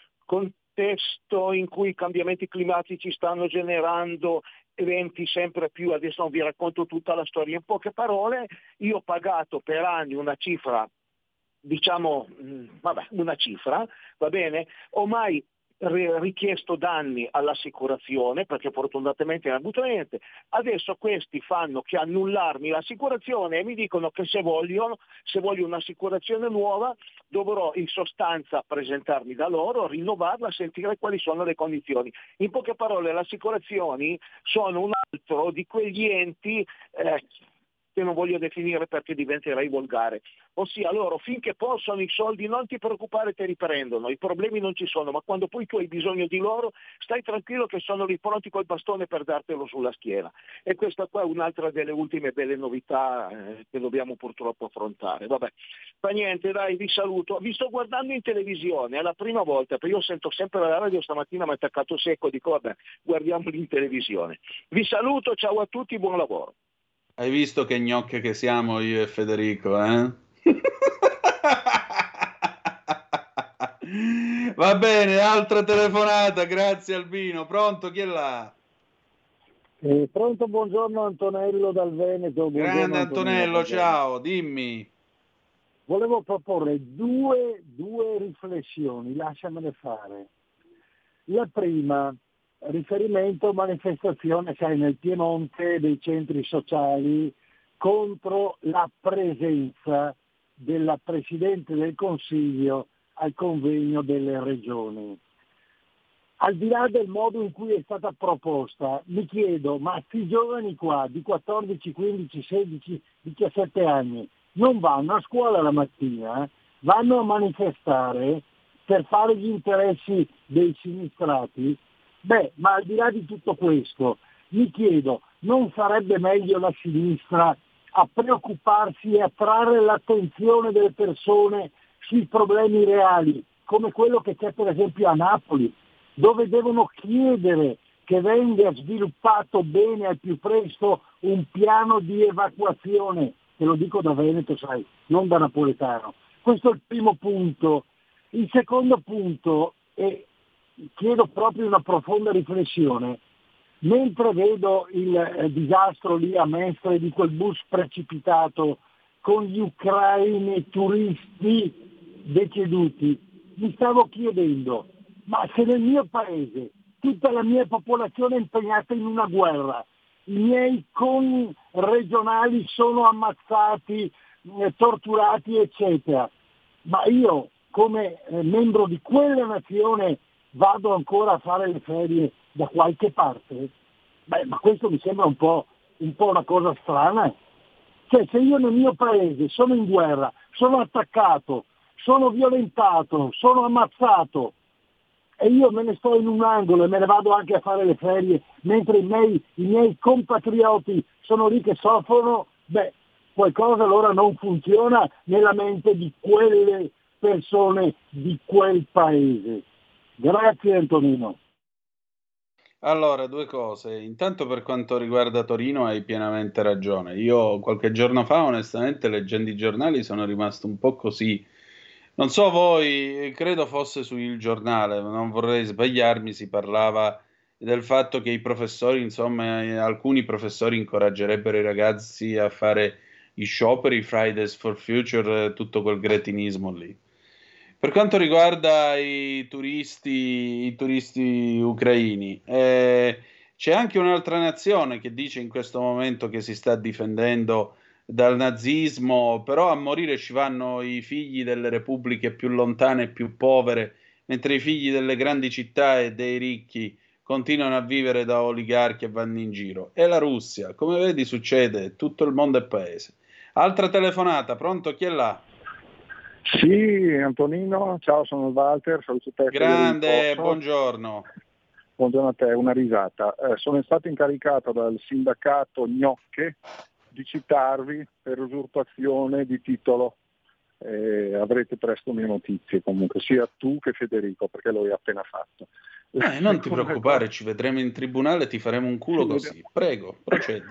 contesto in cui i cambiamenti climatici stanno generando eventi sempre più, adesso non vi racconto tutta la storia, in poche parole io ho pagato per anni una cifra, diciamo, vabbè, una cifra, va bene, ho mai richiesto danni all'assicurazione perché fortunatamente non ha avuto niente, adesso questi fanno che annullarmi l'assicurazione e mi dicono che se vogliono, se voglio un'assicurazione nuova dovrò in sostanza presentarmi da loro, rinnovarla, sentire quali sono le condizioni. In poche parole le assicurazioni sono un altro di quegli enti eh, che non voglio definire perché diventerei volgare, ossia loro finché possono i soldi non ti preoccupare, te li prendono, i problemi non ci sono, ma quando poi tu hai bisogno di loro stai tranquillo che sono lì pronti col bastone per dartelo sulla schiena. E questa qua è un'altra delle ultime belle novità eh, che dobbiamo purtroppo affrontare. Vabbè, fa niente, dai, vi saluto. Vi sto guardando in televisione, è la prima volta, perché io sento sempre la radio, stamattina mi ha attaccato secco, dico vabbè, guardiamoli in televisione. Vi saluto, ciao a tutti, buon lavoro. Hai visto che gnocche che siamo io e Federico, eh? Va bene, altra telefonata, grazie Albino. Pronto, chi è là? Eh, pronto, buongiorno Antonello dal Veneto. Buongiorno, Grande Antonello, Antonello, ciao, dimmi. Volevo proporre due, due riflessioni, lasciamele fare. La prima, riferimento a manifestazione, sai, nel Piemonte dei centri sociali contro la presenza della Presidente del Consiglio al convegno delle regioni. Al di là del modo in cui è stata proposta, mi chiedo, ma questi giovani qua di quattordici, quindici, sedici, diciassette anni non vanno a scuola la mattina, vanno a manifestare per fare gli interessi dei sinistrati? Beh, ma al di là di tutto questo, mi chiedo, non sarebbe meglio la sinistra a preoccuparsi e attrarre l'attenzione delle persone sui problemi reali, come quello che c'è per esempio a Napoli, dove devono chiedere che venga sviluppato bene al più presto un piano di evacuazione, te lo dico da Veneto, sai, non da napoletano. Questo è il primo punto. Il secondo punto è, chiedo proprio una profonda riflessione. Mentre vedo il eh, disastro lì a Mestre di quel bus precipitato con gli ucraini turisti deceduti, mi stavo chiedendo, ma se nel mio paese tutta la mia popolazione è impegnata in una guerra, i miei connazionali sono ammazzati, eh, torturati, eccetera, ma io come eh, membro di quella nazione vado ancora a fare le ferie da qualche parte? Beh, ma questo mi sembra un po', un po' una cosa strana. Cioè, se io nel mio paese sono in guerra, sono attaccato, sono violentato, sono ammazzato, e io me ne sto in un angolo e me ne vado anche a fare le ferie, mentre i miei, i miei compatrioti sono lì che soffrono, beh, qualcosa allora non funziona nella mente di quelle persone di quel paese. Grazie Antonino. Allora, due cose. Intanto per quanto riguarda Torino hai pienamente ragione. Io qualche giorno fa, onestamente, leggendo i giornali sono rimasto un po' così. Non so voi, credo fosse su Il Giornale, non vorrei sbagliarmi, si parlava del fatto che i professori, insomma, eh, alcuni professori incoraggerebbero i ragazzi a fare gli scioperi, i Fridays for Future, eh, tutto quel gretinismo lì. Per quanto riguarda i turisti, i turisti ucraini, eh, c'è anche un'altra nazione che dice in questo momento che si sta difendendo dal nazismo, però a morire ci vanno i figli delle repubbliche più lontane e più povere, mentre i figli delle grandi città e dei ricchi continuano a vivere da oligarchi e vanno in giro. E la Russia, come vedi, succede, tutto il mondo è paese. Altra telefonata, pronto? Chi è là? Sì, Antonino, ciao, sono il Walter, saluto te. Grande, Federico. buongiorno. Buongiorno a te, una risata. Eh, sono stato incaricato dal sindacato Gnocche di citarvi per usurpazione di titolo. Eh, avrete presto mie notizie comunque, sia tu che Federico, perché lo hai appena fatto. Eh, non ti preoccupare, ci vedremo in tribunale, ti faremo un culo così. Prego, procedi.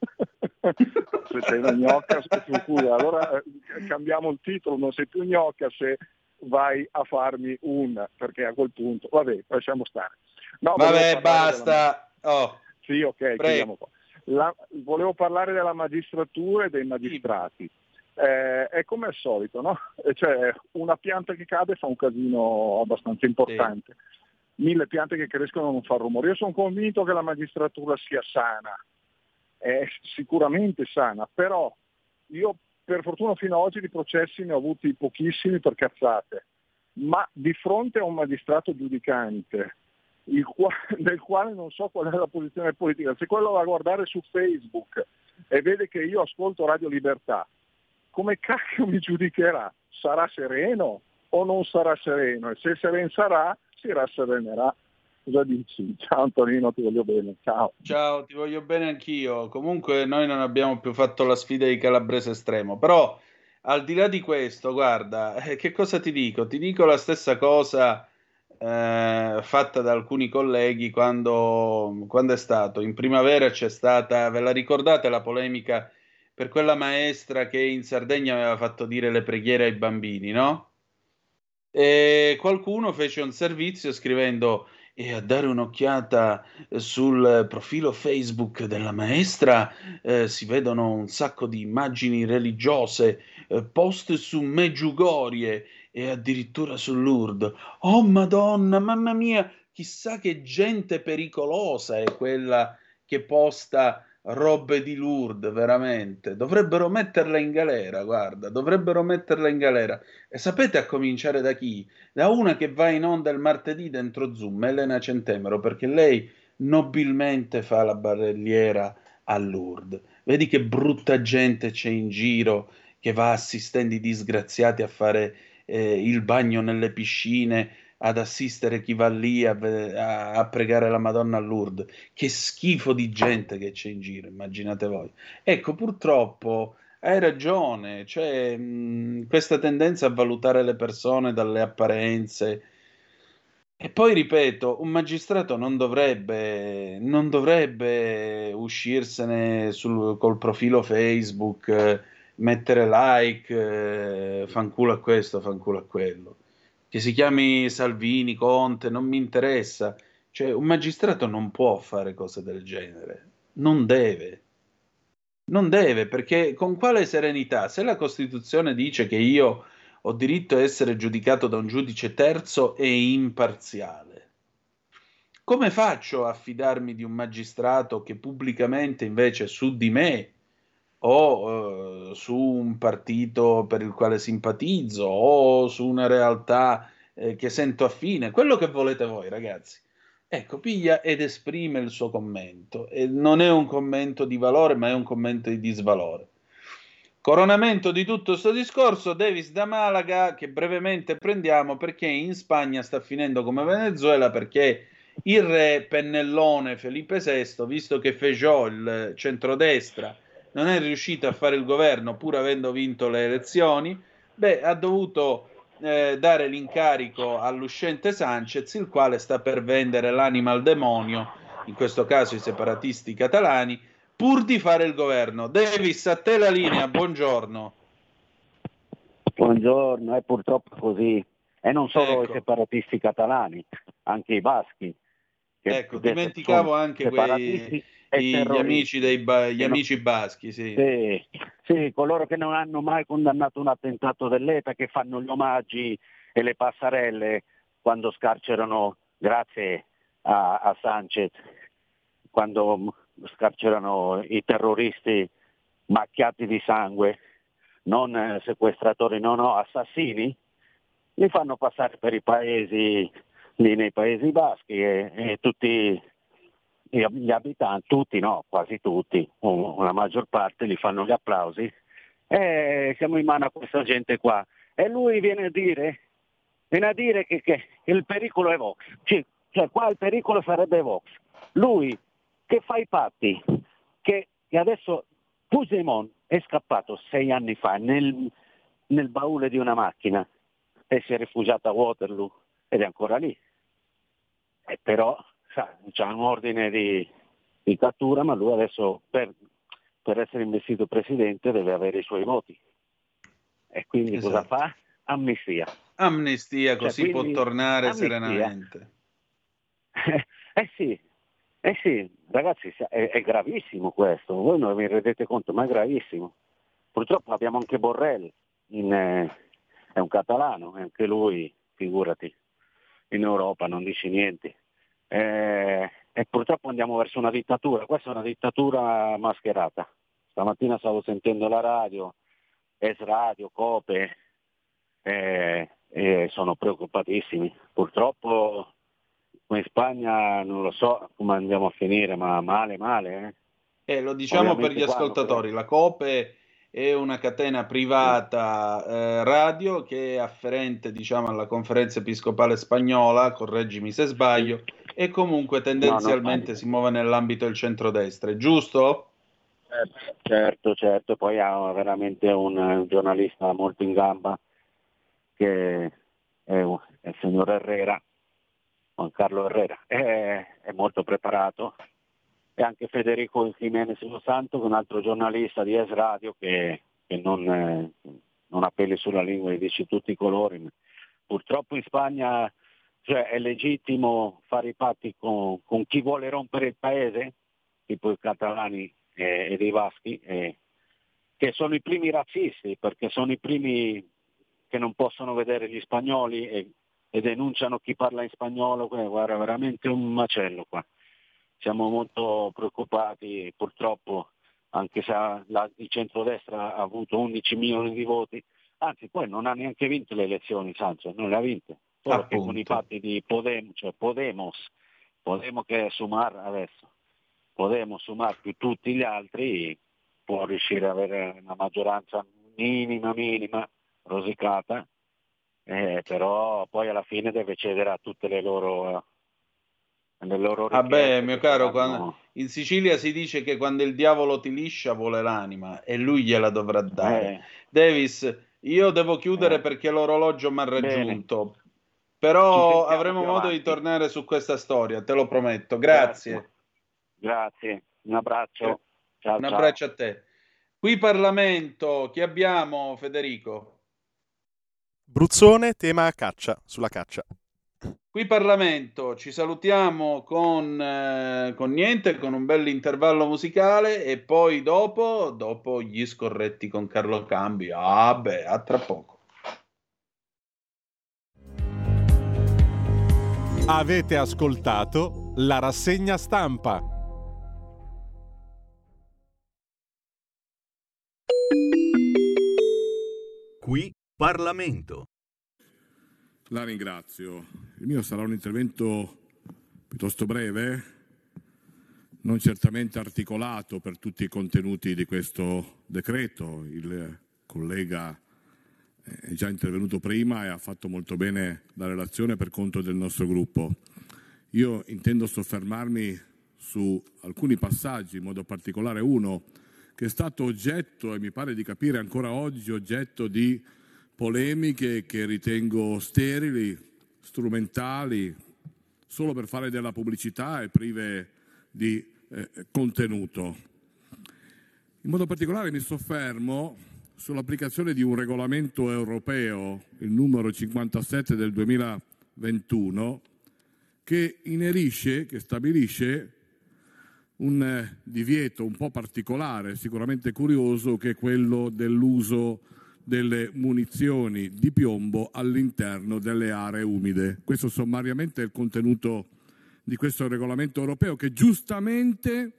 Se sei una gnocca, sicuro. Allora eh, cambiamo il titolo, non sei più gnocca se vai a farmi un, perché a quel punto, vabbè, lasciamo stare. No, vabbè, basta. Della... Oh. Sì, ok, chiudiamo qua. La... Volevo parlare della magistratura e dei magistrati. Eh, è come al solito, no? Cioè, una pianta che cade fa un casino abbastanza importante. Sì. Mille piante che crescono non fa rumore. Io sono convinto che la magistratura sia sana, è sicuramente sana, però io per fortuna fino ad oggi di processi ne ho avuti pochissimi per cazzate, ma di fronte a un magistrato giudicante il qua- del quale non so qual è la posizione politica, se quello va a guardare su Facebook e vede che io ascolto Radio Libertà, come cacchio mi giudicherà? Sarà sereno o non sarà sereno? E se sereno sarà, si rasserenerà. Cosa dici? Ciao Antonino, ti voglio bene. Ciao. Ciao, ti voglio bene anch'io. Comunque noi non abbiamo più fatto la sfida di Calabrese Estremo, però al di là di questo, guarda, eh, che cosa ti dico? Ti dico la stessa cosa eh, fatta da alcuni colleghi quando, quando è stato. In primavera c'è stata, ve la ricordate la polemica per quella maestra che in Sardegna aveva fatto dire le preghiere ai bambini, no? E qualcuno fece un servizio scrivendo e a dare un'occhiata sul profilo Facebook della maestra eh, si vedono un sacco di immagini religiose, eh, post su Meggiugorie e addirittura su Lourdes. Oh Madonna, mamma mia, chissà che gente pericolosa è quella che posta robe di Lourdes, veramente. Dovrebbero metterla in galera, guarda, dovrebbero metterla in galera. E sapete a cominciare da chi? Da una che va in onda il martedì dentro Zoom, Elena Centemero, perché lei nobilmente fa la barelliera a Lourdes. Vedi che brutta gente c'è in giro che va assistendo i disgraziati a fare eh, il bagno nelle piscine, ad assistere chi va lì a, a, a pregare la Madonna a Lourdes. Che schifo di gente che c'è in giro, immaginate voi. Ecco, purtroppo hai ragione, cioè mh, questa tendenza a valutare le persone dalle apparenze. E poi ripeto, un magistrato non dovrebbe, non dovrebbe uscirsene sul, col profilo Facebook, eh, mettere like, eh, fanculo a questo, fanculo a quello. Che si chiami Salvini, Conte, non mi interessa. Cioè, un magistrato non può fare cose del genere. Non deve. Non deve, perché con quale serenità? Se la Costituzione dice che io ho diritto a essere giudicato da un giudice terzo e imparziale, come faccio a fidarmi di un magistrato che pubblicamente invece su di me o eh, su un partito per il quale simpatizzo o su una realtà eh, che sento affine, quello che volete voi, ragazzi. Ecco, piglia ed esprime il suo commento, e non è un commento di valore, ma è un commento di disvalore. Coronamento di tutto questo discorso, Davis da Malaga, che brevemente prendiamo perché in Spagna sta finendo come Venezuela, perché il re pennellone Felipe sesto, visto che Feijóo, il centrodestra, non è riuscito a fare il governo pur avendo vinto le elezioni, beh, ha dovuto eh, dare l'incarico all'uscente Sánchez, il quale sta per vendere l'anima al demonio, in questo caso i separatisti catalani, pur di fare il governo. Davis, a te la linea, buongiorno. Buongiorno, è purtroppo così. E non solo Ecco. i separatisti catalani, anche i baschi. che Ecco, dimenticavo anche quei separatisti e gli terroristi. amici, dei ba- gli Che no- amici baschi, sì. Sì, sì, coloro che non hanno mai condannato un attentato dell'ETA, che fanno gli omaggi e le passerelle quando scarcerano, grazie a, a Sánchez, quando scarcerano i terroristi macchiati di sangue, non eh, sequestratori, no, no, assassini, li fanno passare per i paesi, lì nei Paesi Baschi, e, e tutti gli gli abitanti, tutti no, quasi tutti, o la maggior parte, gli fanno gli applausi, e siamo in mano a questa gente qua. E lui viene a dire, viene a dire che, che il pericolo è Vox, cioè, cioè qua il pericolo sarebbe Vox. Lui che fa i patti, che, che adesso Puigdemont è scappato sei anni fa nel, nel baule di una macchina e si è rifugiato a Waterloo ed è ancora lì. E però sa, c'è un ordine di, di cattura, ma lui adesso per, per essere investito presidente deve avere i suoi voti. E quindi Esatto. cosa fa? Amnistia. Amnistia, Cioè, così quindi, può tornare amnistia. serenamente. Eh sì, eh sì, ragazzi, è, è gravissimo questo, voi non vi rendete conto, ma è gravissimo. Purtroppo abbiamo anche Borrell, in, eh, è un catalano, e anche lui, figurati, in Europa non dice niente. Eh, e purtroppo andiamo verso una dittatura, questa è una dittatura mascherata. Stamattina stavo sentendo la radio, Es Radio, Cope, eh, e sono preoccupatissimi. Purtroppo in Spagna non lo so come andiamo a finire, ma male, male. Eh. Eh, lo diciamo per Ovviamente gli qua hanno ascoltatori, la Cope è una catena privata eh, radio che è afferente, diciamo, alla Conferenza Episcopale Spagnola, correggimi se sbaglio, e comunque tendenzialmente no, si muove nell'ambito del centrodestra, è giusto? Eh, certo, certo, poi ha veramente un, un giornalista molto in gamba che è, un- è il signor Herrera, Juan Carlo Herrera, è, è molto preparato, e anche Federico Jiménez Los Santos, un altro giornalista di Es Radio che, che non, eh, non ha peli sulla lingua e dice tutti i colori. Purtroppo in Spagna, cioè, è legittimo fare i patti con, con chi vuole rompere il paese, tipo i catalani e, e dei baschi, e, che sono i primi razzisti, perché sono i primi che non possono vedere gli spagnoli e, e denunciano chi parla in spagnolo. Guarda, veramente un macello qua. Siamo molto preoccupati, purtroppo, anche se la, il centrodestra ha avuto undici milioni di voti, anzi poi non ha neanche vinto le elezioni, Sanchez, non le ha vinte, solo che con i fatti di Podemos, cioè Podemos, Podemos che è Sumar adesso, Podemos, Sumar più tutti gli altri, può riuscire ad avere una maggioranza minima, minima, rosicata, eh, però poi alla fine deve cedere a tutte le loro... le loro Ah beh, richieste mio che caro, saranno- quando- in Sicilia si dice che quando il diavolo ti liscia vuole l'anima e lui gliela dovrà dare. Eh. Davis, io devo chiudere Eh. perché l'orologio mi ha Bene. raggiunto, Ci però sentiamo avremo più modo avanti. di tornare su questa storia, te lo prometto. Grazie. Certo. Grazie, un abbraccio. Ciao, Un ciao. abbraccio a te. Qui Parlamento, chi abbiamo, Federico? Bruzzone, tema caccia, sulla caccia. Qui Parlamento, ci salutiamo con, eh, con niente, con un bel intervallo musicale e poi dopo, dopo gli scorretti con Carlo Cambi. Ah beh, a tra poco. Avete ascoltato la rassegna stampa. Qui Parlamento. La ringrazio. Il mio sarà un intervento piuttosto breve, non certamente articolato per tutti i contenuti di questo decreto. Il collega è già intervenuto prima e ha fatto molto bene la relazione per conto del nostro gruppo. Io intendo soffermarmi su alcuni passaggi, in modo particolare uno che è stato oggetto, e mi pare di capire ancora oggi, oggetto di polemiche che ritengo sterili, strumentali, solo per fare della pubblicità e prive di eh, contenuto. In modo particolare mi soffermo sull'applicazione di un regolamento europeo, il numero cinquantasette del duemilaventuno, che inerisce, che stabilisce un eh, divieto un po' particolare, sicuramente curioso, che è quello dell'uso delle munizioni di piombo all'interno delle aree umide. Questo sommariamente è il contenuto di questo regolamento europeo, che giustamente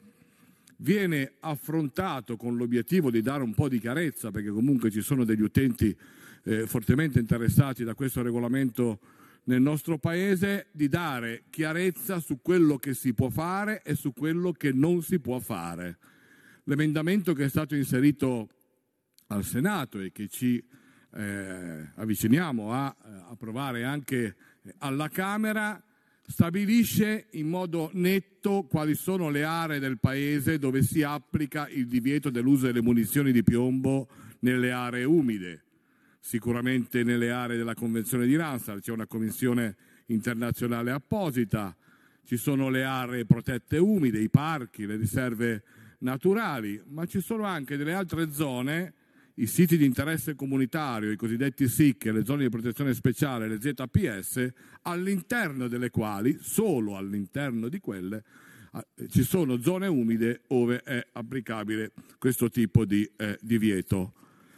viene affrontato con l'obiettivo di dare un po' di chiarezza, perché comunque ci sono degli utenti eh, fortemente interessati da questo regolamento nel nostro Paese, di dare chiarezza su quello che si può fare e su quello che non si può fare. L'emendamento che è stato inserito al Senato e che ci eh, avviciniamo a eh, approvare anche alla Camera stabilisce in modo netto quali sono le aree del Paese dove si applica il divieto dell'uso delle munizioni di piombo nelle aree umide. Sicuramente nelle aree della Convenzione di Ramsar c'è una commissione internazionale apposita, ci sono le aree protette umide, i parchi, le riserve naturali, ma ci sono anche delle altre zone, i siti di interesse comunitario, i cosiddetti S I C, le zone di protezione speciale, le Z P S, all'interno delle quali, solo all'interno di quelle, ci sono zone umide dove è applicabile questo tipo di eh, divieto.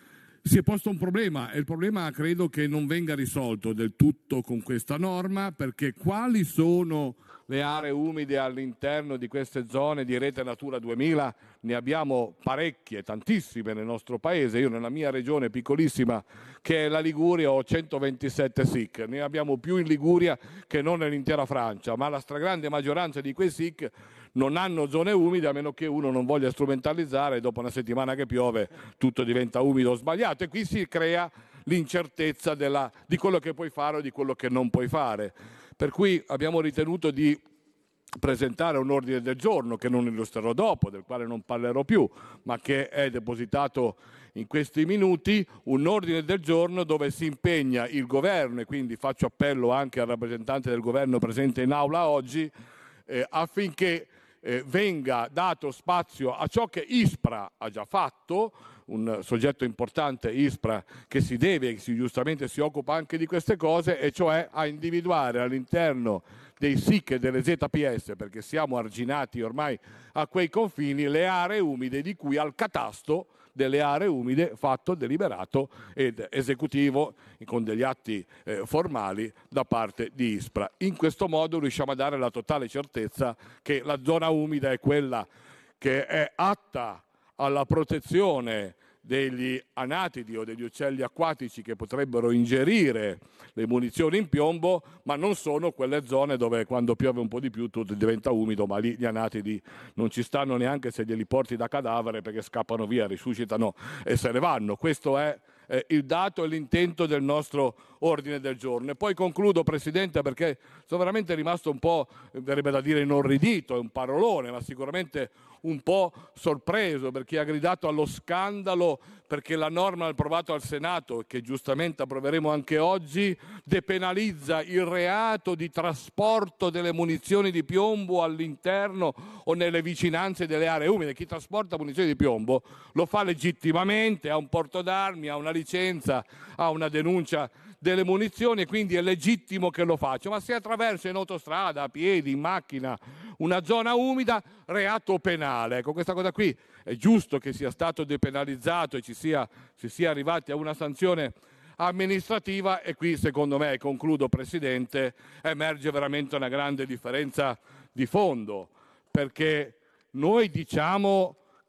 Si è posto un problema e il problema credo che non venga risolto del tutto con questa norma, perché quali sono le aree umide all'interno di queste zone di Rete Natura duemila? Ne abbiamo parecchie, tantissime nel nostro paese. Io nella mia regione piccolissima, che è la Liguria, ho centoventisette S I C. Ne abbiamo più in Liguria che non nell'intera Francia, ma la stragrande maggioranza di quei S I C non hanno zone umide, a meno che uno non voglia strumentalizzare, dopo una settimana che piove tutto diventa umido o sbagliato, e qui si crea l'incertezza della, di quello che puoi fare o di quello che non puoi fare. Per cui abbiamo ritenuto di presentare un ordine del giorno che non illustrerò dopo, del quale non parlerò più, ma che è depositato in questi minuti, un ordine del giorno dove si impegna il governo, e quindi faccio appello anche al rappresentante del governo presente in aula oggi, eh, affinché eh, venga dato spazio a ciò che ISPRA ha già fatto, un soggetto importante, ISPRA, che si deve e si giustamente si occupa anche di queste cose, e cioè a individuare all'interno dei S I C e delle Z P S, perché siamo arginati ormai a quei confini, le aree umide di cui al catasto delle aree umide fatto, deliberato ed esecutivo con degli atti eh, formali da parte di ISPRA. In questo modo riusciamo a dare la totale certezza che la zona umida è quella che è atta alla protezione degli anatidi o degli uccelli acquatici che potrebbero ingerire le munizioni in piombo, ma non sono quelle zone dove quando piove un po' di più tutto diventa umido, ma lì gli anatidi non ci stanno neanche se glieli porti da cadavere, perché scappano via, risuscitano e se ne vanno. Questo è eh, il dato e l'intento del nostro ordine del giorno. E poi concludo, Presidente, perché sono veramente rimasto un po', verrebbe da dire inorridito, è un parolone, ma sicuramente un po' sorpreso, perché ha gridato allo scandalo perché la norma approvata al Senato, che giustamente approveremo anche oggi, depenalizza il reato di trasporto delle munizioni di piombo all'interno o nelle vicinanze delle aree umide. Chi trasporta munizioni di piombo lo fa legittimamente, ha un porto d'armi, ha una licenza, ha una denuncia delle munizioni, e quindi è legittimo che lo faccia, ma se attraversa in autostrada, a piedi, in macchina, una zona umida, reato penale. Ecco, questa cosa qui è giusto che sia stato depenalizzato e ci sia, si sia arrivati a una sanzione amministrativa, e qui secondo me, e concludo Presidente, emerge veramente una grande differenza di fondo, perché noi diciamo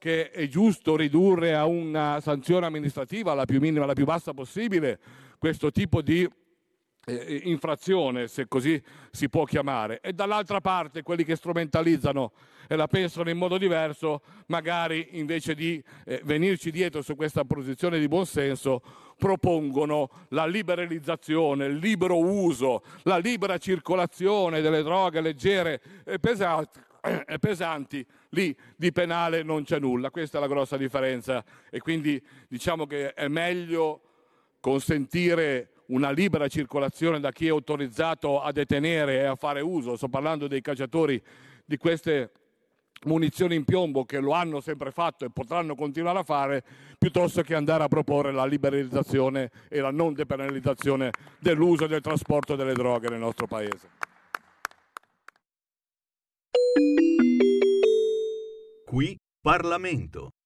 che è giusto ridurre a una sanzione amministrativa la più minima, la più bassa possibile, questo tipo di eh, infrazione, se così si può chiamare, e dall'altra parte quelli che strumentalizzano e la pensano in modo diverso, magari invece di eh, venirci dietro su questa posizione di buonsenso, propongono la liberalizzazione, il libero uso, la libera circolazione delle droghe leggere e pesanti, e pesanti. Lì di penale non c'è nulla. Questa è la grossa differenza, e quindi diciamo che è meglio consentire una libera circolazione da chi è autorizzato a detenere e a fare uso, sto parlando dei cacciatori di queste munizioni in piombo, che lo hanno sempre fatto e potranno continuare a fare, piuttosto che andare a proporre la liberalizzazione e la non depenalizzazione dell'uso e del trasporto delle droghe nel nostro paese. Qui Parlamento.